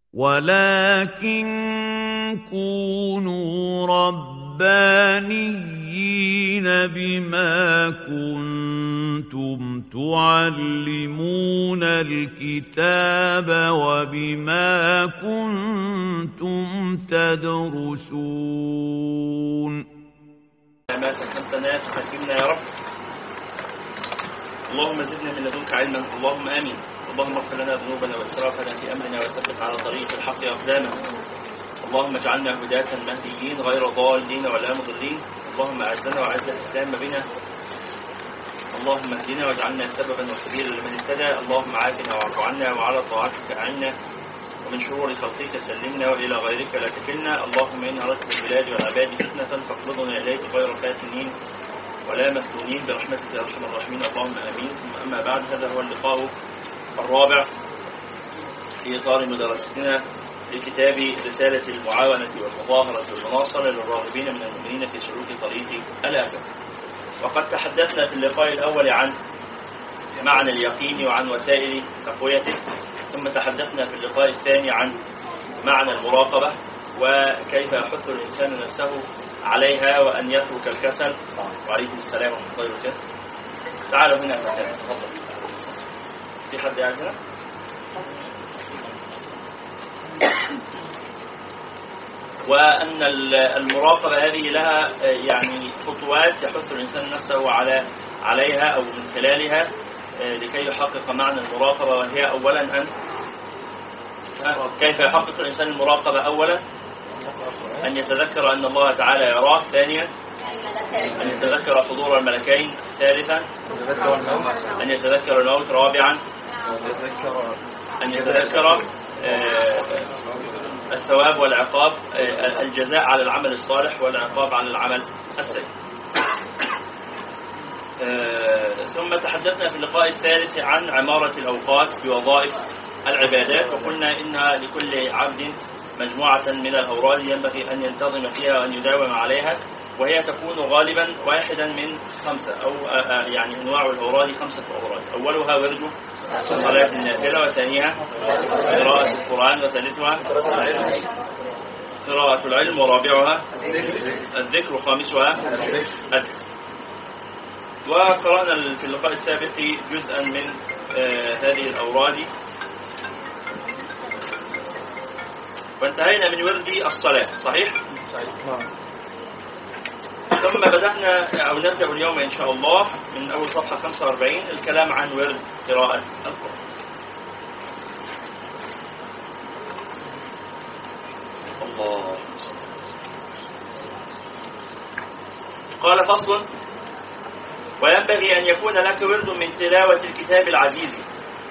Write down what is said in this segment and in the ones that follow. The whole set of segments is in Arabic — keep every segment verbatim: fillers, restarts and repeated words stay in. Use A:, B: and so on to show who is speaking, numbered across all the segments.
A: ولكن كونوا ربانيين بما كنتم تعلمون الكتاب وبما كنتم تدرسون.
B: ما فهمتنا فهمنا يا رب. اللهم زدنا من لدنك علما. اللهم آمين. اللهم اغفر لنا ذنوبنا وإسرافنا في أمرنا وثبت على طريق الحق أقدامنا. اللهم اجعلنا هداة مهديين غير ضالين ولا مضلين. اللهم أعزنا وأعز الإسلام بنا. اللهم اهدنا واجعلنا سببا وسبيلا لمن اهتدى. اللهم عافنا واعف عنا وعلى طاعتك أعنا ومن شرور خلقك سلمنا وإلى غيرك لا تكلنا. اللهم إن أردت بالبلاد والعباد فتنة فاقبضنا إليك غير فاتنين ولا مفتونين برحمتك يا أرحم الراحمين. اللهم آمين. ثم أما بعد، هذا هو اللقاء الرابع في إطار مدرستنا لكتاب رسالة المعاونة والمظاهرة والمناصرة للراغبين من المؤمنين في سلوك طريق الآخرة. وقد تحدثنا في اللقاء الأول عن معنى اليقين وعن وسائل تقويته، ثم تحدثنا في اللقاء الثاني عن معنى المراقبة وكيف يحث الإنسان نفسه عليها وأن يترك الكسل. وعليكم السلام ورحمة الله وبركاته. تعالوا هنا فتاة، تفضل. في حد قاعد هنا؟ وأن المراقبة هذه لها يعني خطوات يحث الإنسان نفسه على عليها أو من خلالها لكي يحقق معنى المراقبة، وهي أولا أن كيف يحقق الإنسان المراقبة؟ أولا أن يتذكر أن الله تعالى يراه. ثانيا أن يتذكر حضور الملكين. ثالثا أن يتذكر الموت. رابعا أن يتذكر الثواب والعقاب، الجزاء على العمل الصالح والعقاب على العمل السيء. ثم تحدثنا في اللقاء الثالث عن عمارة الأوقات بوظائف العبادات، وقلنا إن لكل عبد مجموعة من الأوراد ينبغي أن ينتظم فيها وأن يداوم عليها، وهي تكون غالبا واحدا من خمسة أو يعني أنواع الأوراد خمسة أوراد. أولها ورد صلاة النافلة، وثانيها قراءة القرآن، وثالثها قراءة العلم، ورابعها الذكر، وخامسها الذكر. وقرأنا في اللقاء السابق جزءا من هذه الأوراد وانتهينا من ورد الصلاة. صحيح؟ صحيح. ثم بدأنا أو نبدأ اليوم إن شاء الله من أول صفحة خمسة وأربعين الكلام عن ورد قراءة القرآن. الله. قال فصل: وينبغي أن يكون لك ورد من تلاوة الكتاب العزيز.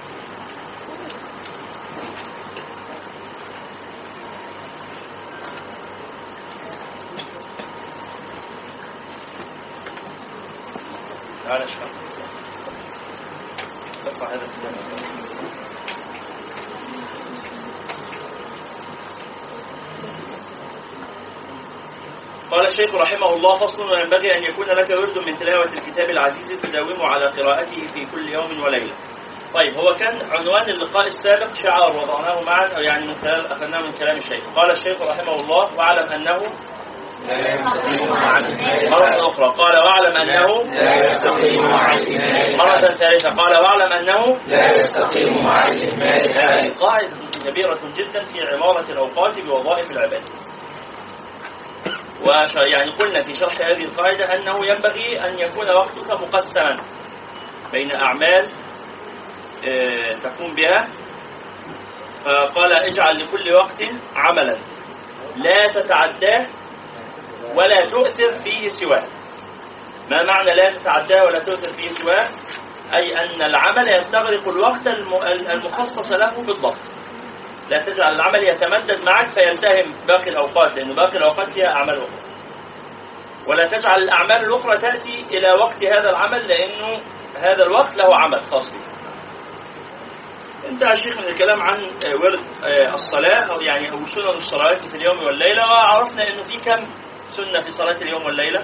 B: تعال اشرح صفحة هذا الكتاب. قال الشيخ رحمه الله: فصل: وينبغي أن يكون لك ورد من تلاوة الكتاب العزيز تداوم على قراءته في كل يوم وليلة. طيب، هو كان عنوان اللقاء السابق شعار وضعناه معا، أو يعني من خلال أخذناه من كلام الشيخ. قال الشيخ رحمه الله: واعلم أنه مرة أخرى قال: واعلم أنه
C: لا يستقيم مع الإهمال.
B: مرة ثالثة قال: واعلم أنه
C: لا يستقيم مع الإهمال.
B: هذه قاعدة كبيرة جدا في عمارة الأوقات بوظائف العبادة. ويعني قلنا في شرح هذه القاعدة أنه ينبغي أن يكون وقتك مقسما بين أعمال تقوم بها. فقال: اجعل لكل وقت عملا لا تتعداه ولا تؤثر فيه سواه. ما معنى لا تتعداه ولا تؤثر فيه سواه؟ أي أن العمل يستغرق الوقت المخصص له بالضبط. لا تجعل العمل يتمدد معك فيلتهم باقي الأوقات، لأن باقي الأوقات فيها أعمال أخرى. ولا تجعل الأعمال الأخرى تأتي إلى وقت هذا العمل، لأنه هذا الوقت له عمل خاص به. انتهى الشيخ من الكلام عن ورد الصلاة، أو يعني أو سنن الصلوات في اليوم والليلة، وعرفنا أنه في كم سنة في صلاة اليوم والليلة.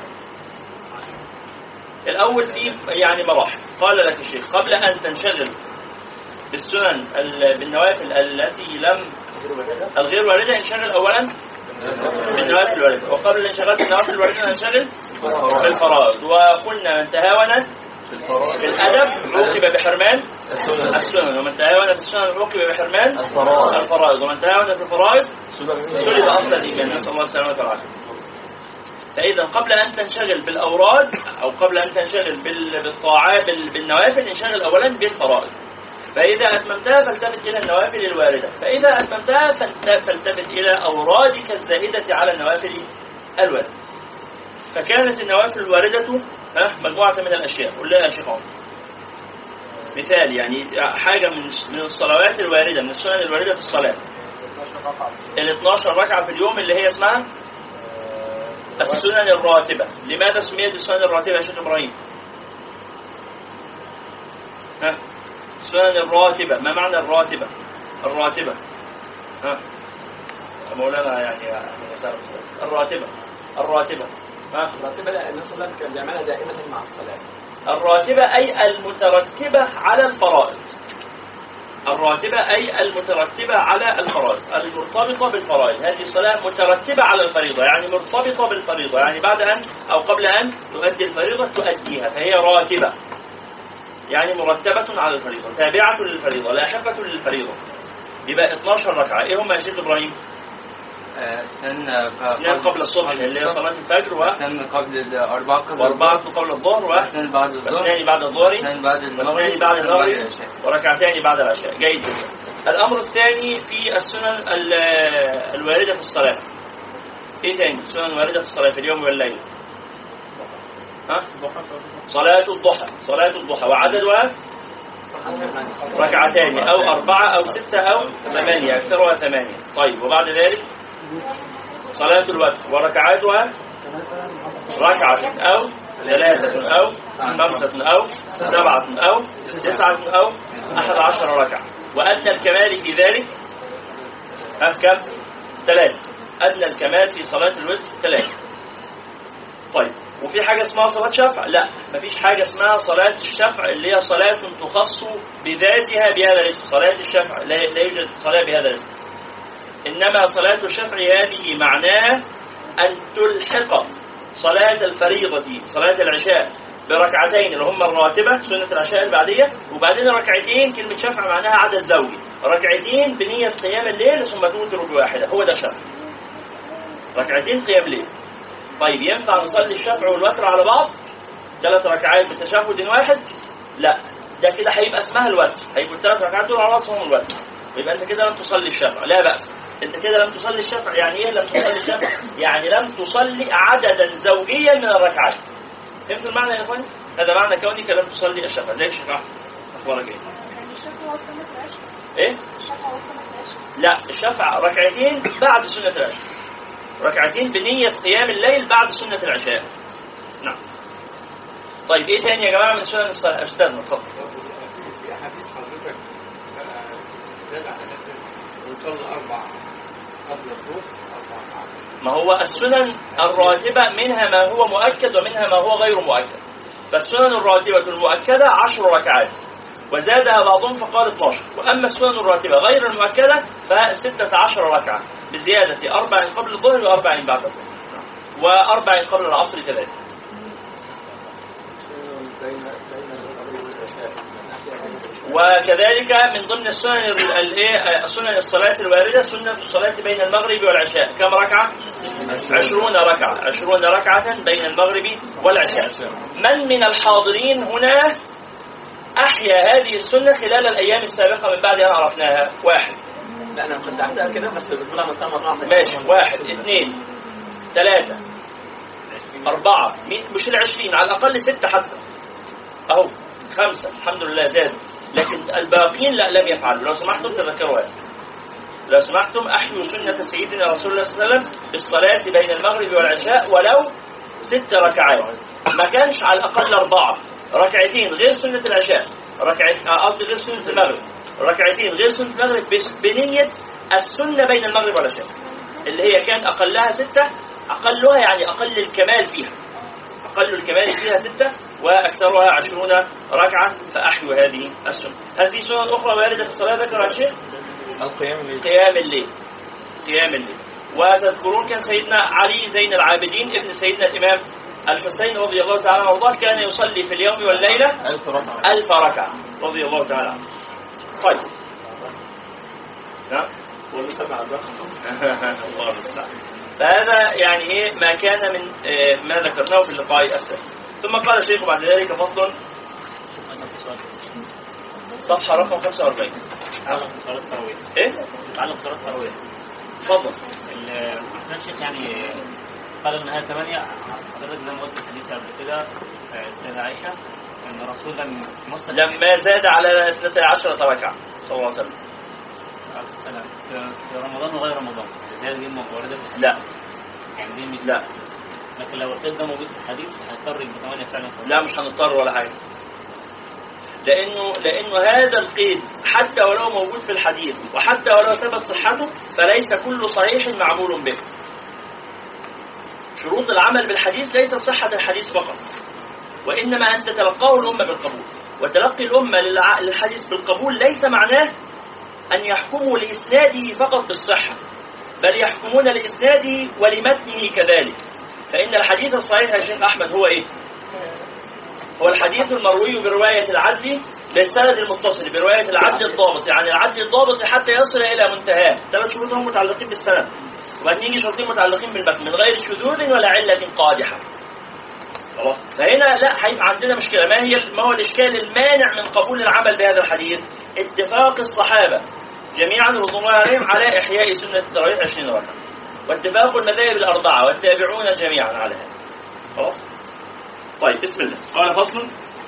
B: الأول في يعني مراحل. قال لك الشيخ: قبل أن تنشغل بالسنن بالنوافل التي لم الغير واردة انشغل أولا بالنوافل الواردة، وقبل الانشغال بالنوافل الواردة ننشغل بالفرائض. وقلنا من تهاون في الأدب عوقب بحرمان السنن، ومن تهاون في السنن عوقب بحرمان الفرائض، ومن تهاون في الفرائض سلب أصل الإيمان، نسأل الله السلامة والعافية. فإذا قبل أن تنشغل بالأوراد أو قبل أن تنشغل بالطاعات بالنوافل انشغل أولا بالفرائض. فإذا أتممتها فالتفت إلى النوافل الواردة، فإذا أتممتها فالتفت إلى أورادك الزائدة على النوافل الواردة. فكانت النوافل الواردة مجموعة من الأشياء. قل لها يا شيخ عمر مثال، يعني حاجة من الصلوات الواردة، من السنن الواردة في الصلاة، ال اثناشر ركعة في اليوم اللي هي اسمها السنن الراتبة. لماذا سميت السنن الراتبة يا شيخ إبراهيم؟ ها السنن الراتبة، ما معنى الراتبة؟ الراتبة ها مولانا يعني الراتبة الراتبة ها
D: الراتبة لا الناس الله كان بيعملها دائمة مع الصلاة.
B: الراتبة أي المترتبة على الفرائض. الراتبة أي المترتبة على الفرائض، المرتبطة بالفرائض. هذه الصلاة مترتبة على الفريضة، يعني مرتبطة بالفريضة، يعني بعد أن أو قبل أن تؤدي الفريضة تؤديها، فهي راتبة يعني مرتبة على الفريضة، تابعة للفريضة، لاحقة للفريضة. يبقى اثناشر ركعة. إيه هم يا شيخ إبراهيم؟ اثنين قبل الصبح اللي هي صلاة الفجر،
E: واثنين قبل أربعة قبل
B: وأربعة قبل الظهر،
E: واثنين بعد الظهر،
B: واثنين بعد الظهر،
E: واثنين بعد
B: المغرب، بعد المغرب، وركعتين بعد العشاء. جيد جدا. الأمر الثاني في السنن الواردة في الصلاة. إيه تاني السنن الواردة في الصلاة في اليوم والليل؟ ها؟ صلاة الضحى. صلاة الضحى وعددها ركعتين أو أربعة أو ستة أو ثمانية، أكثرها ثمانية. طيب وبعد ذلك صلاة الوتر وركعاتها ركعة أو ثلاثة أو خمسة أو سبعة أو تسعة أو أحد عشر ركعة. وأدنى الكمال في ذلك كم؟ ثلاثة. أدنى الكمال في صلاة الوتر ثلاثة. طيب وفي حاجة اسمها صلاة شفع؟ لا، مفيش حاجة اسمها صلاة الشفع اللي هي صلاة تخص بذاتها بهذا الاسم. صلاة الشفع لا يوجد صلاة بهذا الاسم، إنما صلاة الشفع هذه معناها أن تلحق صلاة الفريضة صلاة العشاء بركعتين اللي هم الراتبة سنة العشاء البعدية، وبعدين ركعتين كلمة شفع معناها عدد زوجي، ركعتين بنية قيام الليل ثم توتر بواحدة، هو ده شفع، ركعتين قيام ليل. طيب ينفع نصلي الشفع والوتر على بعض ثلاث ركعات بتشهد واحد؟ لا، ده كده هيبقى اسمها الوتر، هيبقوا الثلاث ركعات دول على بعض اسمهم الوتر، يبقى انت كده لم تصلي الشفع. لا بأس، انت كده لم تصلي الشفع. يعني ايه لم تصلي الشفع؟ يعني لم تصلي عددا زوجيا من الركعات. فهمتوا المعنى يا اخواني؟ هذا معنى كونك لم تصلي الشفع. زي الشفع اخبارك ايه؟ ايه؟ لا، الشفع ركعتين بعد سنة العشاء، ركعتين بنية قيام الليل بعد سنة العشاء. نعم. طيب ايه تاني يا جماعة من سنن الصلاة؟ استاذنا اتفضل.
D: في حديث حضرتك زاد على نفسه ونصلي أربع قبل الظهر أربع.
B: ما هو السنن الراتبة منها ما هو مؤكد ومنها ما هو غير مؤكد. فالسنن الراتبة المؤكدة عشر ركعات، وزادها بعضهم فقال اثناشر. وأما السنن الراتبة غير المؤكدة فستة عشر ركعة بزيادة أربع قبل الظهر وأربع بعد الظهر وأربع قبل العصر كذلك. وكذلك من ضمن السنن السنن الصلاة الواردة سنة الصلاة بين المغرب والعشاء. كم ركعة؟ عشرون ركعة. عشرون ركعة بين المغرب والعشاء. من من الحاضرين هنا أحيا هذه السنة خلال الأيام السابقة من بعد أن عرفناها؟ واحد.
D: لا أنا كنت عندها كده بس بتقولها من ثمان مرات.
B: ماشي. واحد، اثنين، ثلاثة، أربعة، مش العشرين، على الأقل ستة حتى. أهو خمسة الحمد لله زادوا، لكن الباقين لا لم يفعلوا. لو سمحتم تذكروا هذا، لو سمحتم أحيوا سنة سيدنا رسول الله صلى الله عليه وسلم بالصلاة بين المغرب والعشاء ولو ست ركعات. ما كانش على الأقل أربعة، ركعتين غير سنة العشاء، ركعتين قصدي غير سنة المغرب، ركعتين غير سنة المغرب بنية السنة بين المغرب والعشاء اللي هي كان أقلها ستة، أقلها يعني أقل الكمال فيها، أقل الكمال فيها ستة وأكثرها عشرون ركعة فأحيوا هذه السنة. هل في سنن أخرى واردة في الصلاة ذكرها الشيخ؟
E: القيام الليل.
B: قيام الليل قيام الليل وتذكرون كان سيدنا علي زين العابدين ابن سيدنا الإمام الحسين رضي الله تعالى عنه وارضاه كان يصلي في اليوم والليلة
E: ألف ركعة
B: ألف ركعة رضي الله تعالى عنه. طيب نعم
D: والمسبع الرقم
B: الله المستعان. فهذا يعني ايه ما كان من إيه ما ذكرناه في اللقاء السابق. ثم قال الشيخ بعد ذلك فصل صفحة رقم خمسة وأربعين.
F: تعلق بصلاة التراويح.
B: ايه؟
F: تعلق بصلاة التراويح.
B: تفضل.
F: الحسن الشيخ يعني قال انها ثمانية. حضرتك زي ما قلت في الحديث قبل كده سيدة عائشة ان الرسول لم يمثل
B: لما زاد على اثنتي عشرة ركعة صلى الله عليه وسلم.
F: عليه السلام في رمضان وغير رمضان. زي دي موردة في الحديث.
B: لا.
F: يعني دي مثل.
B: لا.
F: لكن لو القيد ده موجود في الحديث هنضطر يبقى ثمانية فعلا.
B: لا مش هنضطر ولا حاجة. لأنه لأنه هذا القيد حتى ولو موجود في الحديث وحتى ولو ثبت صحته فليس كل صحيح معمول به. شروط العمل بالحديث ليس صحة الحديث فقط، وإنما أن تتلقاه الأمة بالقبول. وتلقي الأمة للحديث بالقبول ليس معناه أن يحكموا لإسناده فقط بالصحة، بل يحكمون لإسناده ولمتنه كذلك. فإن الحديث الصحيح يا شيخ أحمد هو إيه؟ هو الحديث المروي برواية العدل بالسند المتصل برواية العدل الضابط، يعني العدل الضابط حتى يصل إلى منتهاه. ثلاث شروط هم متعلقين بالسند، وبعدين يجي شرطين متعلقين بالمتن من غير شذوذ ولا علة قادحة. خلاص. فهنا لا هيبقى عندنا مشكلة. ما هي ما هو الإشكال المانع من قبول العمل بهذا الحديث؟ اتفاق الصحابة جميعا رضي الله عليهم على إحياء سنة التراويح عشرين ركعة، واتفاق المذاهب الأربعة والتابعون جميعا على هذا. خلاص. طيب بسم الله. قال فصل: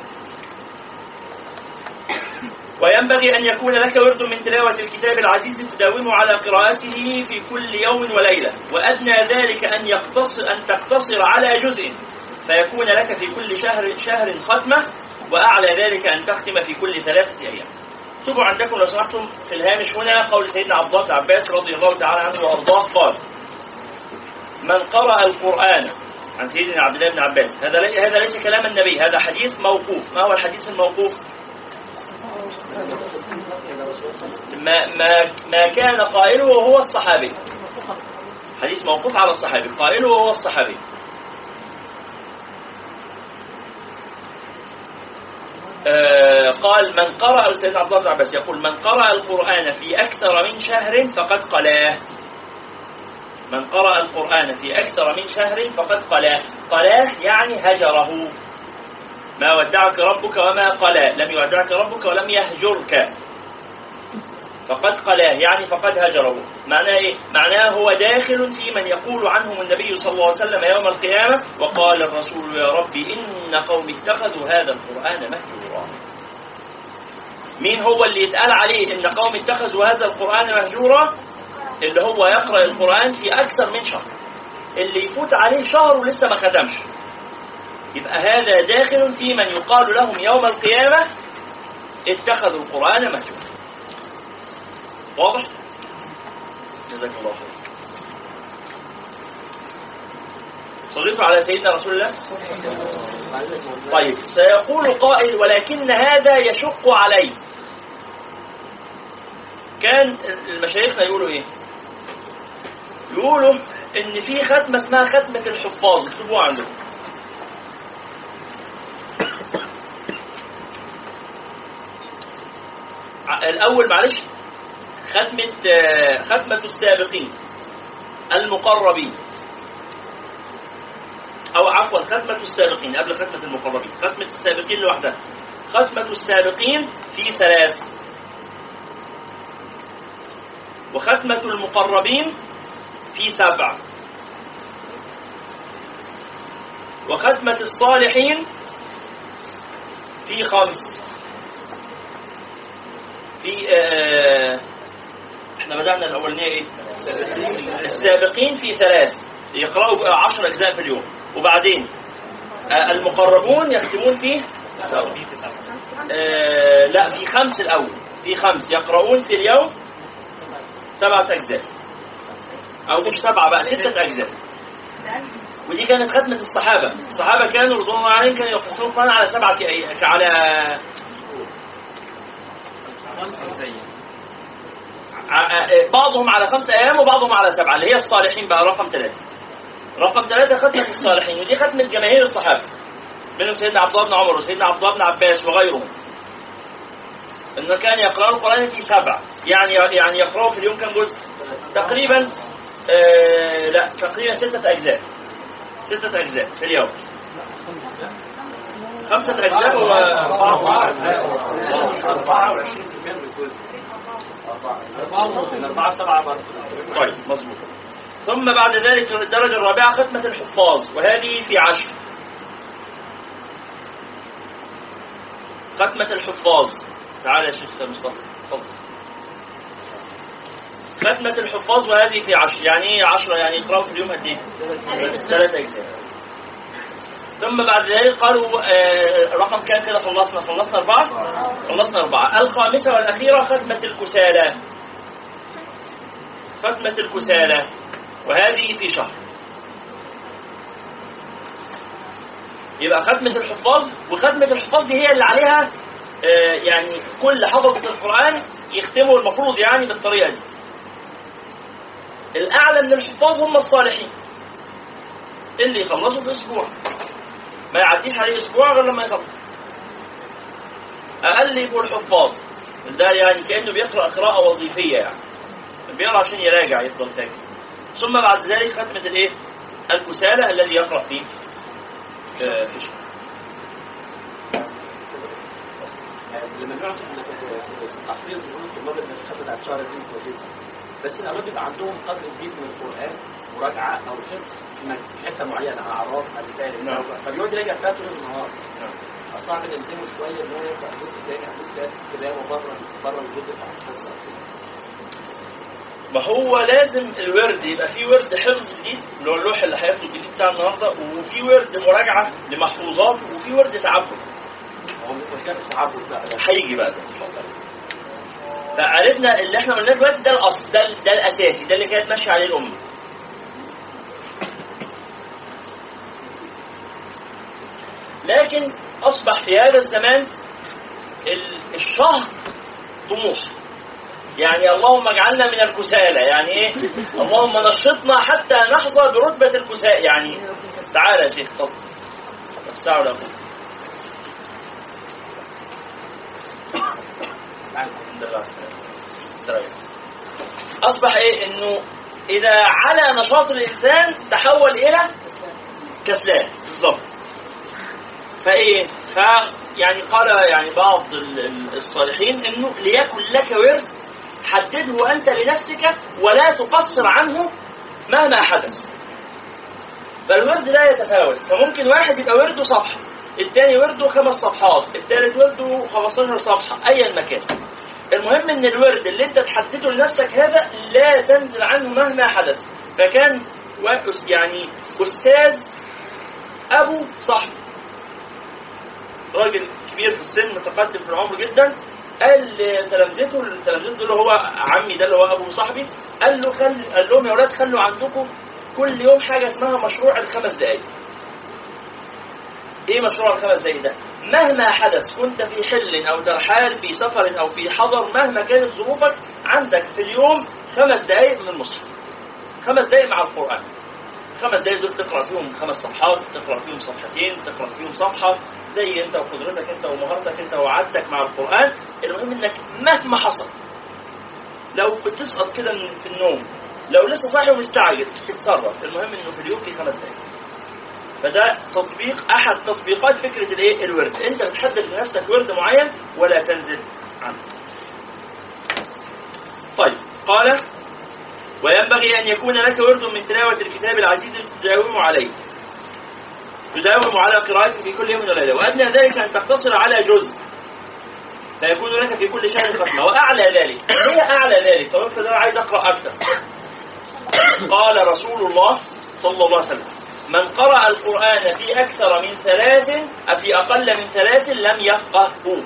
B: وينبغي أن يكون لك ورد من تلاوة الكتاب العزيز تداوم على قراءته في كل يوم وليلة، وأدنى ذلك أن يقتصر أن تقتصر على جزء فيكون لك في كل شهر شهر ختمة، وأعلى ذلك أن تختم في كل ثلاثة أيام. اكتبوا عندكم لو سمحتم في الهامش هنا قول سيدنا عبد الله بن عباس رضي الله تعالى عنه وأرضاه قال: من قرأ القرآن، عن سيدنا عبد الله بن عباس، هذا هذا ليس كلام النبي، هذا حديث موقوف. ما هو الحديث الموقوف؟ ما ما ما كان قائله وهو الصحابي. حديث موقوف على الصحابي، قائله وهو الصحابي. آه قال: من قرأ، سيدنا عبد الله بن عباس يقول: من قرأ القرآن في أكثر من شهر فقد قلاه. من قرأ القرآن في أكثر من شهر فقد قلاه. قلاه يعني هجره. ما ودعك ربك وما قلاه، لم يودعك ربك ولم يهجرك. فقد قلاه يعني فقد هجره. معناه إيه؟ معناه هو داخل في من يقول عنهم النبي صلى الله عليه وسلم يوم القيامة: وقال الرسول يا ربي إن قوم اتخذوا هذا القرآن مهجورا. مين هو اللي يتقال عليه إن قوم اتخذوا هذا القرآن مهجورا؟ اللي هو يقرأ القرآن في أكثر من شهر، اللي يفوت عليه شهر ولسه ما ختمش، يبقى هذا داخل في من يقال لهم يوم القيامة اتخذوا القرآن مهجورا. واضح؟ جزاك الله خير. صليتوا على سيدنا رسول الله. طيب سيقول قائل: ولكن هذا يشق علي. كان المشايخنا يقولوا ايه؟ يقولوا ان في ختمة اسمها ختمة الحفاظ، اكتبوها عندكم. الاول معلش، ختمة ختمة السابقين المقربين، او عفوا ختمة السابقين قبل ختمة المقربين. ختمة السابقين لوحدها. ختمة السابقين في ثلاث، وختمة المقربين في سبع، وختمة الصالحين في خمس. في آه احنا بدأنا الأولانية ايه؟ السابقين في ثلاث، يقرأوا عشر أجزاء في اليوم. وبعدين آه المقربون يختمون فيه آه لا في خمس الأول، في خمس يقرؤون في اليوم سبعة أجزاء، أو مش سبعة بقى، ستة أجزاء. ودي كانت ختمة الصحابة. الصحابة كانوا رضوان الله عليهم كانوا يقسمون القرآن على سبعة أي... على بعضهم على خمس أيام وبعضهم على سبعة، اللي هي الصالحين بقى رقم ثلاثة. رقم ثلاثة ختمة الصالحين، ودي ختمة جماهير الصحابة منهم سيدنا عبد الله بن عمر وسيدنا عبد الله بن عباس وغيرهم، إنه كان يقرأ القرآن في سبع، يعني يعني يقرأه في اليوم كم جزء؟ تقريبا آه لا تقريبا ستة أجزاء ستة أجزاء في اليوم. خمسة أجزاء و
D: أربعة وعشرين في المية من الجزء. أربعة سبعة برضه.
B: طيب مظبوط. ثم بعد ذلك الدرجة الرابعة ختمة الحفاظ، وهذه في عشر. ختمة الحفاظ، تعال يا شيخ مصطفى تفضل. ختمة الحفاظ وهذه في عشر، يعني ايه عشرة؟ يعني يقرأوا في اليوم قد ايه؟ ثلاثة أجزاء. ثم بعد ذلك قالوا آه رقم كام كده؟ خلصنا خلصنا أربعة؟ خلصنا أربعة. الخامسة والأخيرة ختمة الكسالى. ختمة الكسالى وهذه في شهر. يبقى ختمة الحفاظ، وختمة الحفاظ دي هي اللي عليها آه يعني كل حفظة القرآن يختموا المفروض يعني بالطريقة دي. الأعلى من الحفاظ هم الصالحين اللي يخلصوا في أسبوع، ما يعديش عليه أسبوع غير لما يخلص. أقل يبقوا الحفاظ، ده يعني كأنه بيقرأ قراءة وظيفية، يعني بيقرأ عشان يراجع يفضل فاكر. ثم بعد ذلك ختمة الإيه؟ الكسالى الذي يقرأ فيه آه في شهر.
D: لما نعرف ان التحفيظ بيقول الطلاب ان الختمه بتاعت شهر دي كويسه، بس الاولاد بيبقى عندهم قدر كبير من القران مراجعه او حفظ في حته معينه، اعراف امثال، فبيقعد يراجع فيها طول النهار. صعب نلزمه شويه ان هو يقرا الجزء الثاني او الثالث كده وبره بره الجزء بتاع الحفظ.
B: ما هو لازم الورد يبقى فيه ورد حفظ جديد اللي هو اللوح اللي هياخده الجديد بتاع النهارده، وفي ورد مراجعه لمحفوظات، وفي ورد تعبد.
D: هو مش كده التعبد بقى
B: هيجي بقى. فعرفنا اللي احنا قلناه دلوقتي ده الاصل، ده, ده الاساسي، ده اللي كانت ماشيه عليه الامه. لكن اصبح في هذا الزمان الشهر طموح، يعني اللهم اجعلنا من الكسالى، يعني ايه؟ اللهم نشطنا حتى نحظى برتبه الكسالى. يعني تعالى يا شيخ اتفضل. الساعه ولا أصبح إيه؟ إنه إذا على نشاط الإنسان تحول إلى كسلان بالضبط. فإيه؟ فيعني قال يعني بعض الصالحين إنه ليكن لك ورد حدده أنت لنفسك ولا تقصر عنه مهما حدث. فالورد لا يتفاوت، فممكن واحد يبقى ورده صفحة، الثاني ورده خمس صفحات، الثالث ورده خمستاشر صفحة، أيا مكان. المهم ان الورد اللي انت تحدده لنفسك هذا لا تنزل عنه مهما حدث. فكان يعني استاذ ابو صاحبي راجل كبير في السن متقدم في العمر جدا، قال لتلامذته التلامذته اللي هو عمي ده اللي هو ابو صاحبي، قال له خل... قال لهم يا اولاد خلوا عندكم كل يوم حاجه اسمها مشروع الخمس دقائق. ايه مشروع الخمس دقائق ده؟ مهما حدث، كنت في حل أو ترحال، في سفر أو في حضر، مهما كانت ظروفك، عندك في اليوم خمس دقائق من المصحف، خمس دقائق مع القرآن. خمس دقائق دول تقرأ فيهم خمس صفحات، تقرأ فيهم صفحتين، تقرأ فيهم صفحة، زي أنت وقدرتك أنت ومهارتك أنت وعدتك مع القرآن. المهم أنك مهما حصل، لو بتسقط كده في النوم، لو لسه صاحي ومستعجل، تتصرف، المهم أنه في اليوم في خمس دقائق. فده تطبيق احد تطبيقات فكره الايه؟ الورد. انت بتحدد لنفسك ورد معين ولا تنزل عنه. طيب قال وينبغي ان يكون لك ورد من تلاوه الكتاب العزيز تداوم عليه تداوم على قراءته في كل يوم وليله، وادنى ذلك ان تقتصر على جزء فيكون لك في كل شهر ختمه، واعلى ذلك هي اعلى ذلك. طب افرض انا عايز اقرا اكثر، قال رسول الله صلى الله عليه وسلم من قرأ القرآن في أكثر من ثلاث في أقل من ثلاث لم يفقهه.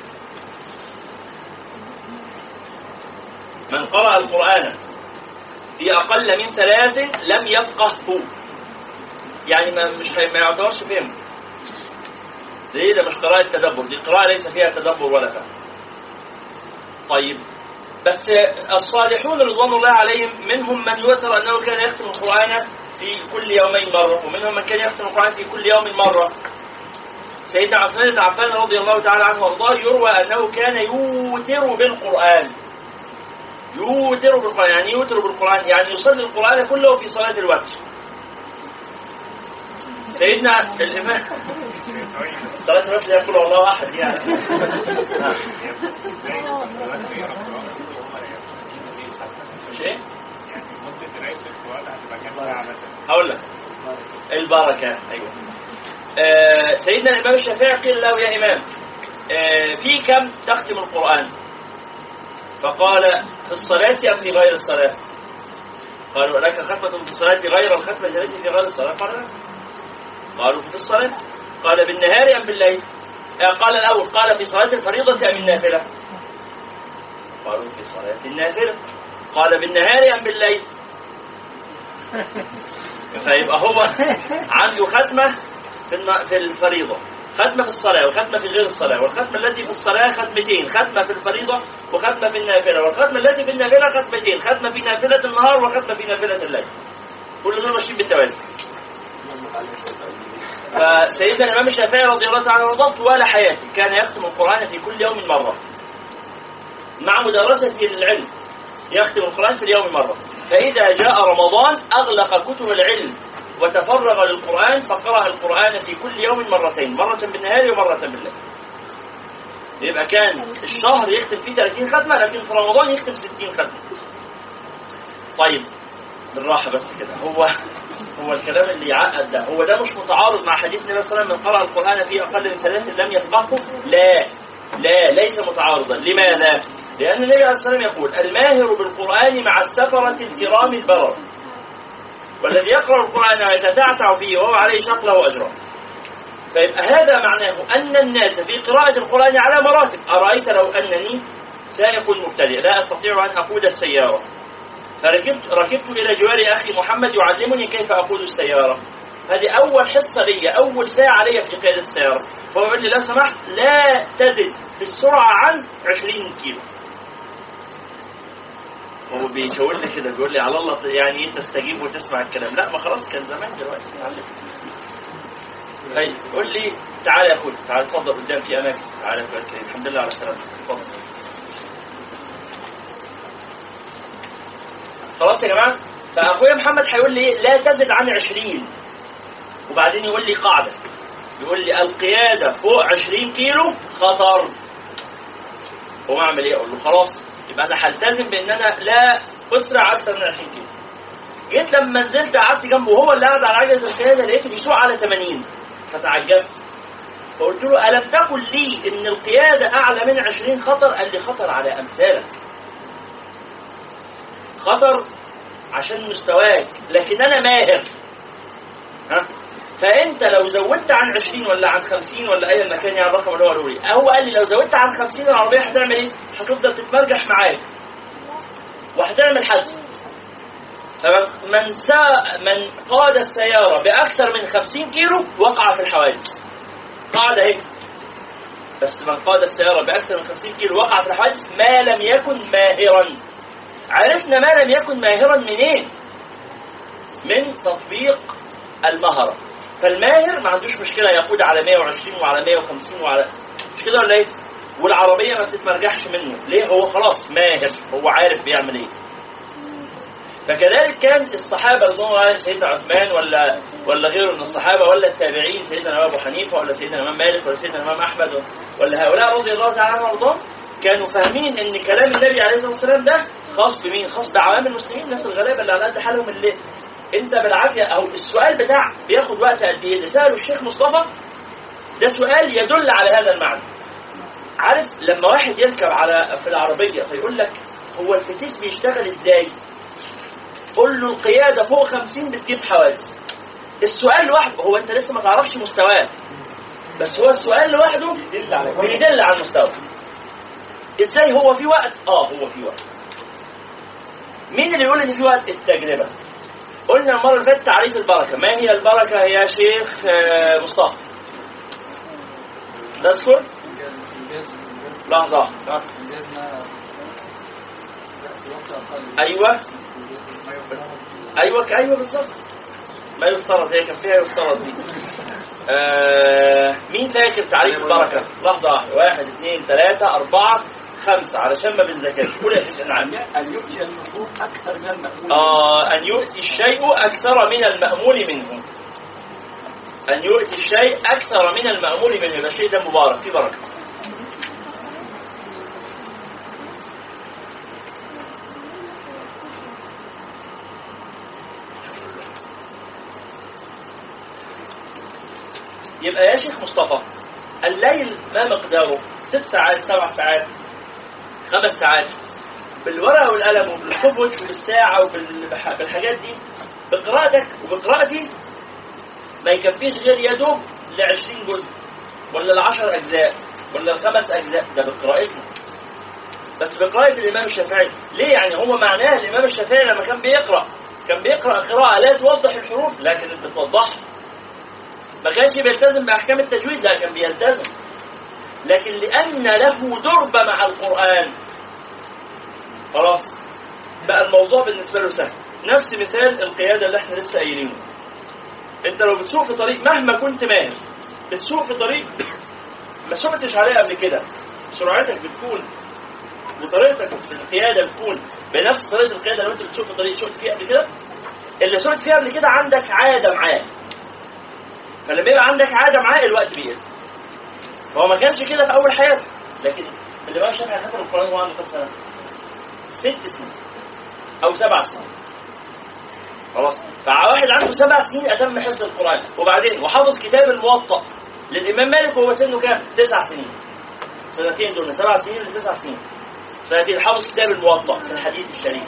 B: من قرأ القرآن في أقل من ثلاث لم يفقهه، يعني ما مش ما يعتبرش فهم. ليه؟ ده مش قراءة تدبر، دي قراءة ليس فيها تدبر ولا فهم. طيب بس الصالحون رضوان الله عليهم منهم من يؤثر أنه كان يختم القرآن في كل يومين مرة، ومنهم من كان يختم القرآن في كل يوم مرة. سيدنا عثمان بن عفان رضي الله تعالى عنه وارضاه يروى أنه كان يوتر بالقرآن. يوتر بالقرآن يعني يوتر بالقرآن يعني يصلي القرآن كله في صلاة الوتر. سيدنا الإمام صلاة الوتر يقول الله أحد يعني مش إيه؟ هقول لك البركة. أيوة. آه سيدنا الإمام الشافعي قيل له يا إمام آه في كم تختم القرآن؟ فقال في الصلاة أم في غير الصلاة؟ قالوا لك ختمة في الصلاة غير الختمة التي في غير الصلاة؟ قال لا. قالوا في الصلاة. قال بالنهار أم بالليل؟ آه قال الأول قال في صلاة الفريضة أم النافلة؟ قالوا في صلاة النافلة. قال بالنهار أم بالليل؟ فيبقى هو عنده ختمة في الفريضة، ختمة في الصلاة وختمة في غير الصلاة، والختمة التي في الصلاة ختمتين، ختمة في الفريضة وختمة في النافلة، والختمة التي في النافلة ختمتين، ختمة في نافلة النهار وختمة في نافلة الليل. كل دول ماشيين بالتوازي. فسيدنا الإمام الشافعي رضي الله تعالى عنه طوال حياته كان يختم القرآن في كل يوم مرة، مع مدرسته للعلم يختم القرآن في اليوم مرة. فإذا جاء رمضان أغلق كتب العلم وتفرغ للقرآن فقرأ القرآن في كل يوم مرتين، مرة بالنهار ومرة بالليل. يبقى كان الشهر يختم فيه ثلاثين ختمة، لكن في رمضان يختم ستين ختمة. طيب بالراحة بس كده، هو هو الكلام اللي يعقد ده هو ده مش متعارض مع حديث النبي صلى الله عليه وسلم من قرأ القرآن في أقل من ثلاث لم يفقهه؟ لا لا ليس متعارضا. لماذا؟ لأن النبي عليه الصلاة والسلام يقول الماهر بالقرآن مع السفرة الكرام البرر، والذي يقرأ القرآن ويتتعتع فيه وهو عليه شق له أجران. فيبقى هذا معناه أن الناس في قراءة القرآن على مراتب. أرأيت لو أنني سائق مبتدئ لا أستطيع أن أقود السيارة، فركبت ركبت إلى جوار أخي محمد يعلمني كيف أقود السيارة، هذه أول حصة لي، أول ساعة لي في قيادة السيارة. فهو يقول لي لا سمحت لا تزد في السرعة عن عشرين كيلو. هو بيشاور لي كده بيقول لي على الله يعني تستجيب وتسمع الكلام. لا ما خلاص كان زمان، دلوقتي بنعلم. فيقول لي تعالى يا اخوي تعالى اتفضل قدام في اماكن، تعالى الحمد لله على السلامه اتفضل. خلاص يا جماعه. فاخويا محمد هيقول لي لا تزد عن عشرين، وبعدين يقول لي قاعده يقول لي القياده فوق عشرين كيلو خطر. هو اعمل ايه؟ اقول له خلاص يبقى انا هلتزم بان انا لا اسرع اكثر من عشرين كيلو. جيت لما نزلت قعدت جنبه وهو اللي قاعد على عجله القياده لقيته بيسوق على ثمانين، فتعجبت. فقلت له الم تقل لي ان القياده اعلى من عشرين خطر؟ قال لي خطر على امثالك، خطر عشان مستواك، لكن انا ماهر. ها فانت لو زودت عن عشرين ولا عن خمسين ولا اي مكان يعني الرقم اللي هو قالوا لي، هو قال لي لو زودت عن خمسين العربيه هتعمل ايه؟ هتفضل تتمرجح معاك وهتعمل حادثه. فمن سا من قاد السياره باكثر من خمسين كيلو وقع في الحوادث. قاعده اهي. بس من قاد السياره باكثر من خمسين كيلو وقع في الحوادث ما لم يكن ماهرا. عرفنا ما لم يكن ماهرا منين؟ من تطبيق المهره. فالماهر ما عندوش مشكله يقود على مية وعشرين وعلى مية وخمسين وعلى مش كده ولا ايه؟ والعربيه ما بتتمرجحش منه. ليه؟ هو خلاص ماهر، هو عارف بيعمل ايه. فكذلك كان الصحابه رضي الله عنهم، سيدنا عثمان ولا ولا غيره من الصحابه ولا التابعين، سيدنا ابو حنيفه ولا سيدنا الامام مالك ولا سيدنا الامام احمد ولا هؤلاء رضي الله تعالى عنهم وارضاهم، كانوا فاهمين ان كلام النبي عليه الصلاه والسلام ده خاص بمين؟ خاص بعوام المسلمين، الناس الغلابه اللي على قد حالهم، اللي انت بالعافيه. او السؤال بتاع بياخد وقت قد ايه اللي ساله الشيخ مصطفى ده سؤال يدل على هذا المعنى. عارف لما واحد يركب على في العربيه فيقول لك هو الفتيس بيشتغل ازاي؟ قول له القياده فوق خمسين بتجيب حوادث. السؤال لوحده، هو انت لسه ما تعرفش مستواه، بس هو السؤال لوحده بيدل على بيدل على المستوى. ازاي؟ هو في وقت اه هو في وقت مين اللي يقول ان في وقت التجربه؟ قلنا المره اللي فاتت تعريف البركه. ما هي البركه يا شيخ مصطفى؟ تذكر؟ لحظه. ايوه ايوه ايوه بالظبط. ما يفترض، هي كان فيها يفترض دي. آه مين فاكر تعريف البركه؟ لحظه واحده. واحد اثنين ثلاثه اربعه خمسه علشان ما بنذاكرش. قول يا شيخ نعم.
D: ان يؤتي المأمول اكثر من المأمول.
B: اه ان يؤتي الشيء اكثر من المأمول منه. ان يؤتي الشيء اكثر من المأمول منه، يبقى الشيء ده مبارك في بركه. يبقى يا شيخ مصطفى الليل ما مقداره؟ ست ساعات، سبع ساعات، خمس ساعات. بالورقة والقلم وبالكوبوتش وبالساعة وبالحاجات دي بقراءتك وبقراءتي ما يكفيش غير يدوب لعشرين جزء ولا لعشر أجزاء ولا لخمس أجزاء. ده بقراءتنا بس. بقراءة الإمام الشافعي ليه؟ يعني هو معناه الإمام الشافعي لما كان بيقرأ كان بيقرأ قراءة لا توضح الحروف لكن بتوضحها. ما كانش بيلتزم بأحكام التجويد، لا كان بيلتزم، لكن لأن له دربة مع القرآن خلاص بقى الموضوع بالنسبة له سهل. نفس مثال القيادة اللي احنا لسه قايلينه. انت لو بتسوق في طريق مهما كنت ماهر، بتسوق في طريق ما سوقتش عليه قبل كده، سرعتك بتكون وطريقتك في القيادة بتكون بنفس طريقة القيادة لو انت بتسوق في طريق سوقت فيه قبل كده. اللي سوقت فيه قبل كده عندك عادة معاه، فلما يبقى عندك عادة معاه الوقت بيقل. فهو ما كانش كده في أول حياته، لكن اللي بقى الشافعي ختم القرآن وهو عنده كام سنة؟ ست سنين أو سبع سنين خلاص. فواحد عنده سبع سنين أتم حفظ القرآن، وبعدين وحفظ كتاب الموطأ للإمام مالك وهو سنه كام؟ تسع سنين. سنتين دول، سبع سنين لتسع سنين، سنتين. حفظ كتاب الموطأ في الحديث الشريف.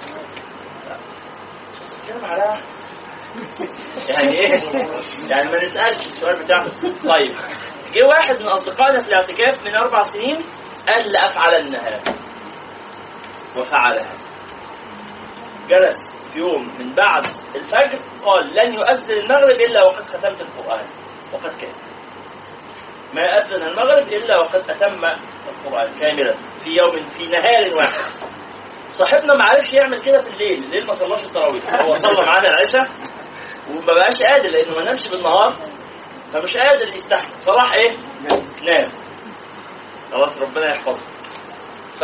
B: كلام على يعني ايه؟ يعني ما نسألش السؤال بتاعنا. طيب جه واحد من أصدقائنا في الاعتكاف من أربع سنين قال لأفعلنها وفعلها. جلس في يوم من بعد الفجر قال لن يؤذن المغرب إلا وقد ختمت القرآن، وقد كان. ما أذن المغرب إلا وقد أتم القرآن كاملا في يوم في نهار واحد. صاحبنا ما عرفش يعمل كده في الليل. الليل ما صلاش التراويح، هو صلى معانا العشاء وما بقاش قادر لأنه ما نامش بالنهار فمش قادر يستحمل، فراح ايه؟ نام. خلاص ربنا يحفظه. ف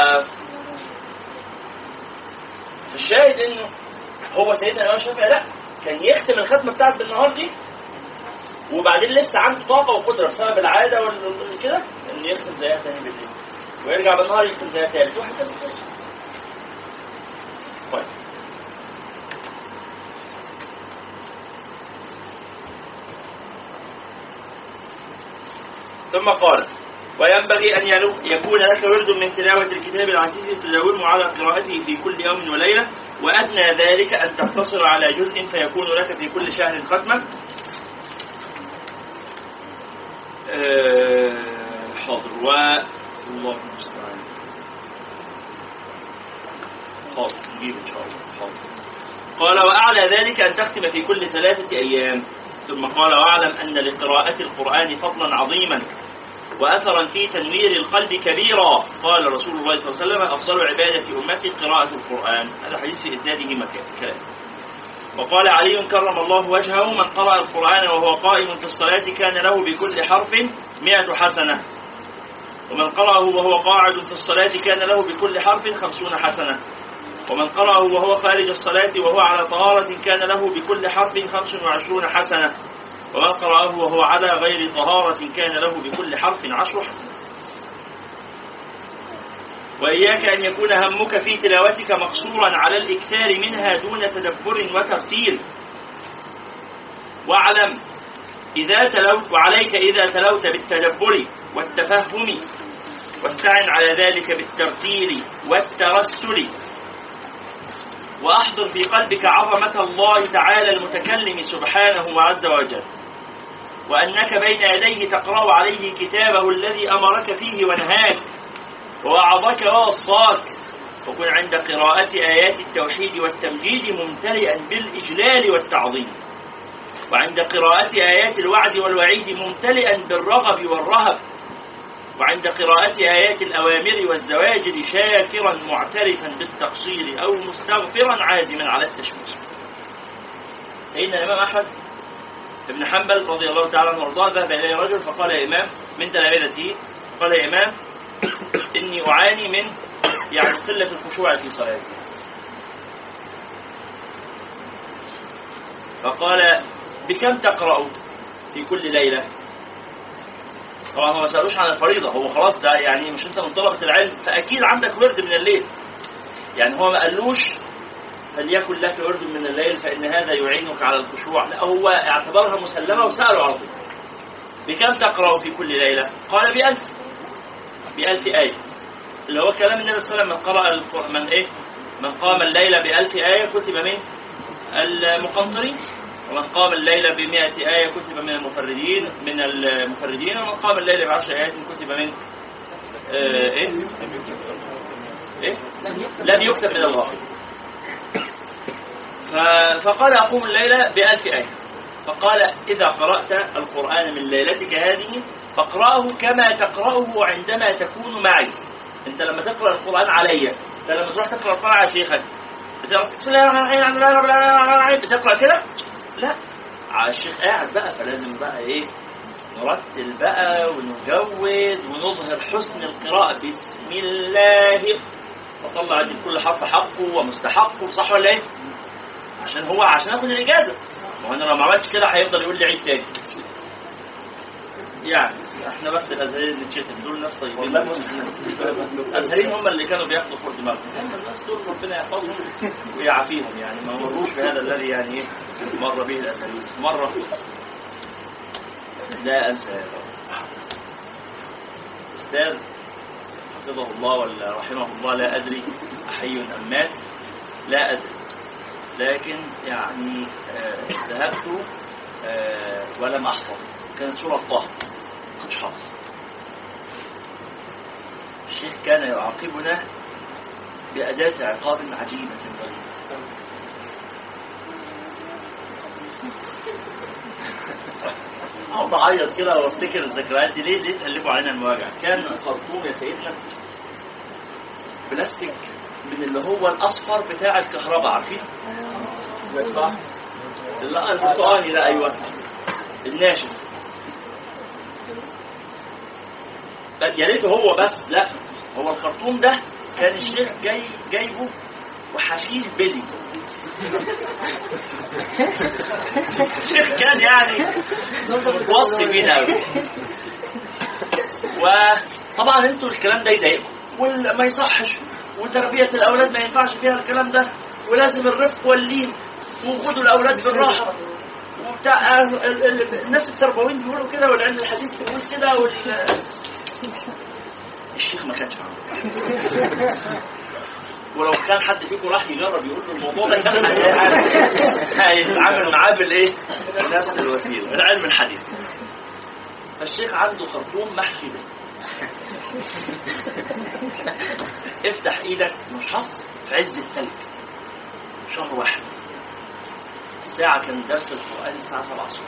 B: فالشاهد انه هو سيدنا الإمام الشافعي لا كان يختم الختمه بتاعت بالنهار دي وبعدين لسه عنده طاقه وقدره بسبب العاده وكده انه يختم زيها تاني بالليل ويرجع بالنهار يختم زيها تالت وهكذا. طيب ثم قال وينبغي أن يكون لك ورد من تلاوة الكتاب العزيز تداوم على قراءته في كل يوم وليلة، وأدنى ذلك أن تقتصر على جزء فيكون لك في كل شهر ختمة. أه حاضر والله المستعان. حاضر نجيب إن شاء الله. حاضر. قال وأعلى ذلك أن تختم في كل ثلاثة أيام. ثم قال واعلم أن لقراءة القرآن فضلا عظيما وأثرا في تنوير القلب كبيرا. قال رسول الله صلى الله عليه وسلم أفضل عبادة أمتي قراءة القرآن. هذا حديث في إسناده مكان. وقال علي كرم الله وجهه من قرأ القرآن وهو قائم في الصلاة كان له بكل حرف مئة حسنة، ومن قرأه وهو قاعد في الصلاة كان له بكل حرف خمسون حسنة، ومن قرأه وهو خارج الصلاة وهو على طهارة كان له بكل حرف خمس وعشرون حسنة، ومن قرأه وهو على غير طهارة كان له بكل حرف عشر حسنات. وإياك أن يكون همك في تلاوتك مقصورا على الإكثار منها دون تدبر وترتيل. واعلم إذا تلوت وعليك إذا تلوت بالتدبر والتفهم، واستعن على ذلك بالترتيل والترسل، وأحضر في قلبك عظمة الله تعالى المتكلم سبحانه عز وجل، وأنك بين يديه تقرأ عليه كتابه الذي أمرك فيه ونهاك ووعظك ووصاك، وكن عند قراءة آيات التوحيد والتمجيد ممتلئا بالإجلال والتعظيم، وعند قراءة آيات الوعد والوعيد ممتلئا بالرغب والرهب، وعند قراءة آيات الأوامر والزواجر شاكرا معترفا بالتقصير أو مستغفرا عازما على التشمير. سيدنا الإمام أحمد بن حنبل رضي الله تعالى عنه وارضاه ذهب إليه رجل فقال يا إمام من تلامذته، قال يا إمام إني أعاني من يعني قلة الخشوع في صلاتي، فقال بكم تقرأ في كل ليلة؟ طبعا هو ما سألوش عن الفريضة، هو خلاص ده يعني مش انت من طلبة العلم فأكيد عندك ورد من الليل، يعني هو ما قالوش فليكن لك ورد من الليل فإن هذا يعينك على الخشوع، لا هو اعتبرها مسلمة وسأله على طول بكم تقرأ في كل ليلة؟ قال بألف بألف آية، اللي هو كلام النبي صلى الله عليه وسلم من قرأ من إيه من قام الليلة بألف آية كتب من المقنطرين، ومن قام الليلة بمئة آية كتب من المفردين من المفردين، ومن قام الليلة بعشر آيات كتب من آه إيه؟ إيه؟ لم يكتب من الغافل. فقال أقوم الليلة بألف آية، فقال إذا قرأت القرآن من ليلتك هذه فاقرأه كما تقرأه عندما تكون معي. أنت لما تقرأ القرآن علي، أنت لما تروح تقرأ القرآن على شيخك بسم الله الرحمن الرحيم بتقرأ كده؟ لا، على الشيخ قاعد بقى، فلازم بقى إيه نرتل بقى ونجود ونظهر حسن القراءة بسم الله وطلع دي كل حرف حقه ومستحقه، صح ولا إيه؟ عشان هو عشان اخد الاجازه، وانا لو ما عملتش كده هيفضل يقول لي عيد تاني. يعني احنا بس الازهريين اللي نتشتم دول ناس طيبين، الازهريين هم اللي كانوا بياخدوا فوق دماغهم، هم الناس دول ربنا يحفظهم ويعافيهم، يعني ما مروش بهذا الذي يعني ايه مر به الازهريين. مره لا انسى استاذ حفظه الله ولا رحمه الله، لا ادري احي ام مات لا ادري، لكن يعني آه ذهبت آه ولم أحفظ، كانت سورة طه كنتش حافظ. الشيخ كان يعاقبنا بأداة عقاب عجيبة غريبة. أقعد أعيط كده وافتكر الذكريات دي، ليه ليه تقلبوا علينا المواجع. كان خرطوم يا سيدنا بلاستيك من اللي هو الأصفر بتاع الكهرباء، عارفين؟ لا البرتقالي، لا أيوة الناشف، يا ريته هو بس، لا هو الخرطوم ده كان الشيخ جاي جايبه وحشيه بلي. الشيخ كان يعني متوصي بينا قوي، وطبعا انتوا الكلام ده يضايقكم وما يصحش، وتربية الأولاد ما ينفعش فيها الكلام ده، ولازم الرفق واللين، وخدوا الأولاد بالراحة وبتاع. الناس التربويين بيقولوا كده، والعلم الحديث بيقول كده، وال... الشيخ ما كانش عامل. ولو كان حد فيكم راح يجرب يقول له الموضوع ده كان هيتعامل معاه بالايه؟ بنفس الوسيله، العلم الحديث. فالشيخ عنده خرطوم محشي به، افتح ايدك نشاط في عز الثلج، شهر واحد، الساعة كان درس القرآن الساعة سبعة الصبح،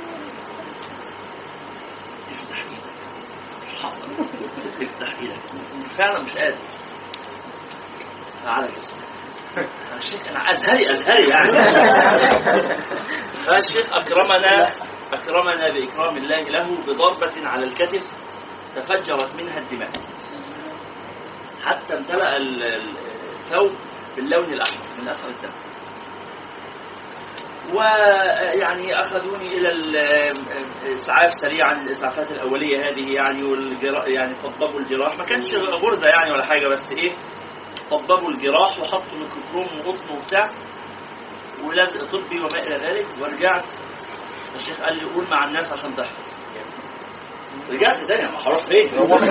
B: افتح ايدك مش حاضر، افتح ايدك فعلا مش قادر، تعالى جسمك. الشيخ انا ازهري ازهري يعني. فالشيخ اكرمنا اكرمنا باكرام الله له بضربة على الكتف تفجرت منها الدماء، حتى امتلأ الثوب باللون الأحمر من أثر الدم. ويعني أخذوني إلى الإسعاف سريعا، الإسعافات الأولية هذه يعني، والجراح يعني طببوا الجراح، ما كانش غرزة يعني ولا حاجة، بس إيه طببوا الجراح وحطوا ميكروفون وقطن وبتاع ولزق طبي وما إلى ذلك. ورجعت الشيخ قال لي قول مع الناس عشان تحفظ. رجعت تاني، ما هروح فين؟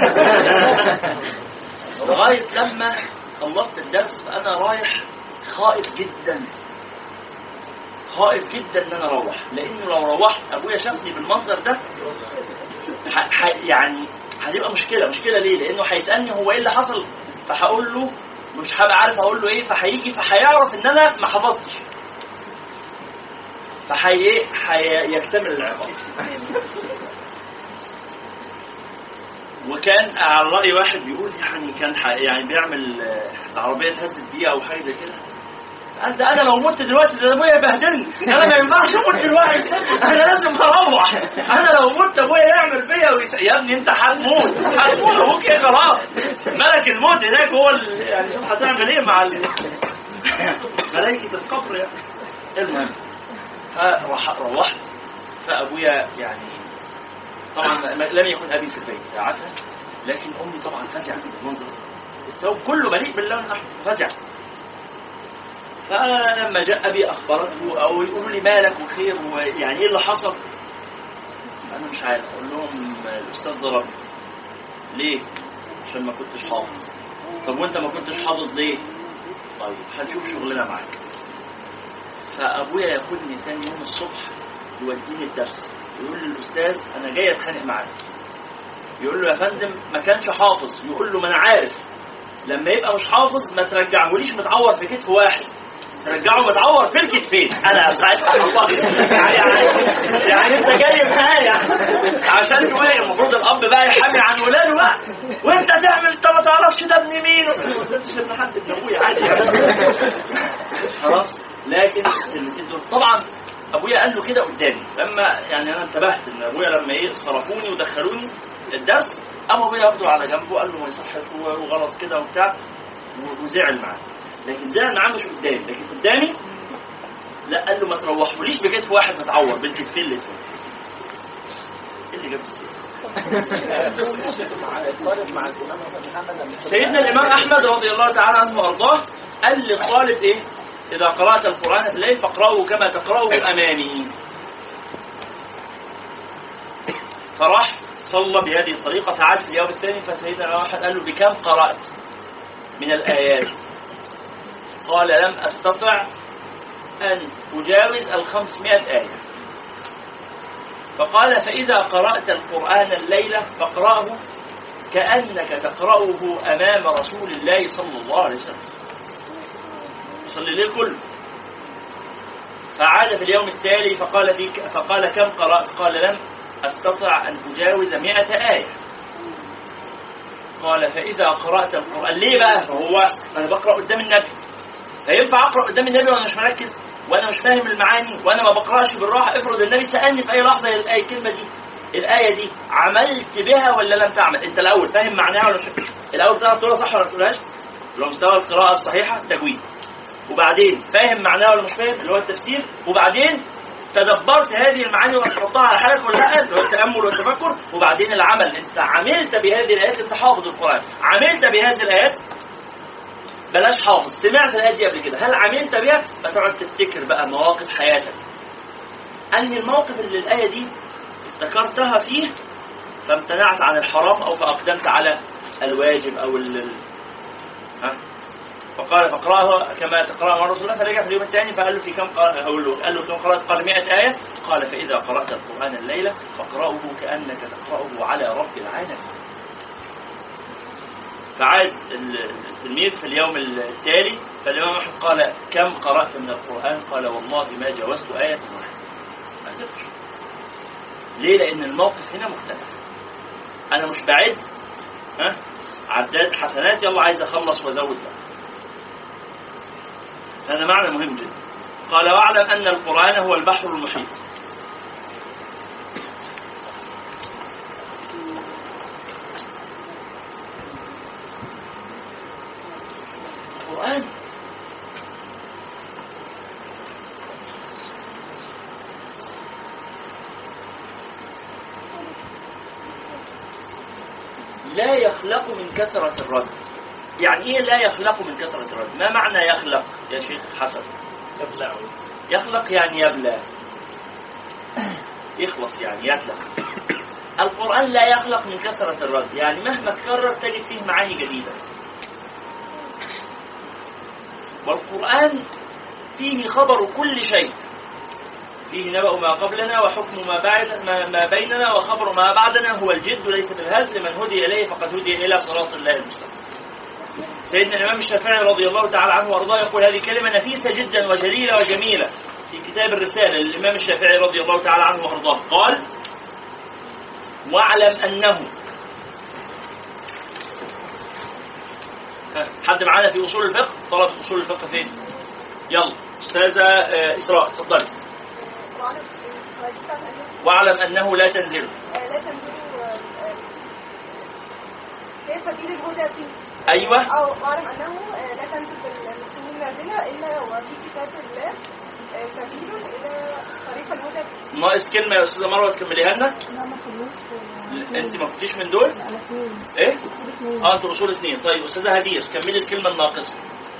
B: لغاية لما خلصت الدرس فأنا رايح خائف جدا، خائف جدا ان انا اروح، لانه لو روحت ابويا شافني بالمنظر ده ح... ح... يعني هتبقى مشكله. مشكله ليه؟ لانه هيسالني هو ايه اللي حصل، فهقول له مش هبقى عارف اقول له ايه، فهيجي فهيعرف ان انا ما حفظتش، فهي هيكتمل العقاب. وكان على رأي واحد بيقول يعني كان يعني بيعمل العربية تهزت بيها أو حاجة زي كده، قال ده أنا لو مت دلوقتي ده أبويا يبهدلني، أنا ما ينفعش أموت دلوقتي، أنا لازم أروح، أنا لو مت أبويا يعمل فيا ويس... يا ابني أنت هتموت هتموت أبوك إيه خلاص، ملك الموت هناك هو ال... يعني شوف هتعمل إيه مع ال... ملائكة القبر يعني. المهم روحت، فأبويا يعني طبعا لم يكن أبي في البيت ساعتها، لكن أمي طبعا فزعت من المنظر، الثوب كله مليء باللون الأحمر، فزعت. فلما جاء أبي أخبرته أو يقولوا لي مالك وخير ويعني إيه اللي حصل، أنا مش عارف. أقول لهم الأستاذ ضربني. ليه؟ عشان ما كنتش حافظ. طب وأنت ما كنتش حافظ ليه؟ طيب هنشوف شغلنا معاك. فأبويا ياخدني تاني يوم الصبح يوديني الدرس، يقول للأستاذ أنا جاي أتخانق معاك. يقول له يا فندم ما كانش حافظ. يقول له ما أنا عارف لما يبقى مش حافظ ما ترجعهوليش متعور في كتف واحد، ترجعه متعور في الكتفين. أنا ساعتها يعني, يعني يعني أنت جاي معايا عشان تقول المفروض الأب بقى يحمي عن ولاده بقى، وأنت تعمل أنت ما تعرفش ده ابن مين، ما تقولش ابن حد ابن أبويا عادي يعني. خلاص. لكن طبعا ابويا قال له كده قدامي، لما يعني انا انتبهت ان ابويا لما ايه صرفوني ودخلوني الدرس، قام ابويا ياخده على جنبه وقال له ما يصحش وغلط كده وبتاع، وزعل معاه. لكن زعل معاه مش قدامي، لكن قدامي لا، قال له ما تروحوليش بكتف واحد متعور، بالكتفين اللي ايه اللي جاب السيره. سيدنا الامام احمد رضي الله تعالى عنه وارضاه قال للطالب ايه؟ إذا قرأت القرآن في الليل فاقرأه كما تقرأه أمامي. فراح صلى بهذه الطريقة، تعاد في اليوم الثاني فسيدنا واحد قال له بكم قرأت من الآيات؟ قال لم أستطع أن أجاوز الخمسمائة آية. فقال فإذا قرأت القرآن الليلة فاقرأه كأنك تقرأه أمام رسول الله صلى الله عليه وسلم، صلي الليل كله. فعاد في اليوم التالي فقال فيك فقال كم قرأت؟ قال لم أستطع أن أجاوز مئة آية. قال فإذا قرأت القرآن، ليه بقى؟ فهو أنا بقرأ قدام النبي، فينفع أقرأ قدام النبي وأنا مش مركز وأنا مش فاهم المعاني وأنا ما بقرأش بالراحة؟ افرض النبي سألني في أي لحظة الآية الكلمة دي الآية دي عملت بها ولا لم تعمل؟ أنت الأول فاهم معناها ولا مش فاهم؟ الأول تعرف تقولها صح ولا ما تقولهاش؟ لو مستوى القراءة الصحيحة تجويد، وبعدين فاهم معناها ولا مش فاهم اللي هو التفسير، وبعدين تدبرت هذه المعاني وتحطها على حالك ولا لا اللي هو التأمل والتفكر، وبعدين العمل. انت عملت بهذه الآيات، انت حافظ القرآن، عملت بهذه الآيات، بلاش حافظ، سمعت الآيات دي قبل كده، هل عملت بها؟ فتقعد تفتكر بقى مواقف حياتك، أن الموقف اللي الآية دي افتكرتها فيه فامتنعت عن الحرام أو فأقدمت على الواجب أو ال ها فقال فقرأها كما تقرأها مع رسول الله. فرجع في اليوم الثاني فقال له في كم قال له قال له كم قرأت؟ قال مئة آية. قال فإذا قرأت القرآن الليلة فاقرأه كأنك تقرأه على رب العالمين. فعاد التلميذ في اليوم التالي فالإمام أحمد قال كم قرأت من القرآن؟ قال والله ما جاوزت آية واحدة. ما قدرتش. ليه؟ لأن الموقف هنا مختلف. أنا مش بعد ها عداد حسنات يلا عايز أخلص وأزود بقى. هذا معنى مهم جدا. قال واعلم أن القرآن هو البحر المحيط. القرآن لا يخلق من كثرة الرد. يعني ايه لا يخلق من كثرة الرد؟ ما معنى يخلق يا شيخ حسن؟ يبلع. يخلق يعني يبلع، يخلص يعني يتلف. القرآن لا يخلق من كثرة الرد، يعني مهما تكرر تجد فيه معاني جديدة. والقرآن فيه خبر كل شيء، فيه نبأ ما قبلنا وحكم ما بعد ما بيننا وخبر ما بعدنا، هو الجد ليس بالهزل، من هدي إليه فقد هدي إلى صراط الله المستقيم. سيدنا الإمام الشافعي رضي الله تعالى عنه وأرضاه يقول هذه كلمة نفيسة جدا وجليلة وجميلة في كتاب الرسالة للإمام الشافعي رضي الله تعالى عنه وأرضاه. قال: واعلم أنه، حد معانا في أصول الفقه؟ طلب أصول الفقه فين؟ يلا أستاذة إسراء تفضل. واعلم أنه لا تنزل
G: لا تنزل في سبيل الهدى فيه.
B: أيوة.
G: أو واعلم أنه لا تنزل بالمسلمين نازلة إلا وفي كتاب الله سبيل إلى طريق الهدى.
B: ناقص كلمة يا أستاذة مروة تكمليها لنا؟
G: لا ما خلصش.
B: أنت ما كنتيش من دول؟
G: أنا اثنين.
B: إيه؟ آه أنت أصول اثنين. طيب أستاذة هدير كملي الكلمة الناقصة.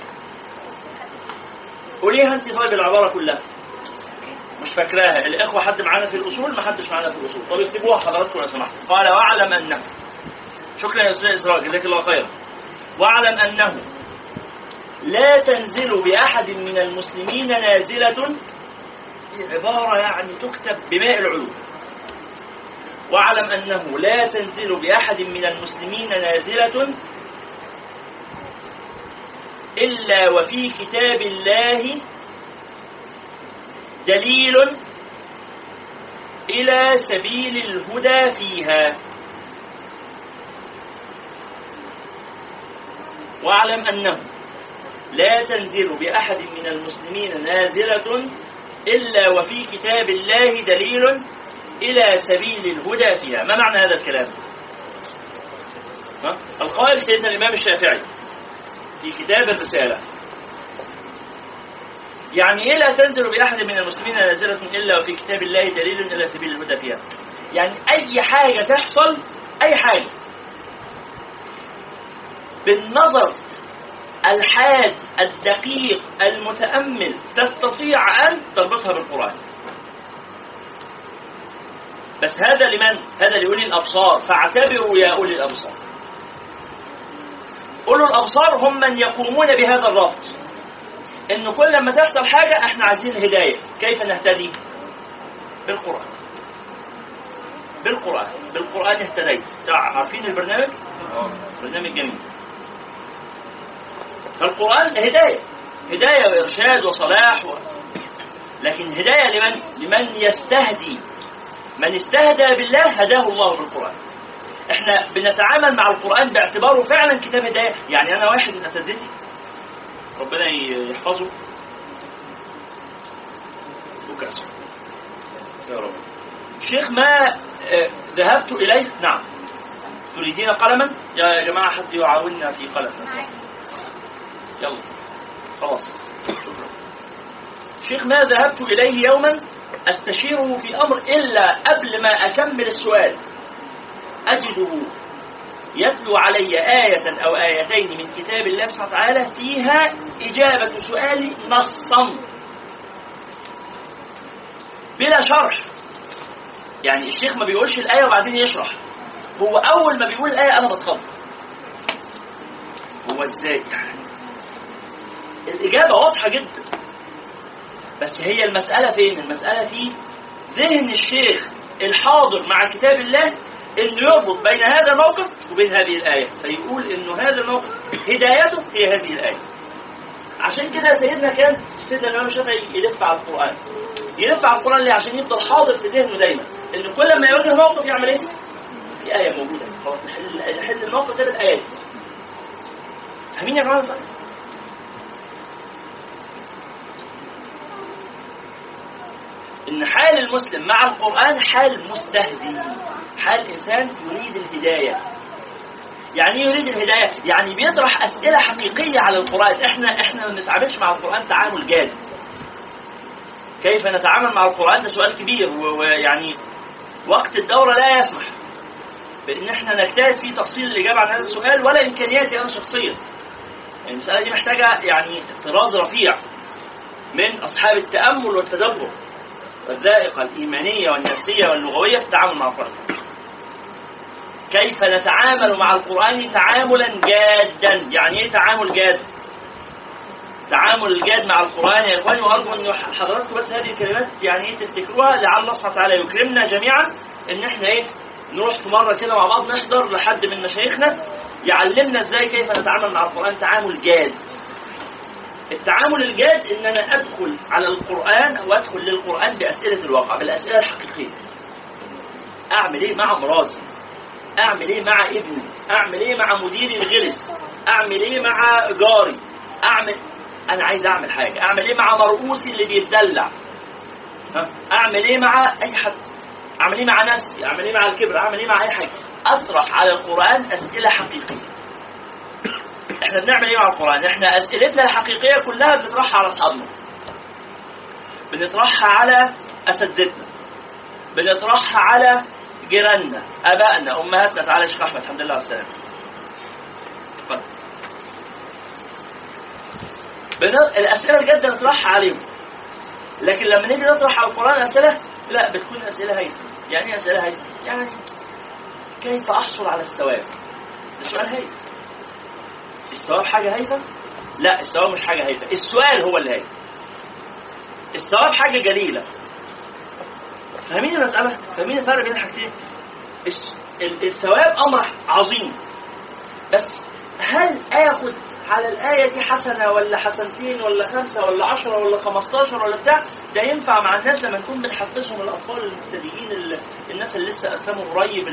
B: قوليها أنت طيب العبارة كلها. مش فاكراها. الإخوة حد معانا في الأصول؟ ما حدش معانا في الأصول. طب اكتبوها حضراتكم لو سمحت. قال: واعلم أنه. شكرا يا أستاذ إسراء جزاك الله خيرا. واعلم أنه لا تنزل بأحد من المسلمين نازلة، عبارة يعني تكتب بماء العلوم. واعلم أنه لا تنزل بأحد من المسلمين نازلة إلا وفي كتاب الله دليل إلى سبيل الهدى فيها. واعلم أنه لا تنزل بأحد من المسلمين نازلة إلا وفي كتاب الله دليل إلى سبيل الهدى فيها. ما معنى هذا الكلام؟ القائل سيدنا الإمام الشافعي في كتاب الرسالة، يعني إيه لا تنزل بأحد من المسلمين نازلة إلا وفي كتاب الله دليل إلى سبيل الهدى فيها؟ يعني أي حاجة تحصل، أي حاجة بالنظر الحاد الدقيق المتأمل تستطيع أن تربطها بالقرآن. بس هذا لمن؟ هذا لأولي الأبصار. فاعتبروا يا أولي الأبصار. أولي الأبصار هم من يقومون بهذا الربط، إنه كل ما تحصل حاجة إحنا عايزين هداية. كيف نهتدي؟ بالقرآن. بالقرآن بالقرآن اهتديت. عارفين البرنامج؟ برنامج جميل. فالقرآن هداية، هداية وإرشاد وصلاح و... لكن هداية لمن؟ لمن يستهدي. من استهدى بالله هداه الله بالقرآن. احنا بنتعامل مع القرآن باعتباره فعلا كتاب هداية. يعني أنا واحد من أساتذتي ربنا يحفظه وكأسه يا رب، شيخ ما ذهبت إليه. نعم تريدين قلما؟ يا جماعة حد يعاوننا في قلم. يلا خلاص شكرا. شيخ ما ذهبت إليه يوما أستشيره في أمر إلا قبل ما أكمل السؤال أجده يتلو علي آية أو آيتين من كتاب الله سبحانه وتعالى فيها إجابة سؤالي نصا بلا شرح. يعني الشيخ ما بيقولش الآية وبعدين يشرح، هو أول ما بيقول الآية أنا بتخض. هو إزاي يعني؟ الإجابة واضحة جدا، بس هي المسألة فين؟ المسألة في ذهن الشيخ الحاضر مع كتاب الله، إنه يربط بين هذا الموقف وبين هذه الآية، فيقول إنه هذا الموقف هدايته هي هذه الآية. عشان كده سيدنا كان سيدنا الإمام الشافعي يلف على القرآن. يلف على القرآن ليه؟ عشان يفضل حاضر في ذهنه دايما إن كل ما يواجه موقف يعمل إيه؟ في آية موجودة، خلاص نحل نحل الموقف ده بالآيات. فاهمين يا جماعة صح؟ إن حال المسلم مع القرآن حال مستهدي، حال إنسان يريد الهداية. يعني يريد الهداية يعني بيطرح أسئلة حقيقية على القرآن. إحنا إحنا ما بنتعاملش مع القرآن تعامل جاد. كيف نتعامل مع القرآن ده سؤال كبير، ويعني وقت الدورة لا يسمح بأن إحنا نجتهد في تفصيل الإجابة عن هذا السؤال، ولا إمكانياتي أنا شخصيا. يعني المسألة دي محتاجة يعني طراز رفيع من أصحاب التأمل والتدبر والذائقة الإيمانية والنفسية واللغوية في التعامل مع القرآن. كيف نتعامل مع القرآن تعاملا جادا؟ يعني إيه تعامل جاد؟ تعامل الجاد مع القرآن يا إخواني، وأرجو أن حضراتكم بس هذه الكلمات يعني إيه تفتكروها، لعل الله سبحانه وتعالى يكرمنا جميعا إن إحنا إيه نروح في مرة كده مع بعض نحضر لحد من مشايخنا يعلمنا ازاي كيف نتعامل مع القرآن تعامل جاد. التعامل الجاد ان انا ادخل على القرآن او ادخل للقرآن بأسئلة الواقع، بالأسئلة الحقيقية. اعمل ايه مع مراتي؟ اعمل ايه مع ابني؟ اعمل ايه مع مديري الغلس؟ اعمل ايه مع جاري؟ اعمل انا عايز اعمل حاجة. اعمل ايه مع مرؤوسي اللي بيتدلع؟ اعمل ايه مع اي حد؟ اعمل ايه مع نفسي؟ اعمل ايه مع الكبر؟ اعمل ايه مع اي حاجة؟ اطرح على القرآن اسئلة حقيقية. احنا بنعمل ايه مع القرآن؟ احنا اسئلتنا الحقيقية كلها بنطرحها على اصحابنا، بنطرحها على اساتذتنا، بنطرحها على جيراننا، ابائنا، امهاتنا. تعالى يا شيخ احمد، الحمد لله على السلامة. الاسئلة الجادة نطرحها عليهم. لكن لما نيجي نطرح على القرآن اسئلة، لا بتكون اسئلة هايفة. يعني ايه اسئلة هايفة؟ يعني كيف احصل على الثواب؟ ده سؤال هايف. الثواب حاجة هايفة؟ لا، الثواب مش حاجة هايفة، السؤال هو اللي هايف. الثواب حاجة جليلة. فاهمين المسألة؟ فاهمين الفرق بين الحاجتين؟ الثواب أمر عظيم، بس هل آخد على الآية دي حسنة ولا حسنتين ولا خمسة ولا عشرة ولا خمستاشر ولا بتاع؟ ده ينفع مع الناس لما نكون بنحفزهم، الأطفال المبتدئين، الناس اللي لسه أسلموا قريب.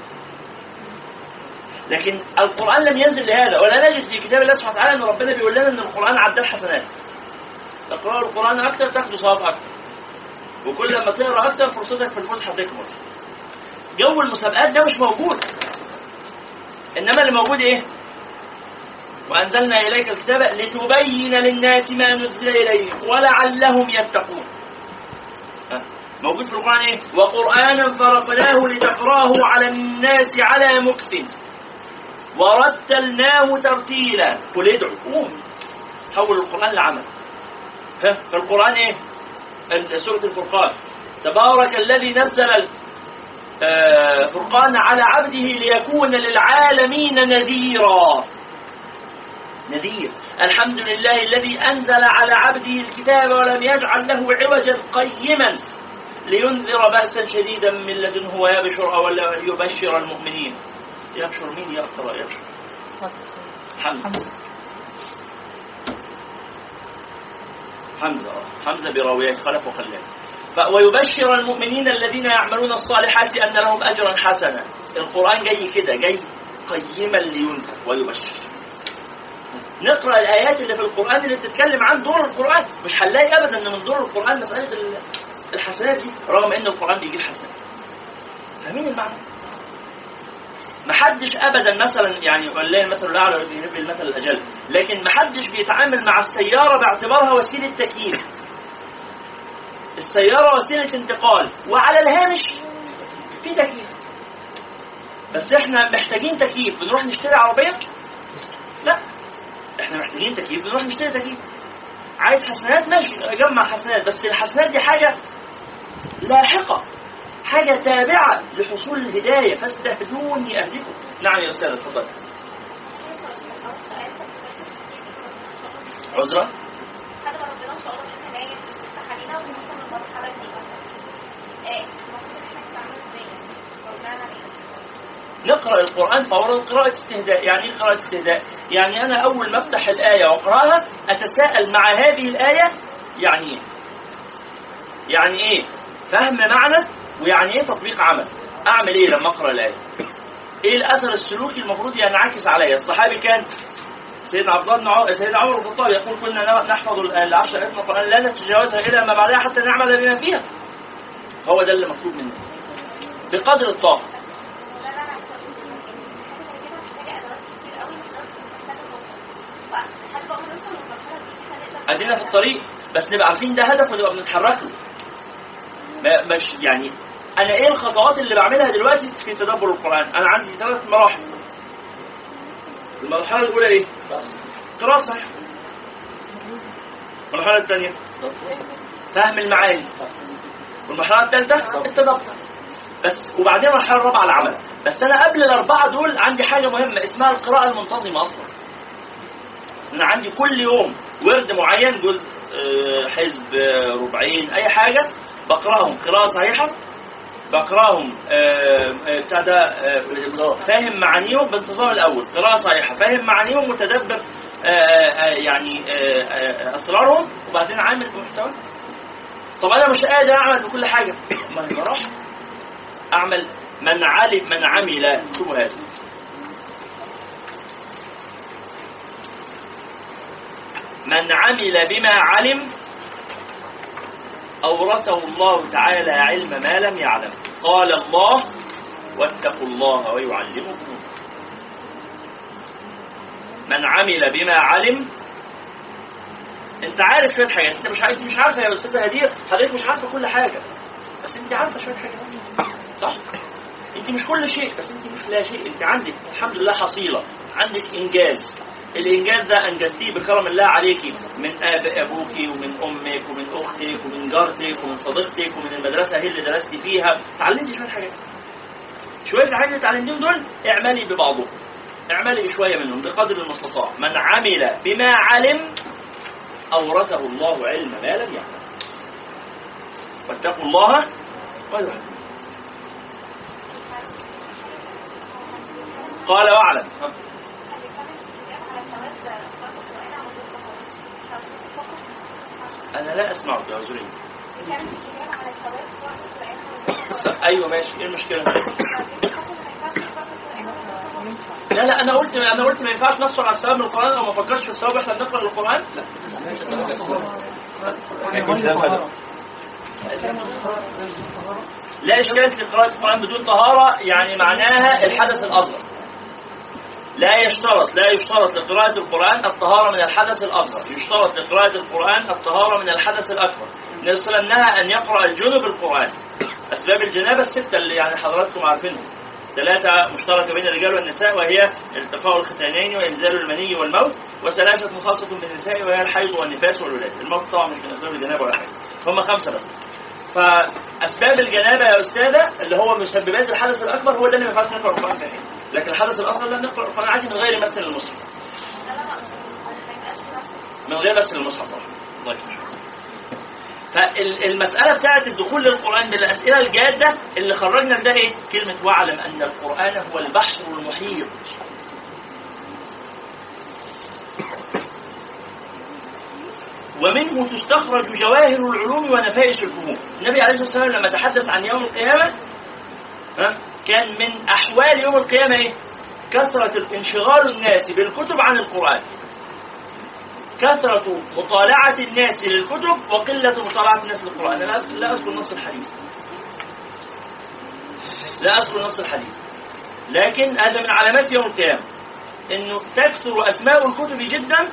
B: لكن القرآن لم ينزل لهذا، ولا نجد في كتاب الله سبحانه وتعالى أن ربنا بيقول لنا أن القرآن عدل حسنات. تقرأ القرآن أكتر تاخدوا ثواب أكتر، وكل لما تقرأ أكتر فرصتك في الفسحة تكمل. جو المسابقات ده مش موجود، إنما اللي موجود إيه؟ وأنزلنا إليك الكتاب لتبين للناس ما نزل إليهم ولعلهم يتقون. موجود في القرآن إيه؟ وقرآنا فرقناه لتقراه على الناس على مكث ورتلناه ترتيلا. قل ادعوا، قوم حول القرآن لعمل. ها في القرآن ايه؟ سورة الفرقان، تبارك الذي نزل الفرقان على عبده ليكون للعالمين نذيرا. نذير. الحمد لله الذي أنزل على عبده الكتاب ولم يجعل له عوجا قيما لينذر بأسا شديدا من لدنه ويبشر أولا يبشر المؤمنين. يبشر مين يا أقرأ؟ يبشر حمزة حمزة حمزة براوية خلف وخلاف. ويبشر المؤمنين الذين يعملون الصالحات أن لهم أجرا حسنا. القرآن جاي كده، جاي قيما لينذر ويبشر. نقرأ الآيات اللي في القرآن اللي بتتكلم عن دور القرآن. مش هنلاقي أبدا أن من دور القرآن مسألة الحسنات دي، رغم أن القرآن بيجيب حسنات. فاهمين المعنى؟ محدش أبدا مثلا، يعني والله المثل الأعلى يجيب المثل الأجل، لكن محدش بيتعامل مع السيارة باعتبارها وسيلة تكييف. السيارة وسيلة انتقال، وعلى الهامش في تكييف. بس احنا محتاجين تكييف بنروح نشتري عربية؟ لا، احنا محتاجين تكييف بنروح نشتري تكييف. عايز حسنات؟ ماشي اجمع حسنات، بس الحسنات دي حاجة لاحقة، حاجة تابعة لحصول الهداية. فاستهدوني أهلكم. نعم يا أستاذ، اتفضل. عذرا؟ نقرأ القرآن فورا قراءة استهداء. يعني ايه قراءة استهداء؟ يعني أنا أول ما أفتح الآية وأقرأها أتساءل مع هذه الآية يعني إيه؟ يعني إيه فهم معنى، ويعني إيه تطبيق عمل. أعمل إيه لما أقرأ الآية؟ إيه الأثر السلوكي المفروض ينعكس عليا؟ الصحابي كان سيدنا عبد الله سيدنا عمر بن الخطاب يقول كنا نحفظ العشر آيات من القرآن لا نتجاوزها إلى ما بعدها حتى نعمل بما فيها. هو ده اللي مطلوب منه بقدر الطاقة. أدينا في الطريق، بس نبقى عارفين ده هدف ونبقى بنتحرك له. مش يعني أنا إيه الخطوات اللي بعملها دلوقتي في تدبر القرآن؟ أنا عندي ثلاث مراحل. المرحلة الأولى إيه؟ قراءة صحيحة. المرحلة الثانية فهم المعاني. والمرحلة الثالثة التدبر. بس وبعدين المرحلة الرابعة العمل. بس أنا قبل الأربعة دول عندي حاجة مهمة اسمها القراءة المنتظمة أصلا. أنا عندي كل يوم ورد معين، جزء حزب ربعين أي حاجة بقرأهم قراءة صحيحة بقراهم بتاع ده فاهم معانيهم بانتظام الاول، قراءه صحيحه فاهم معانيهم متدبر يعني اسرارهم، وبعدين عامل بمحتوى. طب انا مش قادر اعمل بكل حاجه، ما بروح اعمل من علم من عمل. اكتبوا هذا، من عمل بما علم أورثه الله تعالى علم ما لم يعلم. قال الله واتقوا الله ويعلمكم. من عمل بما علم، انت عارف شويه حاجات، انت مش انت مش عارفه يا استاذه هدير، حضرتك مش عارفه كل حاجه، بس انت عارفه شويه حاجات، صح؟ انت مش كل شيء، بس انت مش لا شيء، انت عندك الحمد لله حصيله، عندك انجاز. الانجاز ده انجزتيه بكرم الله عليكي من اب ابوكي ومن امك ومن اختك ومن جارتك ومن صديقتك ومن المدرسه هي اللي درستي فيها، اتعلمتي شويه حاجات. شويه الحاجات اللي اتعلمتيهم دول اعملي ببعضهم، اعملي بشويه منهم بقدر المستطاع. من عمل بما علم اورثه الله علم ما لم يعلم. واتقوا الله ويعلمكم. قال واعلم. أنا لا أسمعك يا زورين. أيوة ماشي، إيه المشكلة؟ لا لا أنا قلت أنا قلت ما ينفعش نصر على الثواب من القرآن أو ما فكرش في الثواب إحنا بنقرأ القرآن؟ لا إشكال في قراءة القرآن بدون طهارة، يعني معناها الحدث الأصغر. لا يشترط لا يشترط لقراءة القرآن الطهارة من الحدث الأصغر، يشترط لقراءة القرآن الطهارة من الحدث الأكبر. نرسل أنها أن يقرأ الجنب القرآن. أسباب الجنابة الستة اللي يعني حضراتكم عارفينها، ثلاثة مشتركة بين الرجال والنساء وهي التقاء الختانين وإنزال المني والموت، وثلاثة خاصة بالنساء وهي الحيض والنفاس والولادة. الموت طبعا مش من أسباب الجنابة ولا حاجة، هم خمسة بس. فأسباب الجنابة يا أستاذة اللي هو مسببات الحدث الأكبر هو ده اللي ما ينفعش نقرأ القرآن فيه، لكن الحدث الأصغر لا نقرأ القرآن عادي من غير مس المصحف. من غير مس المصحف الله يكرمك. فالمسألة بتاعت الدخول للقرآن بالأسئلة الجادة اللي خرجنا ده إيه؟ كلمة واعلم أن القرآن هو البحر المحيط. ومنه تستخرج جواهر العلوم ونفائس الفهوم. النبي عليه الصلاة والسلام لما تحدث عن يوم القيامة ها كان من أحوال يوم القيامة إيه؟ كثرة انشغال الناس بالكتب عن القرآن، كثرة مطالعة الناس للكتب وقلة مطالعة الناس للقرآن. أنا لا أذكر نص الحديث لا أذكر نص الحديث لكن هذا من علامات يوم القيامة، إنه تكثر أسماء الكتب جدا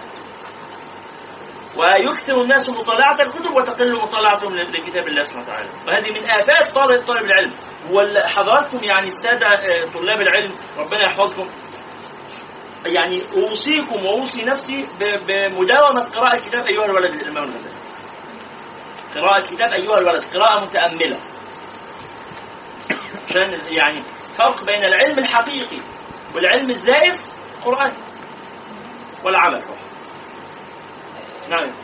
B: ويكثر الناس مطالعة الكتب وتقل مطالعتهم لكتاب الله سبحانه وتعالى. وهذه من آفات طالب طالب العلم. وحضراتكم يعني السادة طلاب العلم ربنا يحفظكم، يعني أوصيكم وأوصي نفسي بمداومة قراءة كتاب أيها الولد للإمام الغزالي. قراءة كتاب أيها الولد قراءة متأملة، عشان يعني فرق بين العلم الحقيقي والعلم الزائف القرآن والعمل. نعم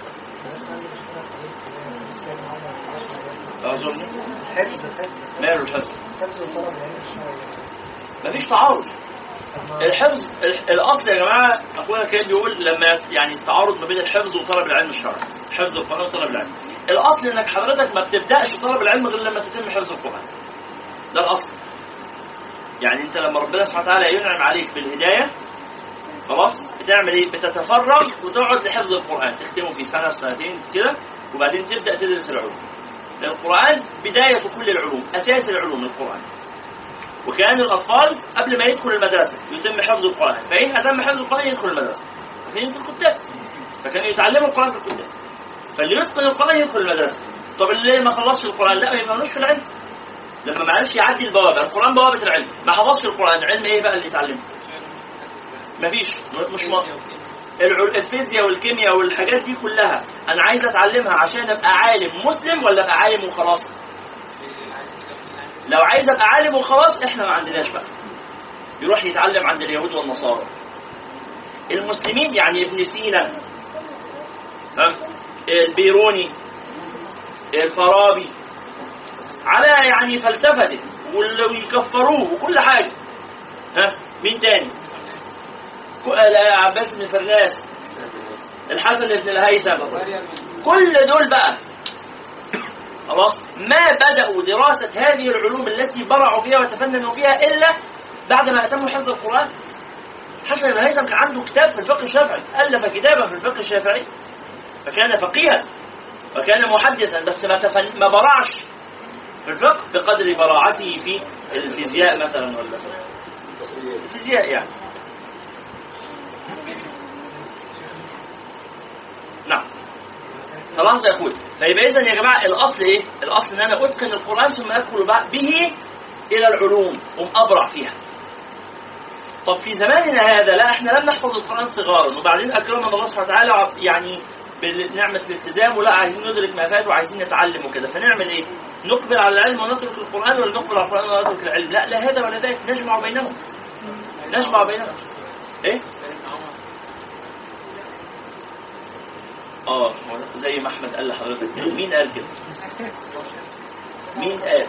B: أظن ماله الحفظ ما فيش تعارض. الحفظ الأصل يا جماعة أخونا كان بيقول لما يعني التعارض ما بين الحفظ وطلب العلم الشرعي، حفظ القرآن وطلب العلم. الأصل إنك حضرتك ما بتبدأش طلب العلم غير لما تتم حفظ القرآن، ده الأصل. يعني أنت لما ربنا سبحانه وتعالى ينعم عليك بالهداية خلاص بتعمل ايه؟ بتتفرغ وتقعد لحفظ القرآن، تختمه في سنة سنتين كده وبعدين تبدأ تدرس العلوم. القرآن بداية كل العلوم، أساس العلوم القرآن. وكان الأطفال قبل ما يدخل المدرسة يتم حفظ القرآن، فإن أتم حفظ القرآن يدخل المدرسة، فإن في الكتاب فكانوا يتعلموا القرآن في الكتاب. فاللي يتقن القرآن يدخل المدرسة. طب اللي ما خلصش القرآن لا ما يبقاش في العلم، لما ما عرفش يعدي البوابة. القرآن بوابة العلم، ما حفظش القرآن علم إيه بقى اللي يتعلمه؟ مفيش. مش م... الفيزياء والكيمياء والحاجات دي كلها انا عايز اتعلمها عشان ابقى عالم مسلم ولا ابقى عالم وخلاص؟ لو عايز ابقى عالم وخلاص احنا ما عندناش بقى، يروح يتعلم عند اليهود والنصارى. المسلمين يعني ابن سينا، البيروني، الفارابي، على يعني فلسفته ويكفروه وكل حاجة. ها مين تاني؟ عباس بن فرناس، الحسن بن الهيثم، كل دول بقى خلاص ما بدأوا دراسة هذه العلوم التي برعوا فيها وتفننوا فيها إلا بعد ما أتموا حفظ القرآن. حسن بن الهيثم كان عنده كتاب في الفقه الشافعي، ألف كتابا في الفقه الشافعي، فكان فقيها وكان محدثا، بس ما, تفن... ما برعش في الفقه بقدر براعته في الفيزياء مثلا ولا الفيزياء يعني. نعم خلاص يا أخوي. فيبقى إذن يا جماعة الأصل إيه؟ الأصل إن أنا أتقن القرآن ثم أدخل به إلى العلوم وأبرع فيها. طب في زماننا هذا لا، إحنا لم نحفظ القرآن صغارا وبعدين أكرمنا الله سبحانه وتعالى يعني بنعمة الالتزام، ولا عايزين ندرك ما فات وعايزين نتعلم وكده، فنعمل إيه؟ نقبل على العلم ونترك القرآن، ولا نقبل على القرآن ونترك العلم؟ لا لا هذا ولا ذاك، نجمع بينهم نجمع بينهم إيه؟ اه زي ما احمد قال لحضرتك. مين قال كده؟ مين قال؟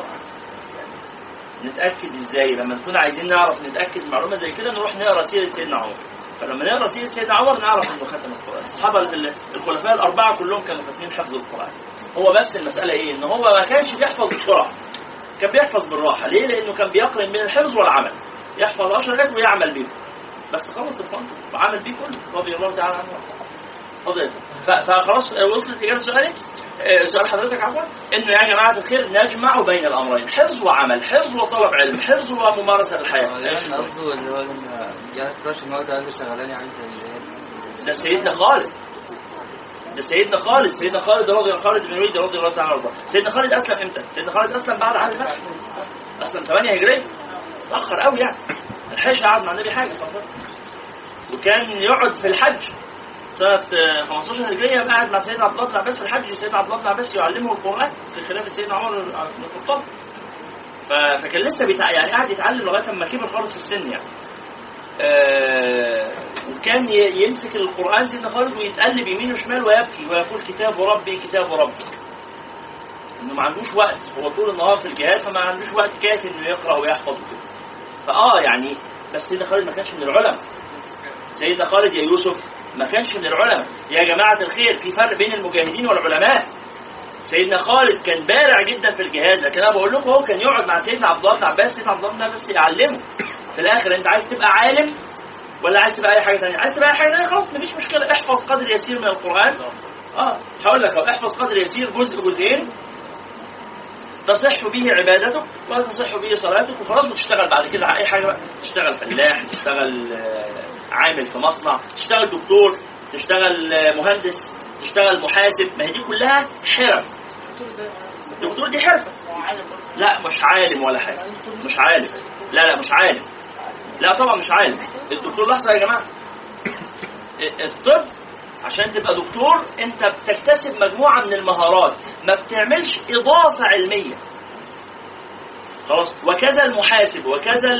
B: نتاكد ازاي؟ لما نكون عايزين نعرف نتاكد معلومه زي كده نروح نقرا سيره سيدنا عمر. فلما نقرا سيره سيدنا عمر نعرف انه ختم القران. الصحابه الخلفاء الاربعه كلهم كانوا ختمين حفظ القران. هو بس المساله ايه؟ ان هو ما كانش بيحفظ بسرعه، كان بيحفظ بالراحه. ليه؟ لانه كان بيقرن بين الحفظ والعمل، يحفظ عشر آيات ويعمل بيهم بس خلص الفرض وعمل بيه كله رضي الله تعالى عنه. فضيلة فخلاص وصلت إجابة سؤالي سؤال حضرتك عفوا، إنه يا جماعة الخير نجمع بين الأمرين، حفظ وعمل، حفظ وطلب علم، حفظ وممارسة للحياة.
E: يعني قصده اللي هو لما جاء كراش إن هو ده اللي شغالين يعني
B: ده سيدنا خالد، ده سيدنا خالد سيدنا خالد رضي الله خالد بن الوليد رضي الله تعالى عنه. سيدنا خالد أسلم إمتى؟ سيدنا خالد أسلم بعد عام الفتح، أسلم ثمانية هجرية، تأخر قوي يعني. الحج قعد مع النبي حاجة صلى الله عليه وسلم، وكان يقعد في الحج سنة خمستاشر هجرية قاعد مع سيدنا عبد الله بن عباس في الحج. سيدنا عبد الله بن عباس يعلمه القرآن في خلافة سيدنا عمر بن الخطاب، فكان لسه بيتع... يعني قاعد يتعلم لغاية ما كبر خالص في السن يعني. آه... وكان ي... يمسك القرآن سيدنا خالد ويتقلب يمين وشمال ويبكي ويقول كتاب ربي كتاب ربي. إنه ما عندوش وقت، هو طول النهار في الجهاد فما عندوش وقت كافي إنه يقرأ ويحفظ وكده. فآه يعني بس سيدنا خالد ما كانش من العلماء. سيدنا خالد يا يوسف ما كانش من العلماء يا جماعة الخير. في فرق بين المجاهدين والعلماء. سيدنا خالد كان بارع جدا في الجهاد، لكن أنا بقول لكم هو كان يقعد مع سيدنا عبد الله بن عباس. سيدنا عبد الله بن عباس يعلمه. في الآخر أنت عايز تبقى عالم ولا عايز تبقى أي حاجة ثانية؟ عايز تبقى أي حاجة ثانية خلاص مفيش مشكلة، احفظ قدر يسير من القرآن. آه هقول لك احفظ قدر يسير، جزء جزئين تصح به عبادتك وتصح به صلاتك وخلاص، وتشتغل بعد كده أي حاجة بقى. تشتغل فلاح، تشتغل عامل في مصنع، تشتغل دكتور، تشتغل مهندس، تشتغل محاسب. ما هي دي كلها حرف. الدكتور دي حرفة. لا مش عالم ولا حاجة، مش عالم. لا لا مش عالم، لا طبعا مش عالم. الدكتور لحظة يا جماعة، الطب عشان تبقى دكتور انت بتكتسب مجموعة من المهارات، ما بتعملش إضافة علمية خلاص. وكذا المحاسب وكذا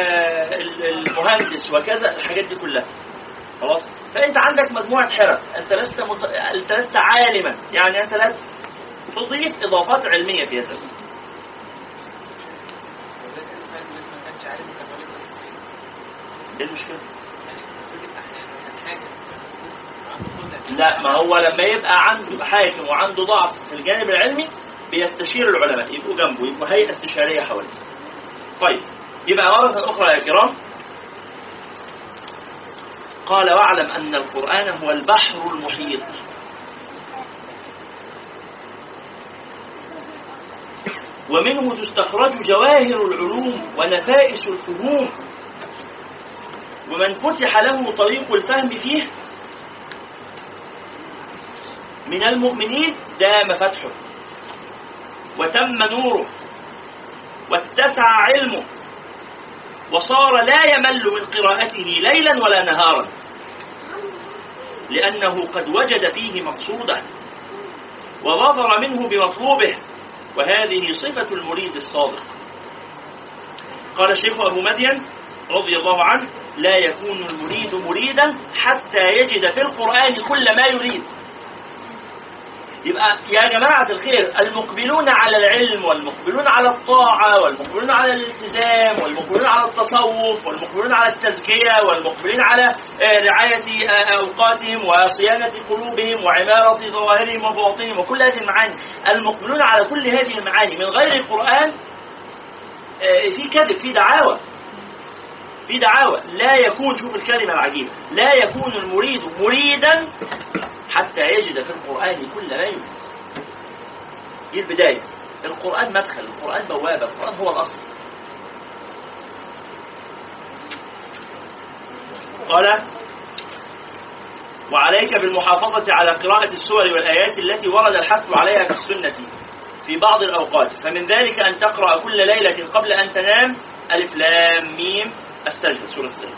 B: المهندس وكذا الحاجات دي كلها خلاص. فانت عندك مجموعة حرف، انت لست مت... انت لست عالما، يعني انت لا تضيف اضافات علمية في هذا. ايه المشكلة؟ لا ما هو لما يبقى عنده حاكم وعنده ضعف في الجانب العلمي بيستشير العلماء، يبقوا جنبه، يبقوا هيئة استشارية حواليه. طيب يبقى مرة أخرى يا كرام، قال واعلم أن القرآن هو البحر المحيط، ومنه تستخرج جواهر العلوم ونفائس الفهوم، ومن فتح له طريق الفهم فيه من المؤمنين دام فتحه وتم نوره واتسع علمه وصار لا يمل من قراءته ليلا ولا نهارا، لأنه قد وجد فيه مقصوده وظفر منه بمطلوبه، وهذه صفة المريد الصادق. قال الشيخ أبو مدين رضي الله عنه: لا يكون المريد مريدا حتى يجد في القرآن كل ما يريد. يبقى يا جماعة الخير المقبلون على العلم والمقبلون على الطاعة والمقبلون على الالتزام والمقبلون على التصوف والمقبلون على التزكية والمقبلين على رعاية أوقاتهم وصيانة قلوبهم وعمارة ظواهرهم وبواطنهم وكل هذه المعاني، المقبلون على كل هذه المعاني من غير القرآن في كذب، في دعاوى في دعاوى لا يكون، شوف الكلمة العجيبة، لا يكون المريد مريدا حتى يجد في القرآن كل ما يريد. دي البداية. القرآن مدخل، القرآن بوابة، القرآن هو الأصل. قال وعليك بالمحافظة على قراءة السور والآيات التي ورد الحث عليها في السنة في بعض الأوقات، فمن ذلك أن تقرأ كل ليلة قبل أن تنام ألف لام ميم السجدة، سورة السجدة،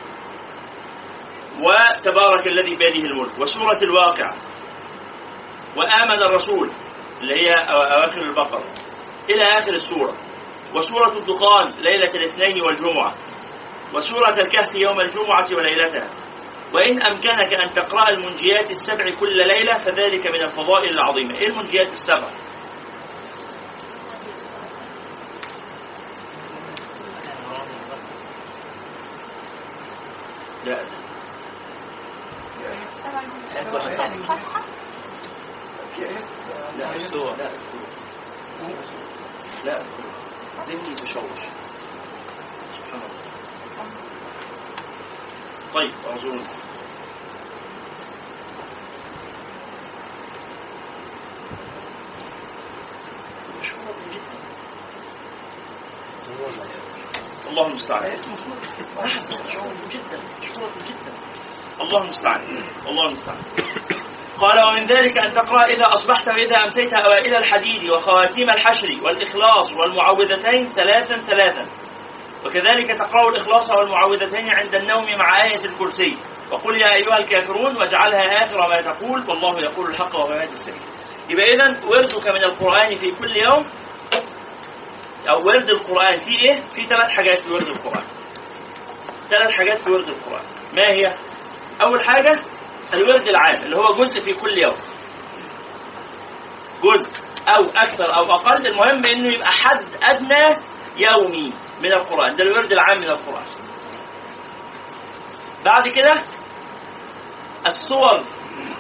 B: وتبارك الذي بيده الملك، وسورة الواقع، وآمن الرسول اللي هي أواخر البقرة إلى آخر السورة، وسورة الدخان ليلة الاثنين والجمعة، وسورة الكهف يوم الجمعة وليلتها. وإن أمكنك أن تقرأ المنجيات السبع كل ليلة فذلك من الفضائل العظيمة. إيه المنجيات السبع؟ لا لا السور لا لا ذهني تشوش سبحان الله. طيب أعذروني. مشهورة جدا الله المستعان، مشهورة جدا مشهورة جدا الله المستعان الله المستعان. قال ومن ذلك أن تقرأ إذا أصبحت وإذا أمسيت أوائل الحديد وخواتيم الحشر والإخلاص والمعوذتين ثلاثا ثلاثا، وكذلك تقرأ الإخلاص والمعوذتين عند النوم مع آية الكرسي، وقل يا أيها الكافرون واجعلها آخر ما تقول والله يقول الحق وهو يهدي السبيل. يبقى إذن وردك من القرآن في كل يوم، أو ورد القرآن في إيه؟ في ثلاث حاجات في ورد القرآن. ثلاث حاجات في ورد القرآن. ما هي؟ أول حاجة الورد العام اللي هو جزء في كل يوم، جزء أو أكثر أو أقل، المهم إنه يبقى حد أدنى يومي من القرآن، ده الورد العام من القرآن. بعد كده الصور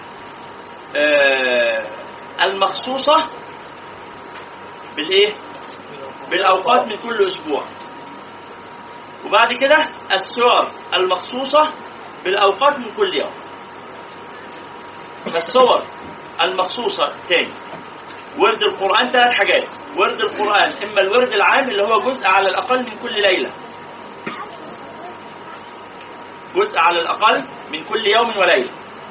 B: آه المخصوصة بالإيه؟ بالأوقات من كل أسبوع. وبعد كده السور المخصوصة بالأوقات من كل يوم. فالسور المخصوصة تاني ورد القرآن ثلاث حاجات. ورد القرآن إما الورد العام اللي هو جزء على الأقل من كل ليلة، جزء على الأقل من كل يوم وليلة.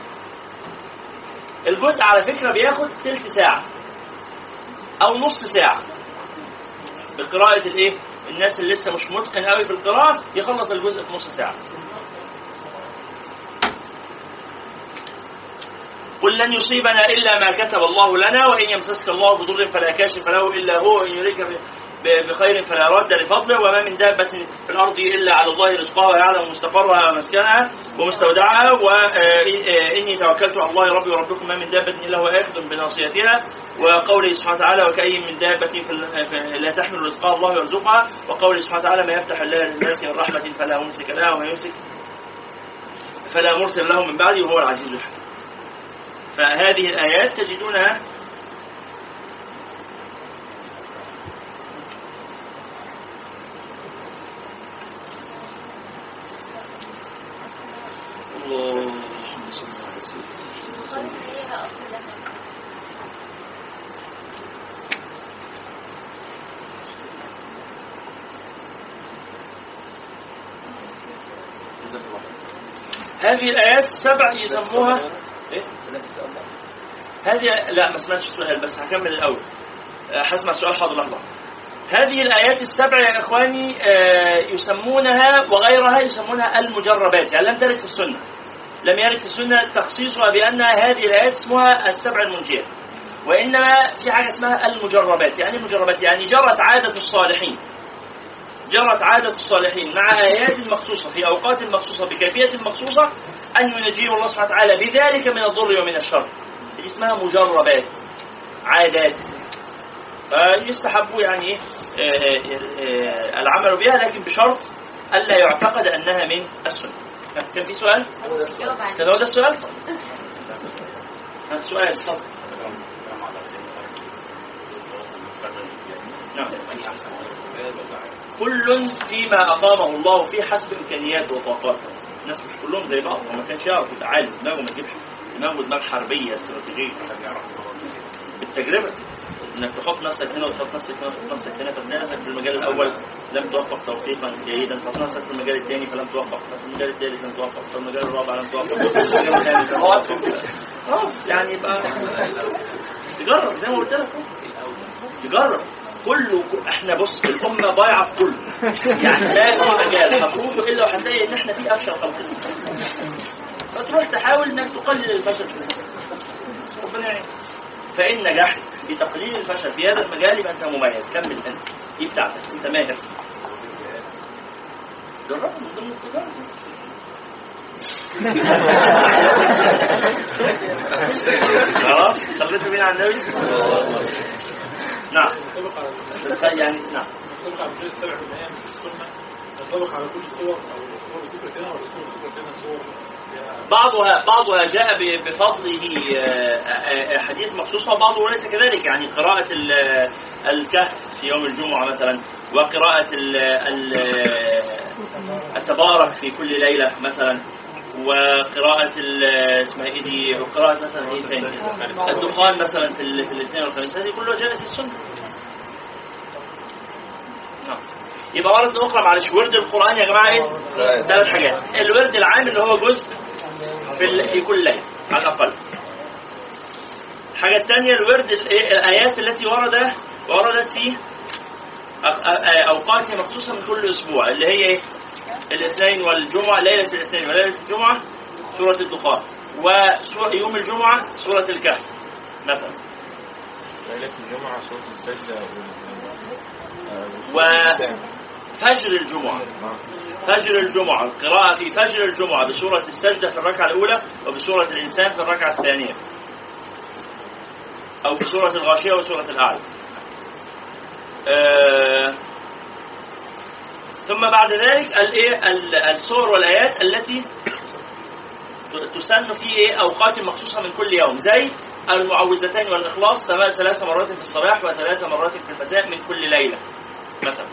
B: الجزء على فكرة بياخد ثلث ساعة أو نص ساعة بقراءة الإيه؟ الناس اللي لسه مش متقن قوي في القراءة يخلص الجزء في نص ساعة. قل لن يصيبنا إلا ما كتب الله لنا وإن يمسسك الله بضر فلا كاشف له إلا هو وإن يريك بخير فلا رد لفضله وما من دابة في الأرض إلا على الله رزقها ويعلم مستقرها ومسكنها ومستودعها وإني توكلت على الله ربي وربكم ما من دابة إلا هو آخذ بناصيتها. وقوله سبحانه وتعالى وكأي من دابة في لا تحمل رزقها الله يرزقها. وقوله سبحانه وتعالى ما يفتح الله للناس من رحمة فلا ممسك لها وما يمسك فلا مرسل له من بعده وهو العزيز الحكيم. فهذه الآيات تجدونها اللهم صل على سيدنا هذه الآيات السبع يسموها إيه؟ هذه لا ما سمعتش السؤال بس هكمل الأول هسمع السؤال حاضر لحظة. هذه الآيات السبع يا إخواني يسمونها وغيرها يسمونها المجربات، يعني لم ترد في السنة، لم يرد في السنة تخصيصها بأن هذه الآيات اسمها السبع المنجيات، وإنما في حاجة اسمها المجربات. يعني المجربات يعني جرت عادة الصالحين، جرت عادة الصالحين مع آيات مخصوصة في أوقات مخصوصة بكيفية مخصوصة أن ينجيه الله سبحانه وتعالى بذلك من الضر ومن الشر. دي اسمها مجربات. عادات فيستحبوا يعني العمل بها، لكن بشرط ألا يعتقد أنها من السنة. كان في سؤال؟ كان هو ده السؤال؟ سؤال نعم. كل فيما أقامه الله فيه حسب إمكانياته وطاقاته. الناس مش كلهم زي بعض، وما كانش يعرف يتعالج دماغه، ما تجيبش دماغه دماغ حربية استراتيجية بالتجربة، انك تحط نفسك هنا وتحط نفسك هنا وتحط نفسك هنا. فتلاقي نفسك في المجال الاول لم توفق توفيقا جيدا، تحط نفسك في المجال الثاني فلم توفق، في المجال الثالث لم توفق، في المجال الرابع لم توفق، يعني يبقى تجرب زي ما قلت لك، تجرب كله. احنا بص الامه ضايعه في كله، يعني لا في مجال هتروحوا الا وهتلاقي ان احنا في افشل خلق، فتروح تحاول انك تقلل الفشل ربنا يعين. فان نجحت في تقليل الفشل في هذا المجال يبقى انت مميز، كمل انت، دي بتاعتك، انت ماهر. جرب من ضمن التجارب. خلاص صليتوا بينا على النبي. نعم يعني نعم
H: على كل الصور او صور ذكر كده ولا صور ذكر كده صور
B: بعضها بعضها جاء بفضله حديث مخصوص وبعضه ليس كذلك. يعني قراءة الكهف في يوم الجمعة مثلا، وقراءة التبارك في كل ليلة مثلا، وقراءة اسمها ايه دي، وقراءة مثلا ايه ثاني الدخان مثلا في الاثنين والخميس، هذه كلها جاءت في السنة. نعم. يبقى مرة أخرى معلش، ورد القرآن يا جماعة ايه؟ ثلاث حاجات. الورد العام اللي هو جزء في, في كل ليلة على الأقل. الحاجة الثانية الورد الآيات التي وردت وردت في أوقات مخصوصة من كل أسبوع، اللي هي ايه؟ الاثنين والجمعة، ليلة الاثنين وليلة الجمعة سورة الدخان، ويوم الجمعة سورة الكهف مثلا.
I: ليلة الجمعة سورة السجدة
B: وفجر الجمعة فجر الجمعة القراءة في فجر الجمعة بسورة السجدة في الركعة الأولى، وبسورة الإنسان في الركعة الثانية، أو بسورة الغاشية وسورة الأعلى. آه ثم بعد ذلك السور والآيات التي تسن في إيه أوقات مخصوصة من كل يوم، زي المعوذتين والإخلاص ثلاث مرات في الصباح وثلاث مرات في المساء من كل ليلة مثلا،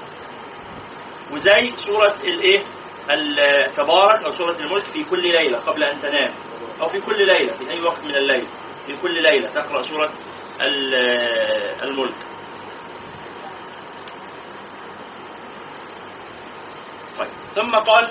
B: وزي سورة الإيه التبارك أو سورة الملك في كل ليلة قبل أن تنام، أو في كل ليلة في أي وقت من الليل، في كل ليلة تقرأ سورة الملك. طيب. ثم قال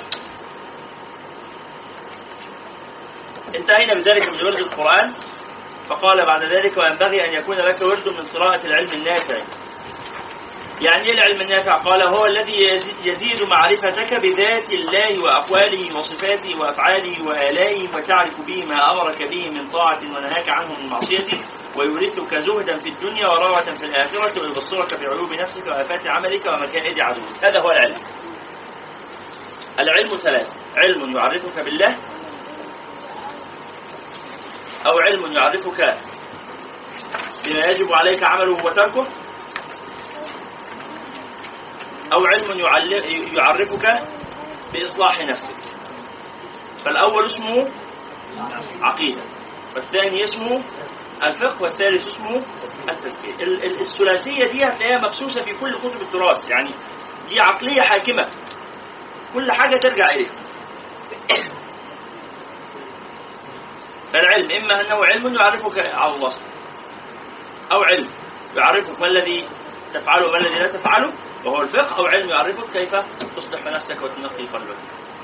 B: انتهينا بذلك من ورد القرآن، فقال بعد ذلك وينبغي أن يكون لك ورد من قراءة العلم النافع. يعني ايه العلم النافع؟ قال هو الذي يزيد معرفتك بذات الله وأقواله وصفاته وأفعاله وآلائه، وتعرف به ما أمرك به من طاعة ونهاك عنه من معصيته، ويورثك زهدا في الدنيا ورغبة في الآخرة، ويبصرك بعيوب نفسك وآفات عملك ومكائد عدوك. هذا هو العلم. العلم ثلاث: علم يعرفك بالله، أو علم يعرفك بما يجب عليك عمله وتركه، أو علم يعرفك بإصلاح نفسك. فالأول اسمه عقيدة، والثاني اسمه الفقه، والثالث اسمه التزكية. الثلاثية دي هتلاقيها مبسوسة في كل كتب التراث، يعني دي عقلية حاكمة، كل حاجة ترجع إليه. فالعلم إما أنه علم يعرفك على الله، أو علم يعرفك ما الذي تفعله وما الذي لا تفعله وهو الفقه، أو علم يعرفك كيف تصلح نفسك وتنقي قلبك.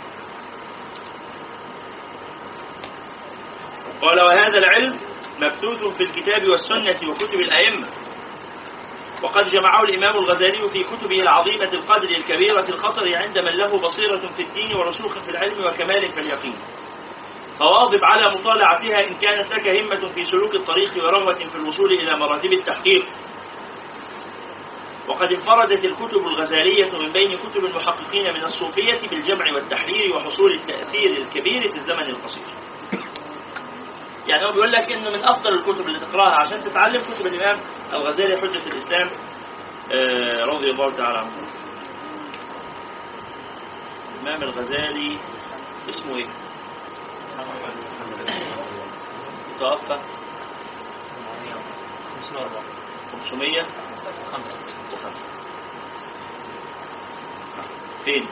B: قال وهذا العلم مبثوث في الكتاب والسنة وكتب الأئمة، وقد جمعه الإمام الغزالي في كتبه العظيمة القدر الكبيرة الخطر عند من له بصيرة في الدين ورسوخ في العلم وكمال في اليقين، فواظب على مطالعتها إن كانت لك همة في سلوك الطريق ورغبة في الوصول إلى مراتب التحقيق. وقد انفردت الكتب الغزالية من بين كتب المحققين من الصوفية بالجمع والتحرير وحصول التأثير الكبير في الزمن القصير. يعني هو بيقول لك انه من افضل الكتب اللي تقراها عشان تتعلم كتب الامام الغزالي حجة الاسلام آه رضي الله تعالى عنه. الامام الغزالي اسمه ايه؟ توفى خمسمية وخمسة. فين؟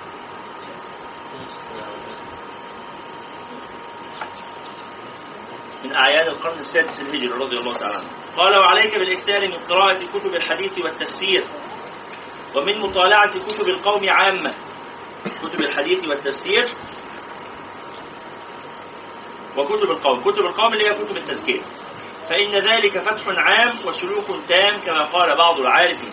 B: من أعيان القرن السادس الهجري رضي الله تعالى عنه. قال: وعليك بالإكثار من قراءة كتب الحديث والتفسير ومن مطالعة كتب القوم عامة. كتب الحديث والتفسير وكتب القوم، كتب القوم اللي هي كتب التزكية، فإن ذلك فتح عام وسلوك تام كما قال بعض العارفين.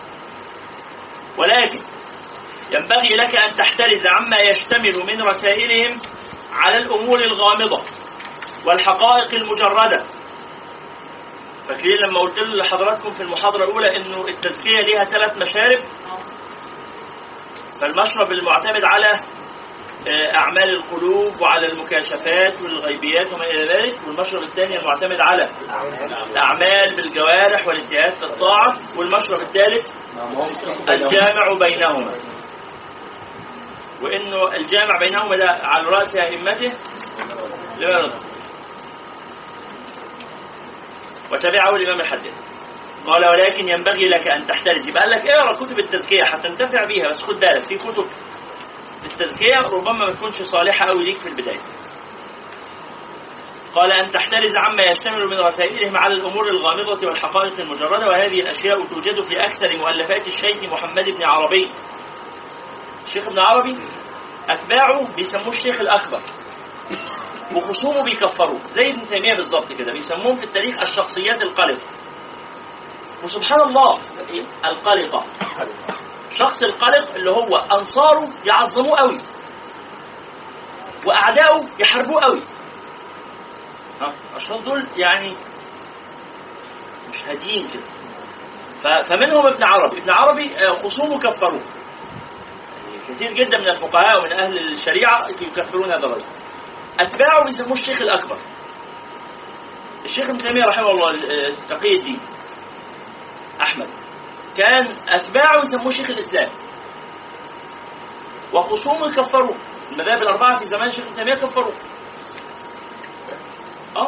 B: ولكن ينبغي لك أن تحترز عما يشتمل من رسائلهم على الأمور الغامضة والحقائق المجردة. فاكرين لما قلت لحضراتكم في المحاضرة الأولى إنه التزكية ليها ثلاث مشارب؟ فالمشرب المعتمد على أعمال القلوب وعلى المكاشفات والغيبيات وما إلى ذلك، والمشرب الثاني المعتمد على الأعمال بالجوارح والاجتهاد في الطاعة، والمشرب الثالث الجامع بينهما، وإنه الجامع بينهما ده على رأس أئمته وتبعه الإمام الحداد. قال: ولكن ينبغي لك أن تحترز. يبقى لك اقرأ كتب التزكية حتنتفع بيها، بس خد بالك في كتب التزكية ربما ما تكونش صالحة أوي ليك في البداية. قال: أن تحترز عما يشتمل من رسائلهم على الأمور الغامضة والحقائق المجردة، وهذه الأشياء توجد في أكثر مؤلفات الشيخ محمد بن عربي. الشيخ ابن عربي أتباعه بيسموه الشيخ الأكبر، وخصومه بيكفروه زي ابن تيمية بالضبط كده، بيسموهم في التاريخ الشخصيات القلقة. وسبحان الله القلقة، شخص القلق اللي هو أنصاره يعظموه قوي وأعداؤه يحاربوه قوي. أشخاص دول يعني مش هاديين كده. فمنهم ابن عربي. ابن عربي خصومه كفروه، كثير جدا من الفقهاء ومن أهل الشريعة يكفرون هذا الرجل. أتباعه بيسموه الشيخ الأكبر. الشيخ ابن تيمية رحمه الله تقي الدين أحمد كان أتباعه يسموه شيخ الإسلام، وخصومه كفروه. المذاهب الأربعة في زمان الشيخ ابن تيمية كفروه. آه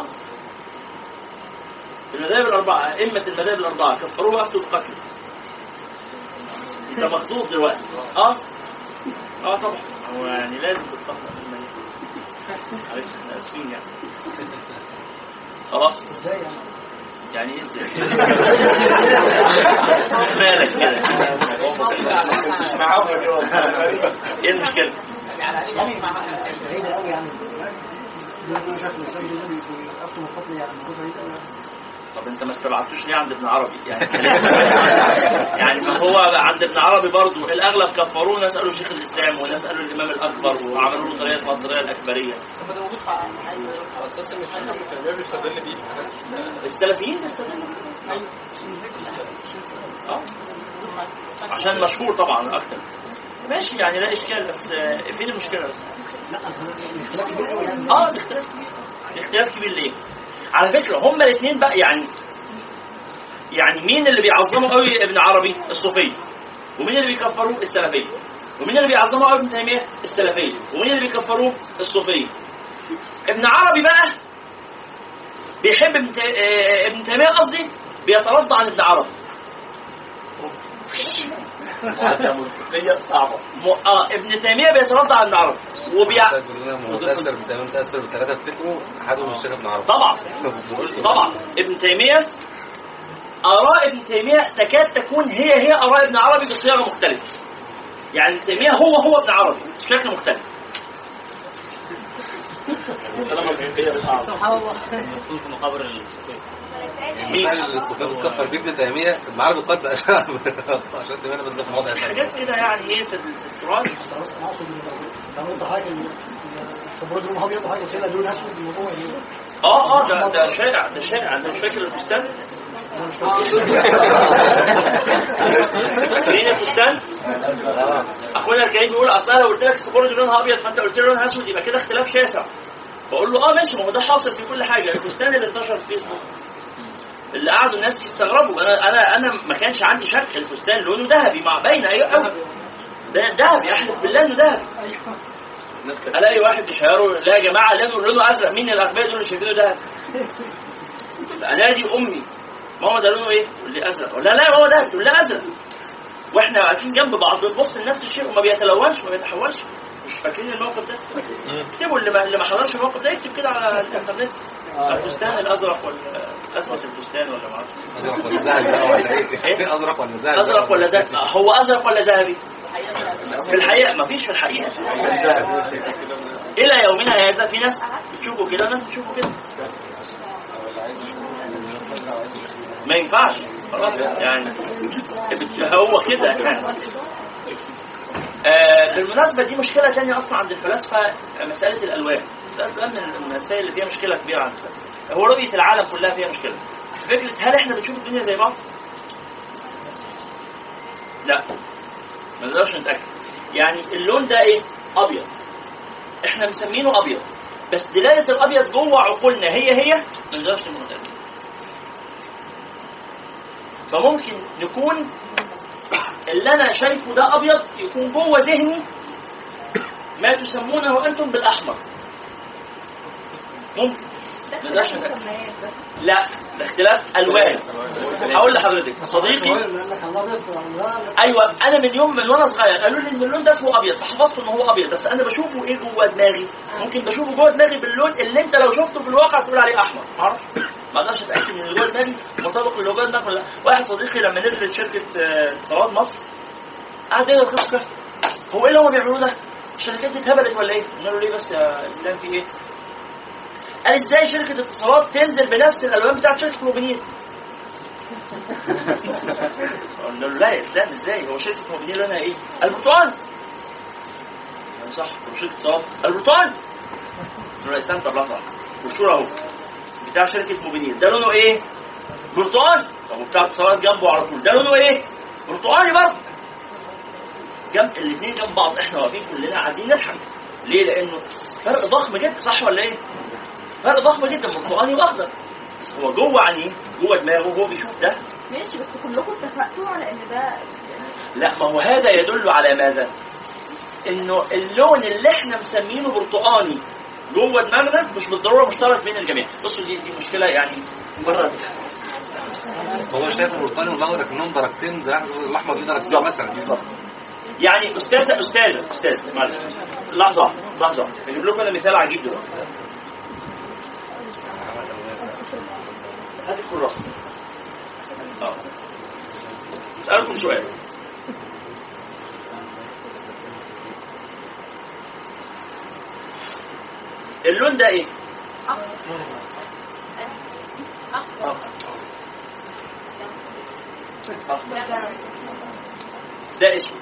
B: المذاهب الأربعة، أئمة المذاهب الأربعة كفروه وأفتوا بقتله. أنت مخطوط دلوقتي. آه آه طبعا هو يعني لازم تتفق. معلش احنا اسفين يعني. خلاص ازاي يعني؟ يعني ايه ازاي؟ مالك كده؟ مش معاهم ايه المشكلة؟ يعني بعيدة قوي يعني. انا شايف الاسلام ده بيقفوا من القتل يعني موجود بعيد قوي. طب انت ما استبعدتوش ليه عند ابن عربي يعني؟ يعني ما هو عند ابن عربي برضه الاغلب كفروه، ناس قالوا شيخ الاسلام وناس قالوا الامام الاكبر وعملوا له طريقه اسمها الطريقه الاكبريه. طب ده موجود على اساس ان الشيخ ابن تيميه بيستدل بيه السلفيين بيستدلوا بيه اه عشان مشهور طبعا اكتر. ماشي يعني لا اشكال، بس فين المشكله؟ بس لا الاختلاف كبير قوي يعني. اه الاختلاف كبير. الاختلاف كبير ليه؟ على فكرة هما الاثنين بقى يعني يعني مين اللي بيعظموا قوي ابن عربي؟ الصوفية. ومين اللي بيكفروه؟ السلفية. ومين اللي بيعظموا قوي ابن تيمية؟ السلفية. ومين اللي بيكفروه؟ الصوفية. ابن عربي بقى بيحب ابن, تي... ابن تيمية قصدي بيترضى عن ابن عربي. صعبة. اه ابن تيمية بيترضى عن ابن عربي وبيع
J: متأثر بالتمام متأثر بالثلاثة فكره حدوا الشيخ ابن عربي.
B: طبعا طبعا ابن تيمية آراء ابن تيمية تكاد تكون هي هي آراء ابن عربي بصيغة مختلفة. يعني ابن تيمية هو هو ابن عربي بشكل مختلف.
F: سبحان الله. يكون في مقابر الصوفية.
J: مين الصوفية بتكفر بابن تيمية؟ ابن عربي قلب عشان تبان بس في موضع
B: حاجات كده يعني ايه في التراث.
K: الصبرات هم بيضحكوا كده لون اسود الموضوع ايه؟
B: اه اه ده ده شائع ده شائع. انت مش فاكر الفستان؟ فاكرين الفستان؟ اخونا الكريم بيقول اصلا لو قلت لك الصبرة دي لونها ابيض فانت قلت لي لونها اسود يبقى كده اختلاف شاسع. بقول له اه ماشي، ما هو ده حاصل في كل حاجه. الفستان اللي انتشر في فيسبوك اللي قعدوا الناس يستغربوا، انا انا انا ما كانش عندي شك، الفستان لونه ذهبي مع باين ايوه قوي ده ذهبي، احلف بالله انه ذهبي. الاقي واحد بيشهره لا يا جماعه لونه لونه ازرق، مين الاغبياء دول اللي شايفينه ذهبي؟ انادي امي ماما ده لونه ايه؟ تقول لي ازرق، ولا لا هو ده، تقول لا ازرق، واحنا واقفين جنب بعض بنبص لنفس الشيء وما بيتلونش ما بيتحولش. مش فاكرين الموقف ده؟ اكتبوا اللي ما اللي ما حضرش الموقف ده يكتب كده على الانترنت الفستان الازرق ولا اسود الفستان ولا ما اعرفش
J: ازرق ولا ذهبي ولا ايه؟ ازرق ولا ذهبي؟
B: ازرق ولا ذهبي؟ هو ازرق ولا ذهبي؟ في الحقيقه ما فيش، في الحقيقه الى يومنا هذا في ناس بتشوفوا كده وناس بتشوفوا كده، ما ينفعش خلاص يعني هو كده يعني. آه بالمناسبة دي مشكلة تانية أصلا عند الفلاسفة، مسألة الألوان. مسألة الألوان من المسائل اللي فيها مشكلة كبيرة عند الفلاسفة. هو رؤية العالم كلها فيها مشكلة. فكرة هل إحنا بنشوف الدنيا زي بعض؟ لا، ما نقدرش نتأكد. يعني اللون ده إيه؟ أبيض. إحنا مسمينه أبيض، بس دلالة الأبيض جوه عقولنا هي هي ما نقدرش نتأكد. فممكن نكون اللي أنا شايفه ده أبيض يكون جوه ذهني ما تسمونه أنتم بالأحمر. ممكن لا، ده اختلاف ألوان. هقول لحضرتك صديقي أيوة، أنا من يوم من وأنا صغير قالوا لي إن اللون ده اسمه أبيض، فحفظته إن هو أبيض، بس أنا بشوفه إيه جوه دماغي. ممكن بشوفه جوه دماغي باللون اللي أنت لو شفته في الواقع تقول عليه أحمر. معرفش، ما اقدرش اتاكد من اللي جوه دماغي مطابق للي جوه دماغي ولا لا. واحد صديقي لما نزلت شركه اتصالات مصر قعد يقرا كده، هو ايه اللي هم بيعملوه ده؟ الشركات دي اتهبلت ولا ايه؟ قلنا له ليه بس يا اسلام في ايه؟ قال ازاي شركه اتصالات تنزل بنفس الالوان بتاعت شركه موبينيل؟ قلنا له لا يا اسلام ازاي، هو شركه موبينيل لونها ايه؟ البرتقال. قال صح، وشركه اتصالات البرتقال. قلت له يا اسلام طب لا صح، والشورى اهو بتاع شركة موبينيل ده لونه ايه؟ برتقالي. طب وبتاع اتصالات جنبه على طول ده لونه ايه؟ برتقالي برضه. جنب الاثنين جنب بعض، احنا واقفين كلنا قاعدين نضحك. ليه؟ لانه فرق ضخم جدا، صح ولا ايه؟ فرق ضخم جدا، برتقالي واخضر. بس هو جوه عينيه جوه دماغه وهو بيشوف ده
G: ماشي، بس كلكم اتفقتوا على ان ده
B: لا. ما هو هذا يدل على ماذا؟ انه اللون اللي احنا مسمينه برتقالي جوه دماغنا مش بالضروره مشترك بين الجميع. بصوا دي دي مشكله يعني بره.
J: هو شايف البرتقالي والاخضر كانهم درجتين زي الاحمر ليه درجتين مثلا.
B: بالظبط. يعني استاذه استاذه استاذ معلش لحظه لحظه نجيب لكم انا مثال عجيب دلوقتي. هات الكراسه. اه اسالكم سؤال. اللون ده ايه؟ اخضر. اخضر. ده اسود.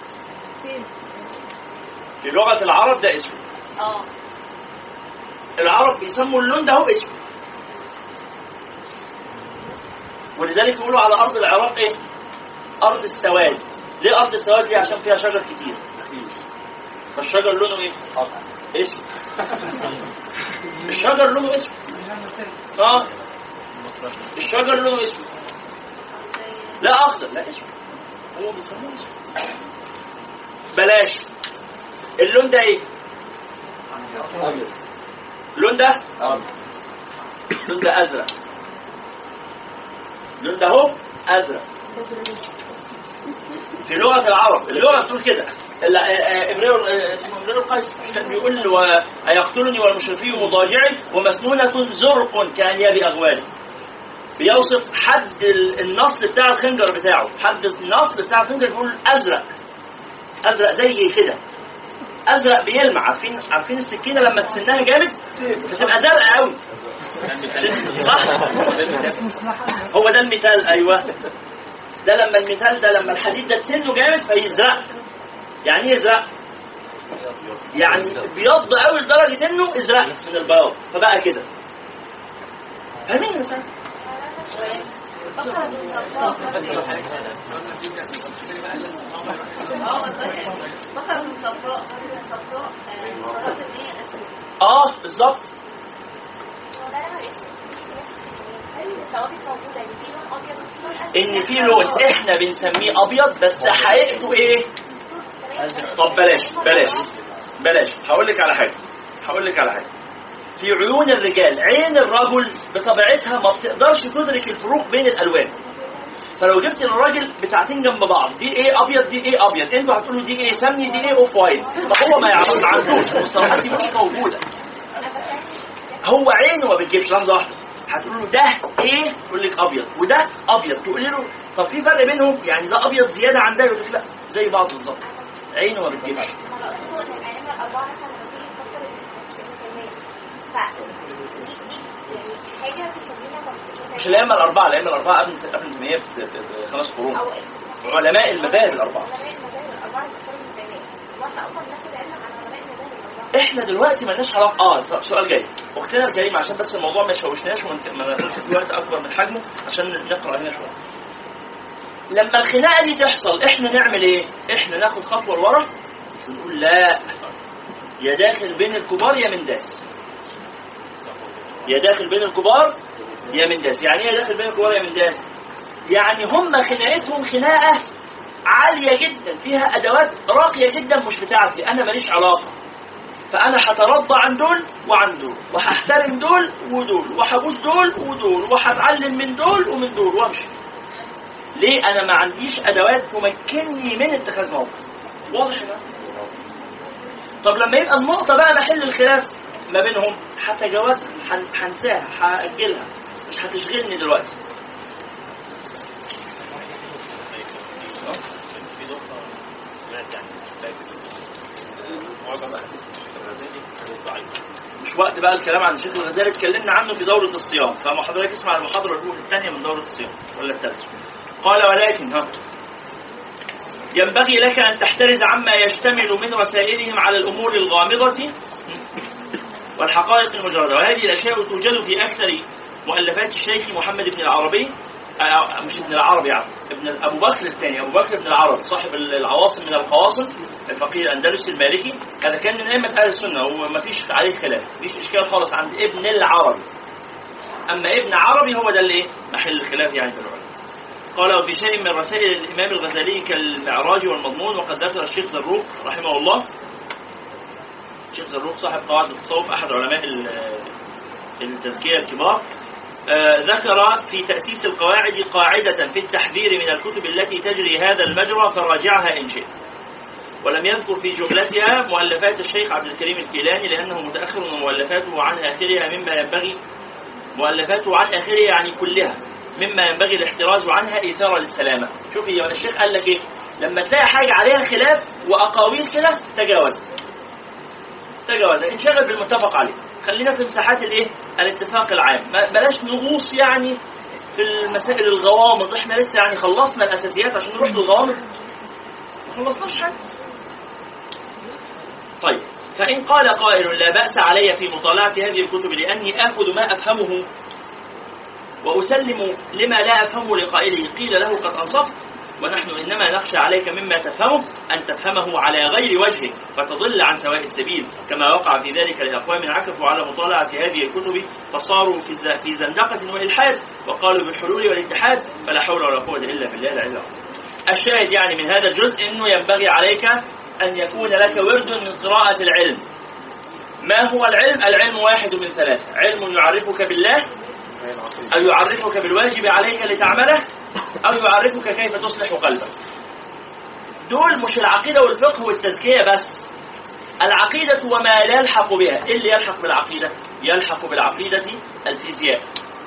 B: في لغة العرب ده اسود. اه العرب بيسموا اللون ده هو اسود، ولذلك يقولوا على ارض العراق ايه؟ ارض السواد. ليه ارض السواد دي؟ عشان فيها شجر كتير، فالشجر لونه ايه؟ اسود. الشجر لونه اسود. اه الشجر لونه اسود. لا اخضر، لا اسود. هو بيسموه اسود. بلاش. اللون ده ايه؟ ابيض. اللون ده ابيض. اللون ده ازرق. اللون ده اهو ازرق. في لغة العرب اللغة بتقول كده. ابراهيم اسمه ابراهيم القيس كان بيقول ايقتلني والمشرفي مضاجعي ومسنونة زرق كأنياب اغوالي. بيوصف حد النصل بتاع الخنجر بتاعه، حد النصل بتاع الخنجر بيقول ازرق. ازرق زي كده، ازرق بيلمع. عارفين عارفين السكينه لما تسنها جامد بتبقى زرقاء قوي، صح؟ هو ده المثال. ايوه ده لما المثال ده لما الحديد ده تسنه جامد فيزرق. يعني ايه يزرق؟ يعني بيض قوي لدرجه انه ازرق من البياض فبقى كده. فاهمين مثلا؟
G: بقرة صفراء بقرة صفراء صفراء قررت ان هي اسود
B: اه بالظبط. ان في لون احنا بنسميه ابيض بس حقيقته ايه؟ طب بلاش بلاش بلاش هقول لك على حاجه هقول لك على حاجه في عيون الرجال عين الرجل بطبيعتها ما بتقدرش تدرك الفروق بين الالوان. فلو جبت الراجل بتاعتين جنب بعض دي ايه ابيض دي ايه ابيض انتوا هتقولوا دي ايه سمني دي ايه اوف وايت. ما هو ما يعرف ما عندوش المصطلحات دي مش موجوده. هو عينه ما بتجيبش. لحظه واحده هتقول له ده ايه يقول لك ابيض وده ابيض تقول له طب في فرق بينهم يعني ده ابيض زياده عن ده يقول لك لا زي بعض بالظبط. عينه ما بتجيبش. مش الائمه الاربعه الائمه الاربعه قبل قبل المية بخمس قرون علماء المذاهب الاربعه. احنا دلوقتي ما لناش علاقه. اه طب سؤال جاي وقتنا الكريم عشان بس الموضوع ما يشوشناش وما ناخدش في وقت اكبر من حجمه عشان نقرا هنا شويه. لما الخناقه دي تحصل احنا نعمل ايه؟ احنا ناخد خطوه لورا ونقول لا يا داخل بين الكبار يا من داس. يا داخل بين الكبار يا من داس. يعني ايه داخل بين الكبار يا من داس؟ يعني هم خناقتهم خناقه عاليه جدا فيها ادوات راقيه جدا مش بتاعتي انا ماليش علاقه. فانا هترضى عن دول وعن دول وهحترم دول ودول وهبوس دول ودول وهتعلم من دول ومن دول وامشي. ليه؟ انا ما عنديش ادوات تمكنني من اتخاذ موقف. واضح ده؟ طب لما يبقى النقطه بقى محل الخلاف ما بينهم هتجاوزها هنساها هاجلها مش هتشغلني دلوقتي. مش وقت بقى الكلام عن الشيخ الغزالي اتكلمنا عنه في دورة الصيام. فما حضرتك اسمع المحاضرة الأولى الثانية من دورة الصيام ولا الثالثة. قال ولكن ها ينبغي لك أن تحترز عما يشتمل من رسائلهم على الأمور الغامضة والحقائق المجردة. وهذه الأشياء توجد في أكثر مؤلفات الشيخ محمد بن العربي آه مش ابن العربي يعني ابن أبو بكر الثاني أبو بكر بن العربي صاحب العواصم من القواصم الفقيه الأندلسي المالكي. هذا كان من أئمة أهل السنة وما فيش عليه خلاف مفيش إشكال خالص عند ابن العربي. أما ابن عربي هو ده اللي محل الخلاف يعني في العلم. قال وفي شيء من رسائل الإمام الغزالي كالمعراج والمضمون. وقد ذكر الشيخ زروق رحمه الله الشيخ زروق صاحب قواعد التصوف أحد علماء التزكية الكبار آه ذكر في تأسيس القواعد قاعدة في التحذير من الكتب التي تجري هذا المجرى فراجعها إن شئت. ولم يذكر في جملتها مؤلفات الشيخ عبد الكريم الكيلاني لأنه متأخر ومؤلفاته عن آخرها مما ينبغي مؤلفاته عن آخرها يعني كلها مما ينبغي الاحتراز عنها إثارة للسلامة. شوفي الشيخ قال لك إيه لما تلاقي حاجة عليها خلاف وأقاويل كده تجاوزها تجاوزها انشغل بالمتفق عليه. خلينا في مساحات الايه الاتفاق العام بلاش نغوص يعني في المسائل الغوامض. احنا لسه يعني خلصنا الأساسيات عشان نروح للغوامض ما خلصناش حاجة. طيب فإن قال قائل لا بأس علي في مطالعة هذه الكتب لأني آخذ ما أفهمه وأسلم لما لا أفهمه لقائله قيل له قد أنصفت ونحن إنما نخشى عليك مما تفهمه أن تفهمه على غير وجهه فتضل عن سواء السبيل كما وقع في ذلك لأقوام عكفوا على مطالعة هذه الكتب فصاروا في زندقة وإلحاد وقالوا بالحلول والاتحاد فلا حول ولا قوة إلا بالله لا إله. الشاهد يعني من هذا الجزء أنه ينبغي عليك أن يكون لك ورد من قراءة العلم. ما هو العلم؟ العلم واحد من ثلاثة. علم يعرفك بالله أو يعرفك بالواجب عليك لتعمله أو يعرفك كيف تصلح قلبك. دول مش العقيدة والفقه والتزكية بس. العقيدة وما يلحق بها. إيه اللي يلحق بالعقيدة؟ يلحق بالعقيدة الفيزياء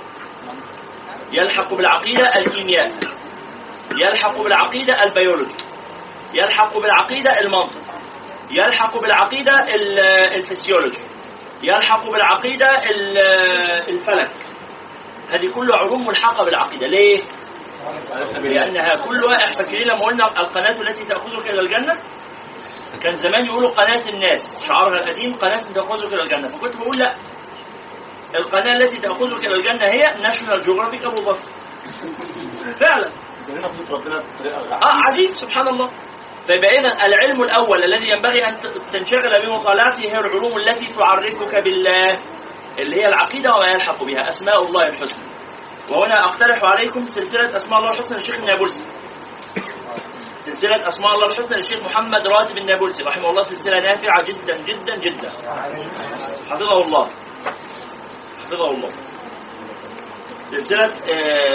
B: يلحق بالعقيدة الكيمياء يلحق بالعقيدة البيولوجي يلحق بالعقيدة المنطق يلحق بالعقيدة الفسيولوجي يلحق بالعقيدة الفلك. هذه كلها علوم ملحقة بالعقيدة. ليه؟ لأنها كلها فاكرين لما قلنا القناة التي تأخذك إلى الجنة كان زمان يقولوا قناة الناس شعارها القديم قناة تأخذك إلى الجنة. فكنت بقول لا القناة التي تأخذك إلى الجنة هي ناشونال جيوغرافيك أبو بكر. فعلا اه عجيب سبحان الله. فيبقى إذن العلم الأول الذي ينبغي أن تنشغل بمطالعته هي العلوم التي تعرفك بالله، اللي هي العقيدة وما يلحق بها، أسماء الله الحسنى. وهنا أقترح عليكم سلسلة أسماء الله الحسنى للشيخ النابلسي، سلسلة أسماء الله الحسنى للشيخ محمد راتب النابلسي رحمه الله، سلسلة نافعة جدا جدا جدا، حفظه الله حفظه الله. سلسلة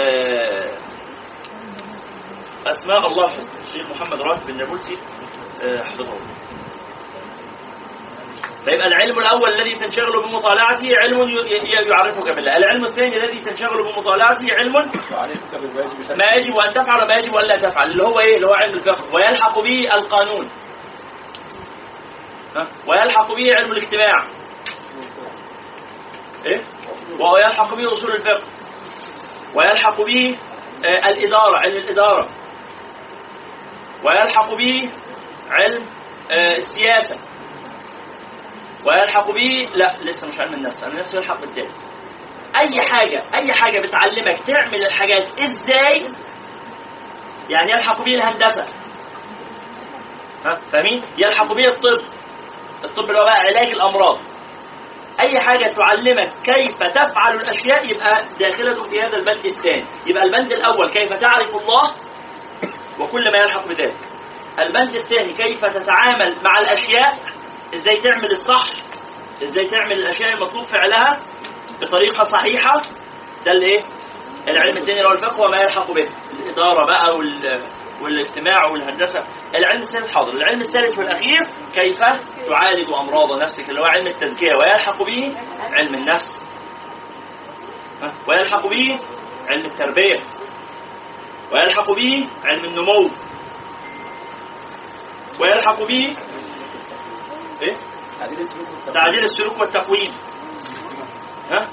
B: أسماء الله الحسنى الشيخ محمد راتب النابلسي حفظه الله. فيبقى العلم الأول الذي تنشغل بمطالعته علم يعرفك بالله. العلم الثاني الذي تنشغل بمطالعته علم ما يجب أن تفعل وما يجب أن لا تفعل، اللي هو إيه؟ اللي هو علم الفقه، ويلحق به القانون، ويلحق به علم الاجتماع، إيه؟ ويلحق به أصول الفقه، ويلحق به آه الإدارة، علم الإدارة، ويلحق به علم آه السياسة، ويلحق به لا لسه مش علم النفس، علم النفس يلحق بالتالي. أي حاجة أي حاجة بتعلمك تعمل الحاجات إزاي، يعني يلحق به الهندسة، ها فاهمين؟ يلحق به الطب، الطب اللي هو بقى علاج الأمراض. أي حاجة تعلمك كيف تفعل الأشياء يبقى داخلة في هذا البند الثاني. يبقى البند الأول كيف تعرف الله وكل ما يلحق بذلك. البند الثاني كيف تتعامل مع الأشياء، إزاي تعمل الصح، إزاي تعمل الأشياء المطلوب فعلها بطريقة صحيحة. ده الإيه؟ العلم الثاني اللي هو الفقه وما يلحق به، الإدارة بقى وال والاجتماع والهندسة. العلم الثالث حاضر. العلم الثالث والأخير كيف تعالج أمراض نفسك، اللي هو علم التزكية، ويلحق به علم النفس، ويلحق به علم التربية، ويلحق به علم النمو، ويلحق به إيه؟ تعديل السلوك والتقويم، ها؟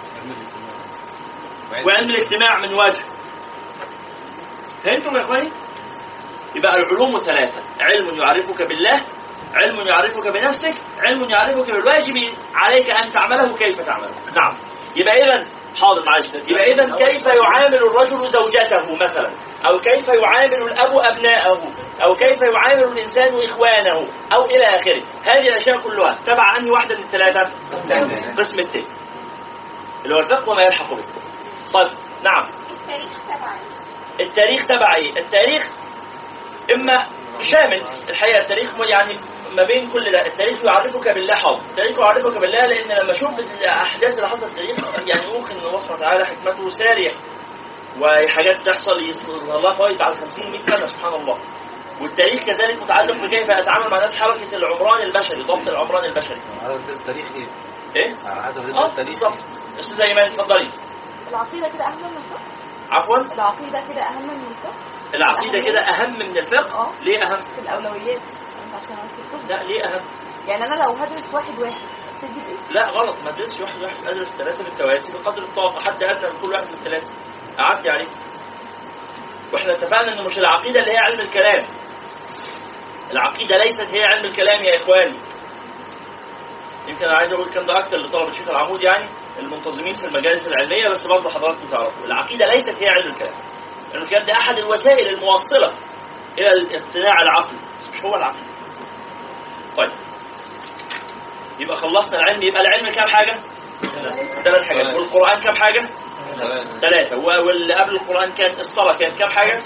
B: وعلم الاجتماع من وجه. فهمتم يا اخواني؟ يبقى العلوم ثلاثة: علم يعرفك بالله، علم يعرفك بنفسك، علم يعرفك بالواجب عليك أن تعمله كيف تعمله. نعم. يبقى إذن حاضر معلش. يبقى إذن كيف يعامل الرجل زوجته مثلا، أو كيف يعامل الأب أبناءه، أو كيف يعامل الإنسان إخوانه، أو إلى آخره. هذه الأشياء كلها تبع أنهي واحدة من الثلاثة؟ قسم التالي اللي هو الفقه وما يلحق به. طيب نعم.
G: التاريخ تبع
B: التاريخ تبع إيه؟ التاريخ إما شامل الحقيقة، التاريخ يعني ما بين كل ده. التاريخ يعرفك بالله حاضر، التاريخ يعرفك بالله لأن لما أشوف الأحداث اللي حصلت في التاريخ يعني ممكن إن الله سبحانه وتعالى حكمته سارية، وحاجات تحصل يظهر لها فوائد على خمسين مئة سنة سبحان الله. والتاريخ كذلك متعلق بكيف أتعامل مع ناس، حركة العمران البشري، ضبط العمران البشري.
J: على حسب التاريخ إيه؟
B: إيه؟
J: على حسب
B: التاريخ. أستاذ أيمن اتفضلي.
G: العقيدة كده أهم من الفقه؟
B: عفوا؟
G: العقيدة كده أهم من الفقه؟
B: العقيدة كده أهم من الفقه؟
G: أه
B: ليه أهم؟
G: في الأولويات عشان
B: لا ليه أهم؟
G: يعني أنا لو هدرس واحد واحد تدي بإيه؟
B: لا غلط، ما تدرسش واحد واحد، أدرس ثلاثة بالتوازي بقدر الطاقة، حد أدنى من كل واحد من الثلاثة. قعدت عليه. وإحنا اتفقنا إنه مش العقيدة اللي هي علم الكلام. العقيدة ليست هي علم الكلام يا إخواني. يمكن أنا عايز أقول الكلام ده أكتر لطلبة شيخ العمود، يعني المنتظمين في المجالس العلمية، بس برضه حضراتكم تعرفوا العقيدة ليست هي علم الكلام. علم الكلام ده أحد الوسائل الموصلة إلى الاقتناع العقلي، بس مش هو العقل. طيب يبقى خلصنا العلم. يبقى العلم كام حاجة؟ ثلاث حاجات. والقرآن كام حاجة؟ ثلاثة. واللي قبل القرآن كان الصلاة كانت كام حاجة؟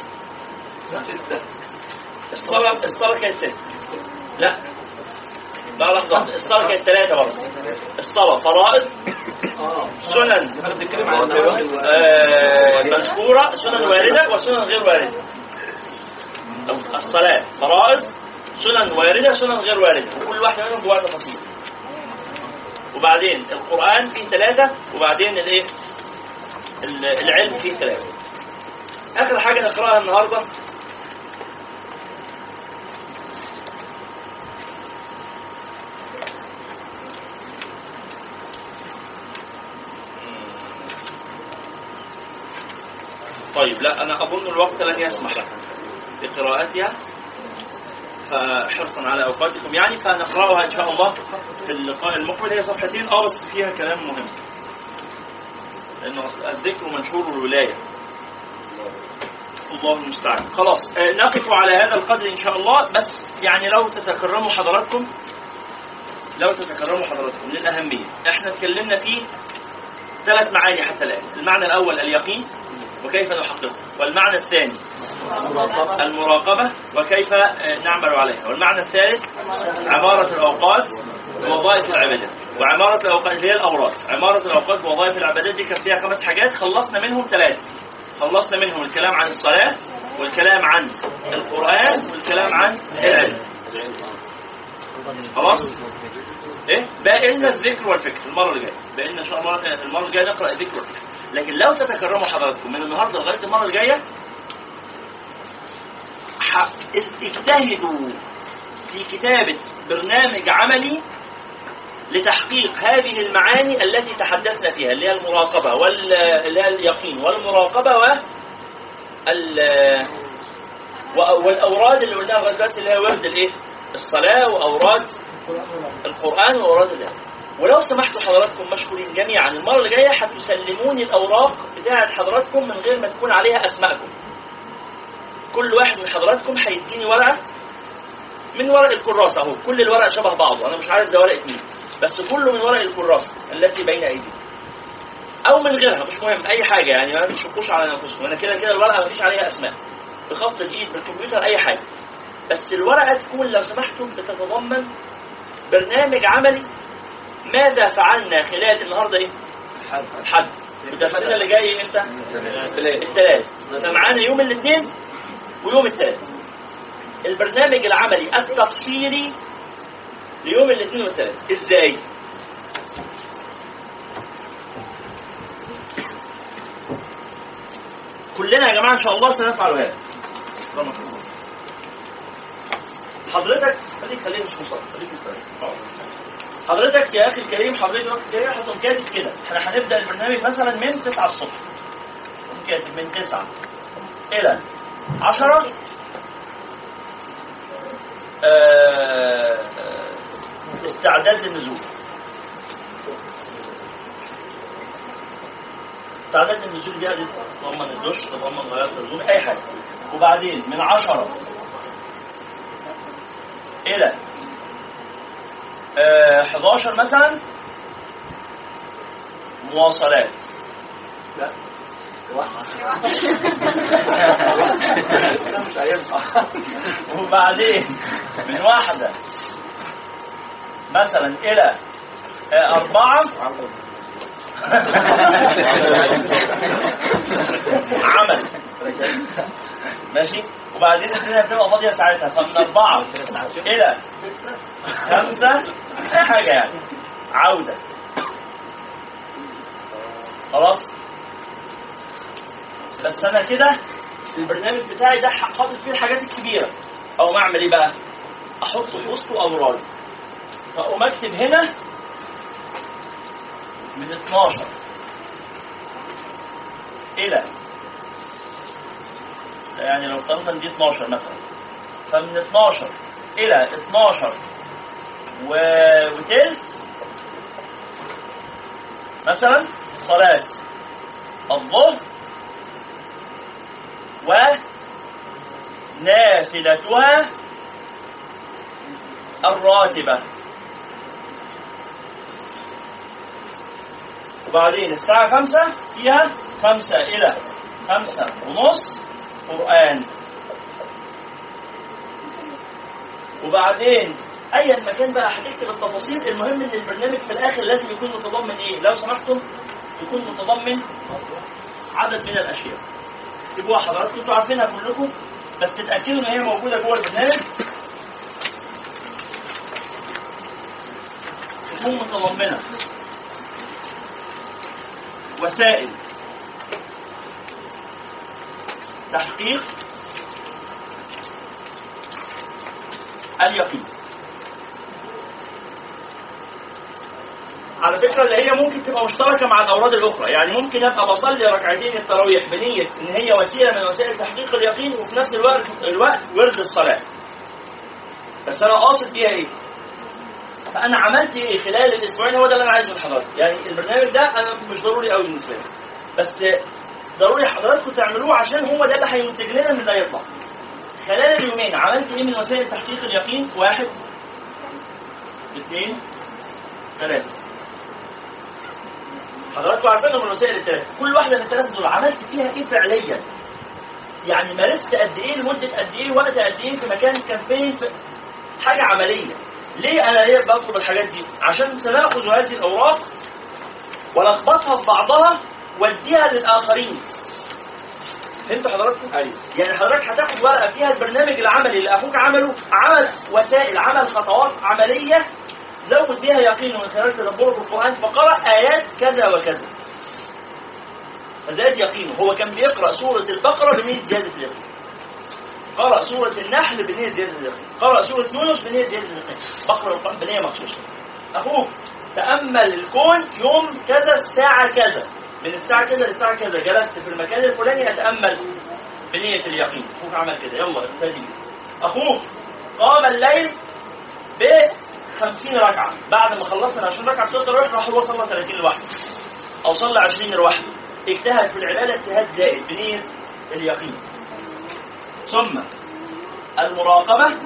B: الصلاة الصلاة كانت ست. لا لا لحظة، الصلاة كانت ثلاثة برضه. الصلاة فرائض، سنن مذكورة، سنن واردة وسنن غير واردة. الصلاة فرائض، سنن واردة، سنن غير واردة، وكل واحدة منهم جواها تفاصيل. وبعدين القرآن فيه ثلاثة، وبعدين الايه؟ العلم فيه ثلاثة. آخر حاجة نقرأها النهاردة طيب لا أنا أظن الوقت لن يسمح بقراءتها، فحرصا على أوقاتكم يعني، فنقرأها إن شاء الله في اللقاء المقبل. هي صفحتين اه بس فيها كلام مهم، لأنه الذكر منشور الولاية. الله المستعان. خلاص آه نقف على هذا القدر إن شاء الله. بس يعني لو تتكرموا حضراتكم لو تتكرموا حضراتكم من الأهمية، احنا اتكلمنا فيه ثلاث معاني حتى الآن. المعنى الأول اليقين وكيف نحققه، والمعنى الثاني المراقبة وكيف نعمل عليها، والمعنى الثالث عمارة الأوقات ووظائف العبادات. وعمارة الأوقات اللي هي الأوراد، عمارة الأوقات ووظائف العبادات دي كانت فيها خمس حاجات، خلصنا منهم ثلاثة. خلصنا منهم الكلام عن الصلاة، والكلام عن القرآن، والكلام عن العلم. خلاص؟ ايه؟ باقي لنا الذكر والفكر المرة اللي جاية. باقي لنا إن شاء الله المرة اللي جاية نقرأ الذكر والفكر. لكن لو تتكرموا حضراتكم من النهارده لغاية المرة الجاية اجتهدوا في كتابة برنامج عملي لتحقيق هذه المعاني التي تحدثنا فيها، اللي هي المراقبة واللي هي اليقين والمراقبة والأوراد اللي قلناها لغاية دلوقتي، اللي هي ورد الايه؟ الصلاة، وأوراد القرآن، وأوراد الله. ولو سمحتوا حضراتكم مشكورين جميعا، المرة اللي جاية هتسلموني الأوراق بتاعة حضراتكم من غير ما تكون عليها أسماءكم. كل واحد من حضراتكم هيديني ورقة من ورق الكراسة اهو، كل الورق شبه بعضه، أنا مش عارف ده ورقة مين، بس كله من ورق الكراسة التي بين أيديكم أو من غيرها، مش مهم أي حاجة يعني، ما تشكوش على نفسكم. أنا كده كده الورقة مفيش عليها أسماء، بخط الإيد بالكمبيوتر أي حاجة، بس الورقة تكون لو سمحتم بتتضمن برنامج عملي. ماذا فعلنا خلال النهارده ايه؟ الحد. ودرسنا اللي جاي امتى؟ الثلاث. فمعانا يوم الاثنين ويوم الثلاث. البرنامج العملي التفصيلي ليوم الاثنين والثلاث. ازاي؟ كلنا يا جماعه ان شاء الله سنفعل هذا. حضرتك خليك خليك مش مصاب، خليك مستريح. حضرتك يا اخي الكريم، حضرتك وقت جاي هتقوم كاتب كده، احنا هنبدا البرنامج مثلا من تسعة الصبح. قوم كاتب من تسعة الى عشرة آه استعداد للنزول. استعداد للنزول دي تضمن الدش، تضمن غيار الهدوم، اي حاجه. وبعدين من عشرة الى أه حداشر مثلا مواصلات. لا مش هينفع. وبعدين من واحدة مثلا الى أه أربعة عمل ماشي. وبعدين الدنيا بتبقى فاضيه ساعتها، فمن أربعة إلى خمسة أي حاجة يعني عودة. خلاص. بس أنا كده البرنامج بتاعي ده حاطط فيه الحاجات الكبيرة، أو ما أعمل إيه بقى؟ أحط في وسطه أوراد، فأقوم أكتب هنا من اتناشر إلى يعني لو افترضنا دي اتناشر مثلا، فمن اتناشر الى اتناشر و... وتلت مثلا صلاة الظهر ونافلتها الراتبة. وبعدين الساعة خمسة فيها خمسة إلى خمسة ونص قرآن. وبعدين أي مكان بقى هتكتب التفاصيل. المهم إن البرنامج في الآخر لازم يكون متضمن إيه؟ لو سمحتم يكون متضمن عدد من الأشياء. تبقوا حضراتكم انتوا عارفينها كلكم، بس تتأكدوا إن هي موجودة جوه البرنامج. تكون متضمنة وسائل تحقيق اليقين. على فكرة اللي هي ممكن تبقى مشتركة مع الأوراد الأخرى، يعني ممكن أبقى بصلي ركعتين التراويح بنية إن هي وسيلة من وسائل تحقيق اليقين، وفي نفس الوقت الوقت ورد الصلاة. بس أنا قاصد فيها إيه؟ فأنا عملت إيه خلال الأسبوعين؟ هو ده اللي أنا عايزه من حضرتك. يعني البرنامج ده أنا مش ضروري قوي بالنسبة لي، بس ضروري حضراتكم تعملوه عشان هو ده اللي هينتج لنا من اللي هيطلع. خلال اليومين عملت ايه من وسائل تحقيق اليقين؟ واحد اثنين ثلاثة. حضراتكم عارفين من الوسائل الثلاثة، كل واحدة من الثلاثة دول عملت فيها ايه فعليا؟ يعني مارست قد ايه لمدة قد ايه وقت قد ايه في مكان كامبين، في حاجة عملية. ليه انا ليه بطلب الحاجات دي؟ عشان سنأخذ هذه الأوراق ولخبطها في بعضها واديها للآخرين. فهمتوا حضراتكم؟ أيوة. يعني حضرتك هتاخد ورقة فيها البرنامج العملي اللي أخوك عمله، عمل وسائل، عمل خطوات عملية زود بيها يقينه من خلال تدبره في القرآن، فقرأ آيات كذا وكذا فزاد يقينه. هو كان بيقرأ سورة البقرة بنية زيادة اليقين، قرأ سورة النحل بنية زيادة اليقين، قرأ سورة يونس بنية زيادة اليقين، بقرأ القرآن بنية مخصوصة. أخوك تأمل الكون يوم كذا الساعة كذا، من الساعة كذا للساعة كذا جلست في المكان الفلاني أتأمل بنية اليقين. أخوك عمل كده، يلا ابتدي. أخوك قام الليل بخمسين ركعة، بعد ما خلصنا عشرين ركعة صلاة التراويح راح هو صلى ثلاثين لوحده أو صلى عشرين لوحده، اجتهد في العبادة اجتهاد زائد بنية اليقين. ثم المراقبة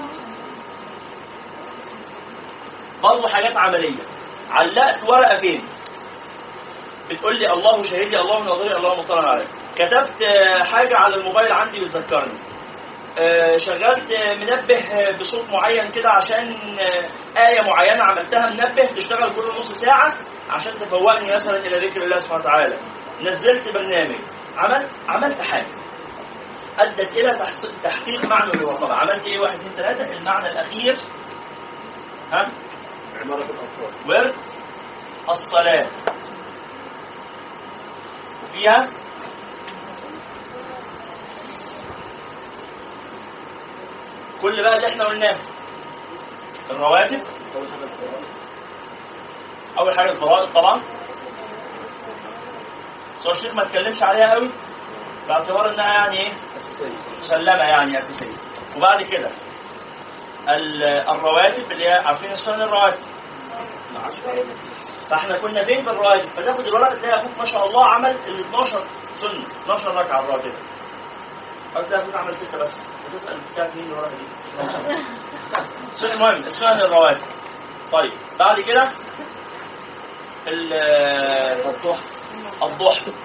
B: برضه حاجات عملية. علقت ورقة فين؟ بتقول لي الله شهيدي، الله ناظري، الله مطلع عليك. كتبت حاجة على الموبايل عندي بتذكرني. شغلت منبه بصوت معين كده عشان آية معينة عملتها منبه تشتغل كل نص ساعة عشان تفوقني مثلا إلى ذكر الله سبحانه وتعالى. نزلت برنامج، عمل عملت حاجة أدت إلى تحقيق معنى المراقبة. عملت إيه؟ واحد اثنين ثلاثة. المعنى الأخير ها؟
D: عمارة الأطفال.
B: ورد الصلاة وفيها كل بقى اللي احنا قلناه. الرواتب، أول حاجة الفرائض طبعا، بس الشيخ ما تكلمش عليها قوي باعتبار انها يعني ايه؟ مسلمة يعني أساسية. وبعد كده الرواتب اللي هي عارفين السنن الرواتب. فاحنا كنا فين في الرواتب؟ فتاخد الورقة تلاقي أخوك ما شاء الله عمل ال اثناشر سنة، اثناشر ركعة الرواتب. قلت له أخوك عمل ستة بس، وتسأل بتاعت مين الورقة دي؟ السنن المهم السنن الرواتب. طيب بعد كده الضحى الضحى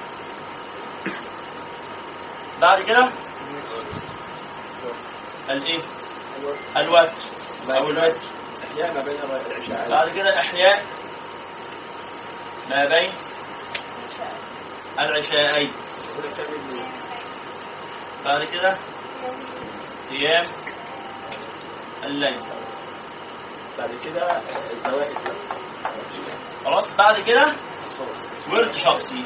B: بعد كده الايه؟ الوتر او الوتر.
D: احياء ما بين العشاء.
B: بعد كده احياء ما بين العشاءين. بعد كده قيام الليل.
D: بعد كده الزوائد.
B: خلاص. بعد كده ورد شخصي.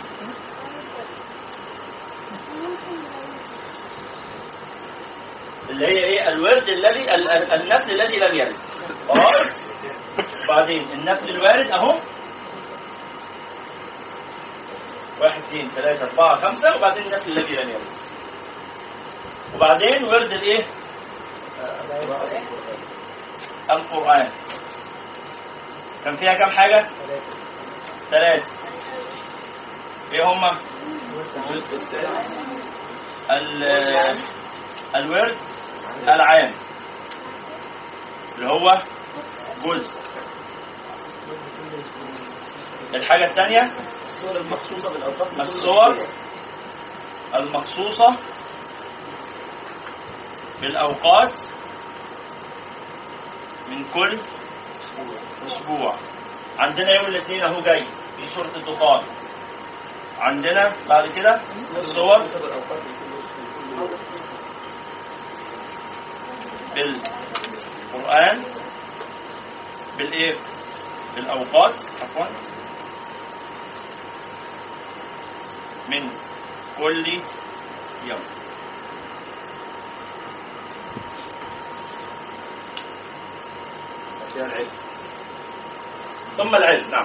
B: اللي هي ايه؟ الورد الذي النفل الذي لم يرد. خلاص. بعدين النفل الوارد اهو واحد اثنين ثلاثة أربعة خمسة، وبعدين النفل الذي لم يرد. وبعدين ورد الايه؟ القرآن. كان فيها كم حاجة؟ ثلاثة. ايه هما؟ الورد العام اللي هو جزء. الحاجة الثانية
D: الصور المخصوصة بالأوقات،
B: الصور المخصوصة بالأوقات من كل أسبوع. عندنا يوم الاثنين اهو جاي في سورة الدخان. عندنا بعد كده الصور بالقرآن بالايه؟ بالأوقات عفوا من كل يوم.
D: العلم.
B: ثم العلم. نعم.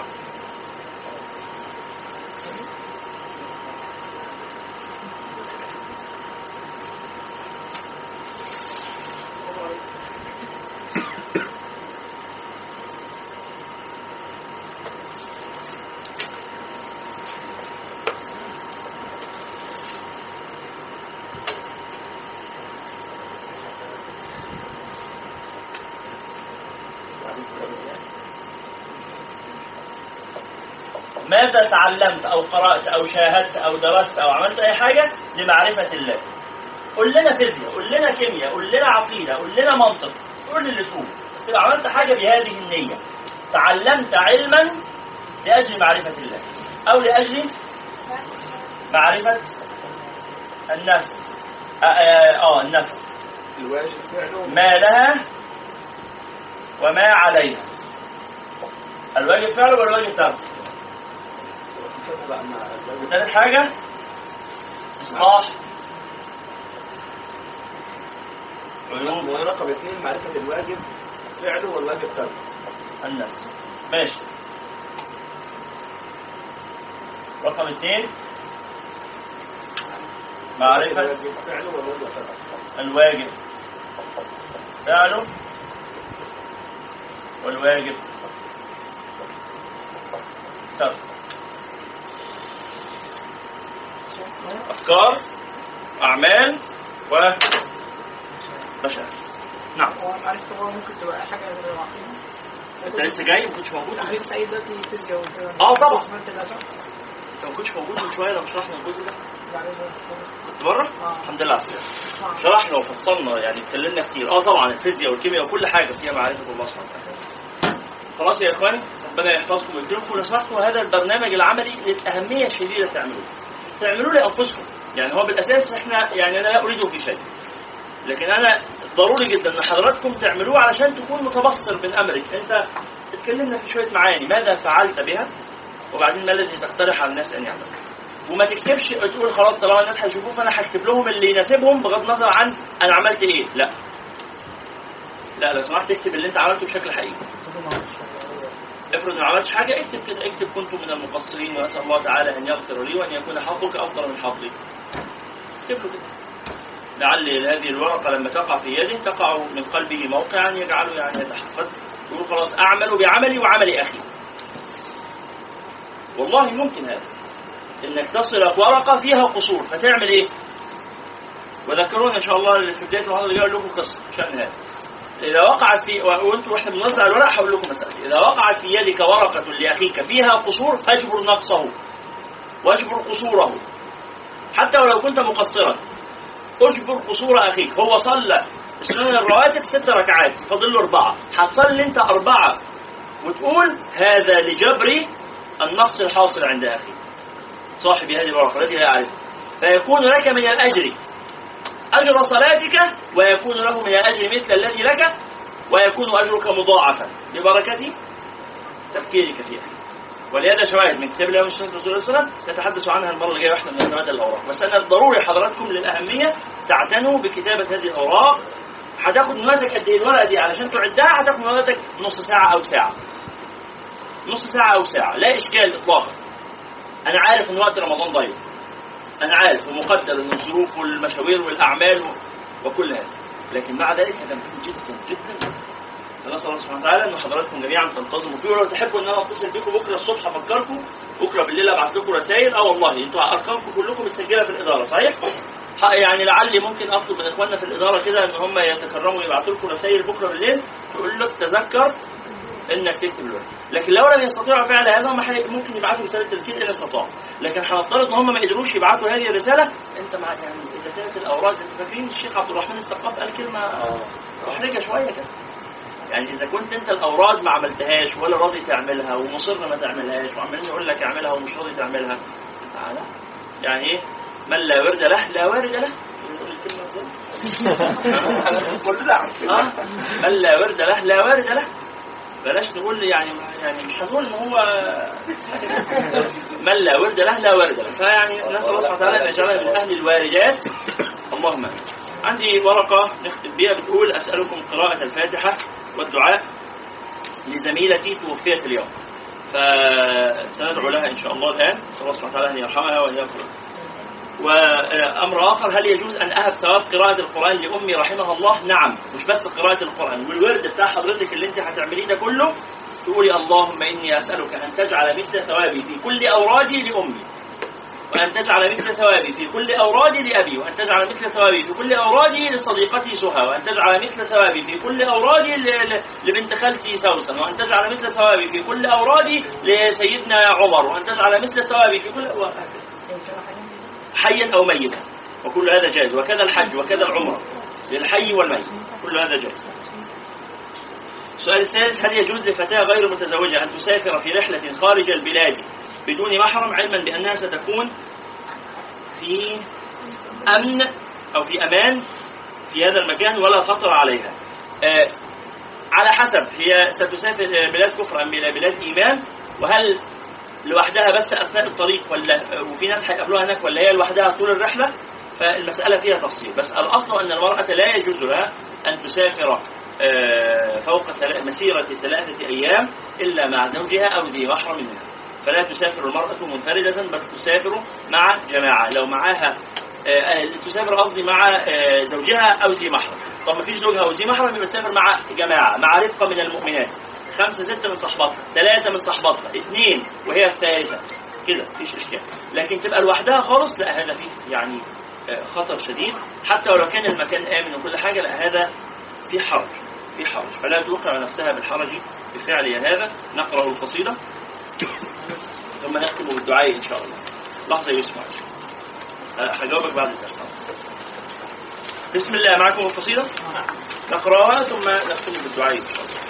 B: ماذا تعلمت أو قرأت أو شاهدت أو درست أو عملت أي حاجة لمعرفة الله. قل لنا فيزياء، قل لنا كيمياء، قل لنا عقيدة، قل لنا منطق، قل اللي تقول، بس تبقى عملت حاجة بهذه النية. تعلمت علما لأجل معرفة الله أو لأجل معرفة النفس. آه, آه النفس
D: الواجب فعله
B: ما لها وما عليها. الواجب فعله والواجب تركه. وثالث حاجة إصلاح عيوب.
D: رقم اثنين معرفة الواجب فعله والواجب تركه
B: النفس. ماشي. رقم اثنين معرفة
D: فعله والواجب تركه.
B: الواجب فعله والواجب تركه. أفكار، أعمال ومشاعر. نعم.
K: معرفة هو ممكن تبقى حاجة غير العقيدة.
B: أنت لسه جاي ما كنتش موجود؟
K: تعريف سعيد دلوقتي فيزياء وكده.
B: آه طبعا.
K: أنت
B: ما كنتش موجود من شوية لما شرحنا الجزء ده.
K: بعدين
B: كنت بره؟
K: آه.
B: الحمد لله على السلامة. شرحنا وفصلنا يعني اتكلمنا كتير. اه طبعا الفيزياء والكيمياء وكل حاجة فيها معرفة الله سبحانه وتعالى. خلاص يا اخواني، ربنا يحفظكم ويكرمكم. لو سمحتوا هذا البرنامج العملي للأهمية الشديدة تعملوه. تعملوه لأنفسكم. يعني هو بالأساس احنا يعني أنا لا أريده في شيء. لكن أنا ضروري جدا أن حضراتكم تعملوه علشان تكون متبصر من أمرك. أنت اتكلمنا في شوية معاني، ماذا فعلت بها؟ وبعدين ما الذي تقترح على الناس أن يعملوا؟ وما تكتبش تقول خلاص طالما الناس هيشوفوه فأنا هكتب لهم اللي يناسبهم بغض النظر عن أنا عملت إيه. لا لا لو سمحت اكتب اللي أنت عملته بشكل حقيقي. افرض ما عملتش حاجة اكتب كده، اكتب كنت من المقصرين وأسأل الله تعالى أن يغفر لي وأن يكون حظك أفضل من حظي. اكتب له كده. لعل هذه الورقة لما تقع في يده تقع من قلبه موقعا يجعله يعني يتحفز، يقول خلاص أعمل بعملي وعمل أخي. والله ممكن هذا، إنك تصلك ورقة فيها قصور فتعمل إيه؟ وذكرونا إن شاء الله في بداية المحاضرة اللي لكم قصة شأن هذا. إذا وقعت في وأنتم وإحنا بنوزع الورق هقول لكم مسألة. إذا وقعت في يدك ورقة لأخيك فيها قصور فاجبر نقصه واجبر قصوره، حتى ولو كنت مقصرا اجبر قصور أخيك. هو صلى السنن الرواتب ست ركعات فضل له أربعة، هتصلي أنت أربعة وتقول هذا لجبر النقص الحاصل عند أخي صاحب هذه الورقة التي لا يعرفها، فيكون لك من الأجر أجر صلاتك ويكون له من الأجر مثل الذي لك ويكون أجرك مضاعفا ببركة تفكيرك فيها. ولهذا شواهد من كتاب الله وسنة رسول الله صلى الله عليه وسلم نتحدث عنها المرة الجاية واحنا بنتبادل الأوراق. بس أنا ضروري حضراتكم للأهمية تعتنوا بكتابة هذه الأوراق. هتاخد من وقتك قد ايه الورقة دي علشان تعدها؟ هتاخد من وقتك نص ساعة أو ساعة، نص ساعة أو ساعة لا إشكال إطلاقا. أنا عارف إن وقت رمضان ضيق، أنا عارف ومقدر إن الظروف والمشاوير والأعمال وكل هذا، لكن مع ذلك هذا مهم جدا جدا. فنسأل الله سبحانه وتعالى أن حضراتكم جميعا تنتظموا فيه. ولو تحبوا أن أنا أتصل بكم بكرة الصبح أفكركم، بكرة بالليل أبعث لكم رسائل. أه والله أنتوا أرقامكم كلكم متسجلة في الإدارة صحيح؟ يعني لعلي ممكن أطلب من إخواننا في الإدارة كده أن هم يتكرموا يبعثوا لكم رسائل بكرة بالليل تقول لك تذكر إنك تكتب الورق. لكن لو لم يستطيعوا فعل هذا هم ممكن يبعثوا رسالة تذكير إن استطاعوا. لكن هنفترض إن هم ما قدروش يبعثوا هذه الرسالة، أنت مع يعني إذا كانت الأوراق أنت فاكرين الشيخ عبد الرحمن الثقاف قال كلمة محرجة شوية كده، يعني إذا كنت أنت الأوراد ما عملتهاش ولا راضي تعملها ومصر ما تعملهاش وعمالين يقول لك اعملها ومش راضي تعملها، تعالى يعني إيه؟ من لا ورد له لا وارد له.
D: كلنا عارفين.
B: من لا ورد له لا وارد له. بلاش نقول يعني يعني مش هنقول إن هو من لا ورد له لا وارد له. فيعني نسأل الله سبحانه وتعالى أن يجعلنا من أهل الواردات. اللهم آمين. عندي ورقة نختم بها بتقول أسألكم قراءة الفاتحة والدعاء لزميلتي توفيت اليوم، فسندعو لها إن شاء الله الآن. نسأل الله سبحانه وتعالى أن يرحمها وأن يغفر لها. وأمر آخر، هل يجوز أن أهب ثواب قراءة القرآن لأمي رحمها الله؟ نعم، مش بس قراءة القرآن، والورد بتاع حضرتك اللي انت هتعمليه ده كله تقولي اللهم إني أسألك أن تجعل مثل ثوابي في كل أورادي لأمي. وأن تجعل مثل ثوابي في كل أورادي لأبي، وأن تجعل مثل ثوابي في كل أورادي لصديقتي سهى، وأن تجعل مثل ثوابي في كل أورادي لبنت خالتي سوسن، وأن تجعل مثل ثوابي في كل أورادي لسيدنا عمر، وأن تجعل مثل ثوابي في كل حيا أو ميتا، وكل هذا جائز. وكذا الحج وكذا العمرة للحي والميت، كل هذا جائز. السؤال الثالث: هل يجوز لفتاة غير متزوجة أن تسافر في رحلة خارج البلاد بدون محرم، علما بأنها ستكون في أمن أو في أمان في هذا المكان ولا خطر عليها؟ آه على حسب، هي ستسافر بلاد كفر أم إلى بلاد إيمان، وهل لوحدها بس أثناء الطريق ولا وفي ناس هيقابلوها هناك، ولا هي لوحدها طول الرحلة؟ فالمسألة فيها تفصيل، بس الأصل أن المرأة لا يجوز لها أن تسافر فوق مسيرة ثلاثة أيام إلا مع زوجها أو ذي محرم منها. فلا تسافر المرأة منفردة بل تسافر مع جماعة، لو معها تسافر قصدي مع زوجها أو ذي محرم. طب ما فيش زوجها أو ذي محرم يبقى تسافر مع جماعة، مع رفقة من المؤمنات، خمسة ستة من صحباتها، ثلاثة من صحباتها، اثنين وهي الثالثة، كده مفيش إشكال. لكن تبقى لوحدها خالص لا، هذا فيه يعني خطر شديد، حتى ولو كان المكان آمن وكل حاجة، لا هذا في حرج في حرج فلا توقع نفسها بالحرج بفعل هذا. نقرأ القصيدة ثم نختم بالدعاء إن شاء الله. لحظة يسمع هجاوبك بعد الدرس. بسم الله. معكم القصيدة نقرأها ثم نختم بالدعاء إن شاء الله.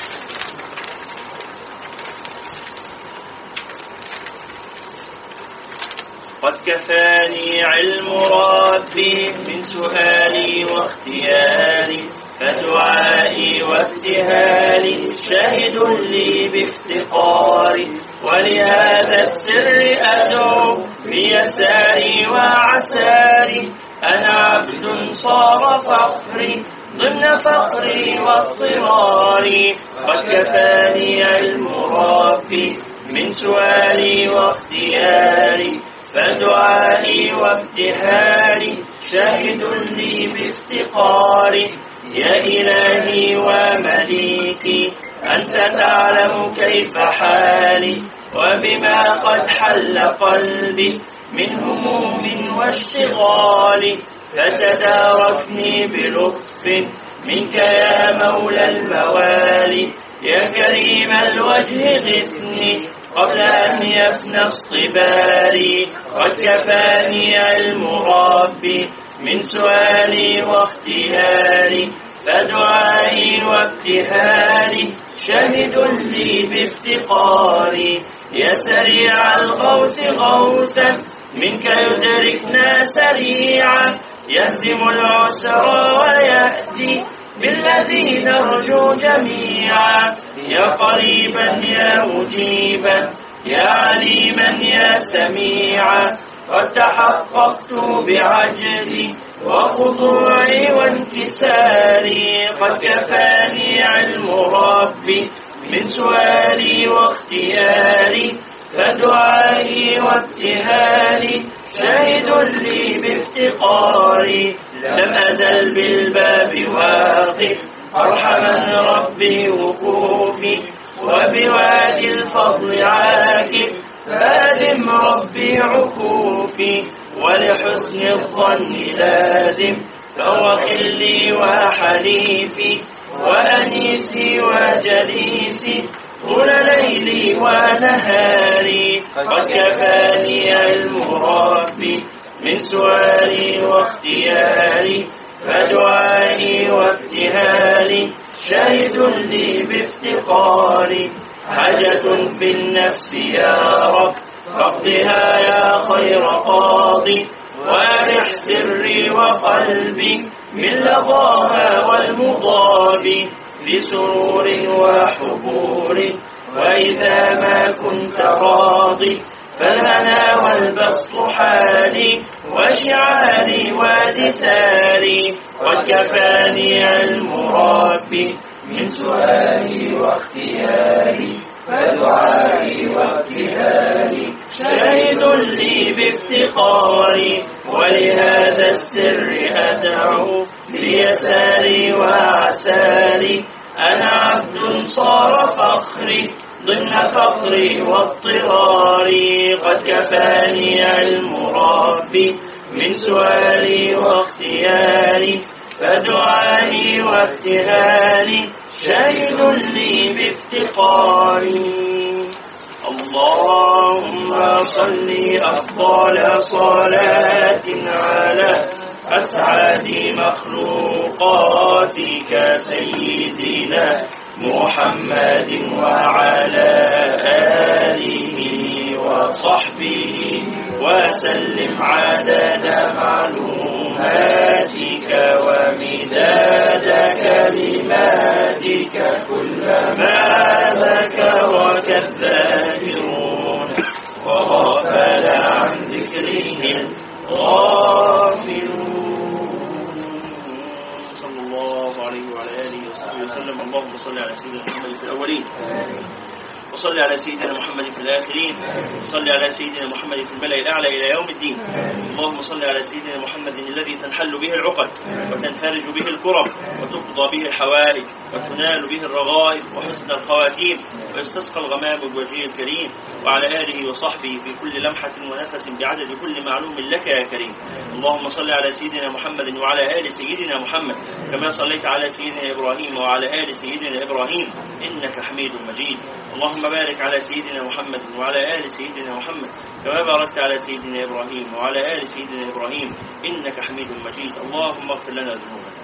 B: قد كفاني علم ربي من سؤالي واختياري، فدعائي وابتهالي شاهد لي بافتقاري، ولهذا السر أدعو بيساري وعساري، أنا عبد صار فخري ضمن فخري واضطراري. قد كفاني علم ربي من سؤالي واختياري، فدعائي وابتهالي شاهد لي بافتقاري. يا إلهي ومليكي أنت تعلم كيف حالي، وبما قد حل قلبي من هموم واشتغال، فتداركني بلطف منك يا مولى الموالي. يا كريم الوجه غثني قبل أن يفنى اصطباري. قد كفاني علم ربي من سؤالي واختياري، فدعائي وابتهالي شاهد لي بافتقاري. يا سريع الغوث غوثا منك يدركنا سريعا، يهزم العسر ويأتي بالذي نرجو جميعا. يا قريبا يا مجيبا يا عليما يا سميعا، قد تحققت بعجزي وخضوعي وانكساري. قد كفاني علم ربي من سؤالي واختياري، فدعائي وابتهالي شاهد لي بافتقاري. لم أزل بالباب واقف أرحما ربي وقوفي، وبوادي الفضل عاكف فادم ربي عكوفي. ولحسن الظن لازم فهو خلي وحليفي، وأنيسي وجليسي طول ليلي ونهاري. قد كفاني علم ربي من سؤالي واختياري، فدعائي وابتهالي شاهد لي بافتقاري. حاجة في النفس يا رب فاقضها يا خير قاضي، وارح سري وقلبي من لظاها والمضاب، لسرور وحبور وإذا ما كنت راضي، فالهنا والبسط حالي وشعاري ودثاري. قد كفاني علم ربي من سؤالي واختياري، فدعائي وابتهالي شاهد لي بافتقاري. ولهذا السر أدعو بيساري وعساري، أنا عبد صار فخري ضمن الفقر واضطرار قد كفاني المربي من سؤالي واختياري فدعائي وابتهالي شاهد لي بافتقاري. اللهم صل أفضل صلاة على أسعد مخلوقاتك سيدنا محمد وعلى آله وصحبه وسلم عدد معلوماتك ومداد كلماتك كلما ذكرك الذاكرون وغفل عن ذكره الغافلون. صلى الله عليه وعلى آله وصحبه وسلم. اللهم صل على سيدنا محمد في الأولين وصل على سيدنا محمد في الآخرين وصل على سيدنا محمد في الملأ الأعلى إلى يوم الدين. اللهم صل على سيدنا محمد الذي تنحل به العقد وتنفرج به الكرب وتقضى به الحوائج وتنال به الرغائب وحسن الخواتيم ويستسقى الغمام بوجهه الكريم وعلى آله وصحبه في كل لمحة ونفس بعدد كل معلوم لك يا كريم. اللهم صل على سيدنا محمد وعلى آل سيدنا محمد كما صليت على سيدنا إبراهيم وعلى آل سيدنا إبراهيم إنك حميد مجيد. اللهم بارك على سيدنا محمد وعلى آل سيدنا محمد كما باركت على سيدنا إبراهيم وعلى آل سيدنا إبراهيم إنك حميد مجيد. اللهم اغفر لنا ذنوبنا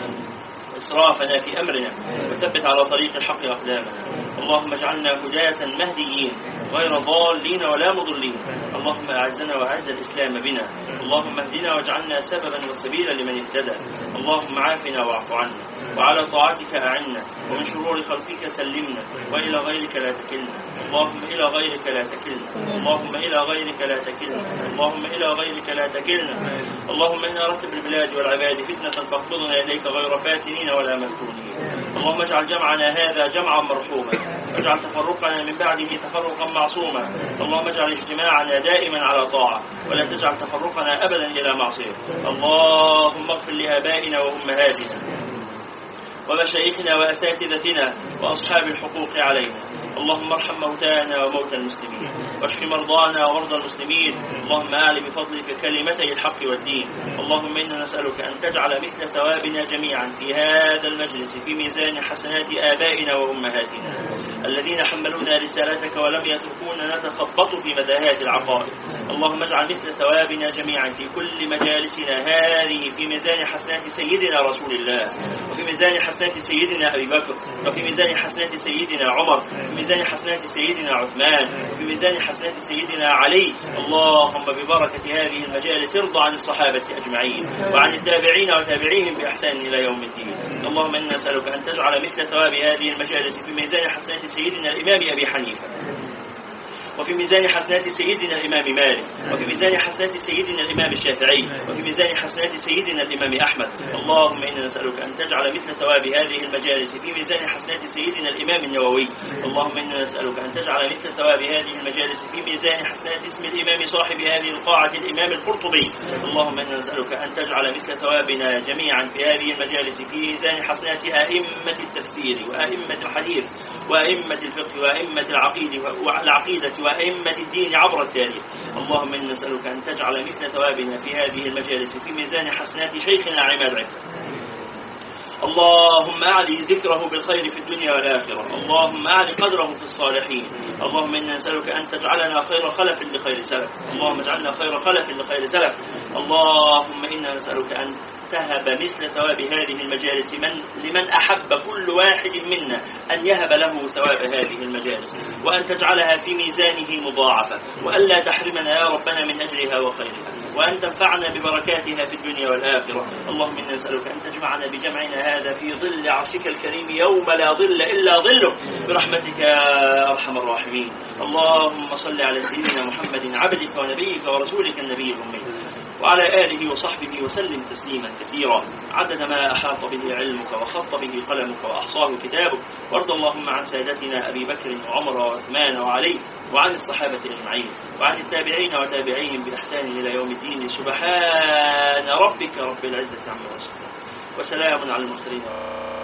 B: إسرافنا في أمرنا وثبت على طريق الحق أقدامنا. اللهم اجعلنا هداة مهديين غير ضالين ولا مضلين. اللهم أعزنا وأعز الإسلام بنا. اللهم اهدنا واجعلنا سببا وسبيلا لمن اهتدى. اللهم عافنا واعف عنا وعلى طاعتك أعنا ومن شرور خلقك سلمنا وإلى غيرك لا تكلنا. اللهم إلى غيرك لا تكلنا. اللهم إلى غيرك لا تكلنا. اللهم إلى غيرك لا تكلنا. اللهم إن أردت بالبلاد والعباد فتنة فاقبضنا إليك غير فاتنين ولا مفتونين. اللهم اجعل جمعنا هذا جمعا مرحوما واجعل تفرقنا من بعده تفرقا معصوما. اللهم اجعل اجتماعنا دائما على طاعة ولا تجعل تفرقنا أبدا إلى معصية. اللهم اغفر لآبائنا وأمهاتنا ومشايخنا وأساتذتنا وأصحاب الحقوق علينا. اللهم ارحم موتانا وموتى المسلمين واشف مرضانا ومرضى المسلمين. اللهم أعل بفضلك كلمتي الحق والدين. اللهم إنا نسألك أن تجعل مثل ثوابنا جميعا في هذا المجلس في ميزان حسنات آبائنا وأمهاتنا الذين حملونا رسالتك ولم يتركونا نتخبط في متاهات العقائد. اللهم اجعل مثل ثوابنا جميعا في كل مجالسنا هذه في ميزان حسنات سيدنا رسول الله وفي ميزان حسنات سيدنا أبي بكر وفي ميزان حسنات سيدنا عمر وفي ميزان حسنات سيدنا عثمان وفي ميزان حسنات سيدنا علي. اللهم ببركة هذه المجالس ارضى عن الصحابة أجمعين وعن التابعين وتابعيهم بإحسان إلى يوم الدين. اللهم إنا نسألك أن تجعل مثل ثواب هذه المجالس في ميزان حسنات سيدنا الإمام أبي حنيفة وفي ميزان حسنات سيدنا الإمام مالك وفي ميزان حسنات سيدنا الإمام الشافعي وفي ميزان حسنات سيدنا الإمام أحمد. اللهم إنا نسألك أن تجعل مثل ثواب هذه المجالس في ميزان حسنات سيدنا الإمام النووي. اللهم إنا نسألك أن تجعل مثل ثواب هذه المجالس في ميزان حسنات اسم الإمام صاحب هذه القاعة الإمام القرطبي. اللهم إنا نسألك أن تجعل مثل ثوابنا جميعا في هذه المجالس في ميزان حسنات أئمة التفسير وأئمة الحديث وأئمة الفقه وأئمة العقيدة وأئمة الدين عبر التاريخ. اللهم إنا نسألك أن تجعل مثل ثوابنا في هذه المجالس في ميزان حسنات شيخنا عماد عفة. اللهم أعلي ذكره بالخير في الدنيا والآخرة. اللهم أعلي قدره في الصالحين. اللهم إنا نسألك أن تجعلنا خير خلف لخير سلف. اللهم اجعلنا خير خلف لخير سلف. اللهم إنا نسألك أن تهب مثل ثواب هذه المجالس من لمن أحب كل واحد منا أن يهب له ثواب هذه المجالس وأن تجعلها في ميزانه مضاعفة وألا تحرمنا يا ربنا من أجرها وخيرها وأن تنفعنا ببركاتها في الدنيا والآخرة. اللهم إنا نسألك أن تجمعنا بجمعنا هذا في ظل عرشك الكريم يوم لا ظل إلا ظلك برحمتك يا أرحم الراحمين. اللهم صل على سيدنا محمد عبدك ونبيك ورسولك النبي الأمي وعلى آله وصحبه وسلم تسليما كثيرا عدد ما أحاط به علمك وخط به قلمك وأحصاه كتابك. وارض اللهم عن سادتنا أبي بكر وعمر وعثمان وعلي وعن الصحابة أجمعين وعن التابعين وتابعيهم بإحسان إلى يوم الدين. سبحان ربك رب العزة عما يصفون وسلام على المرسلين.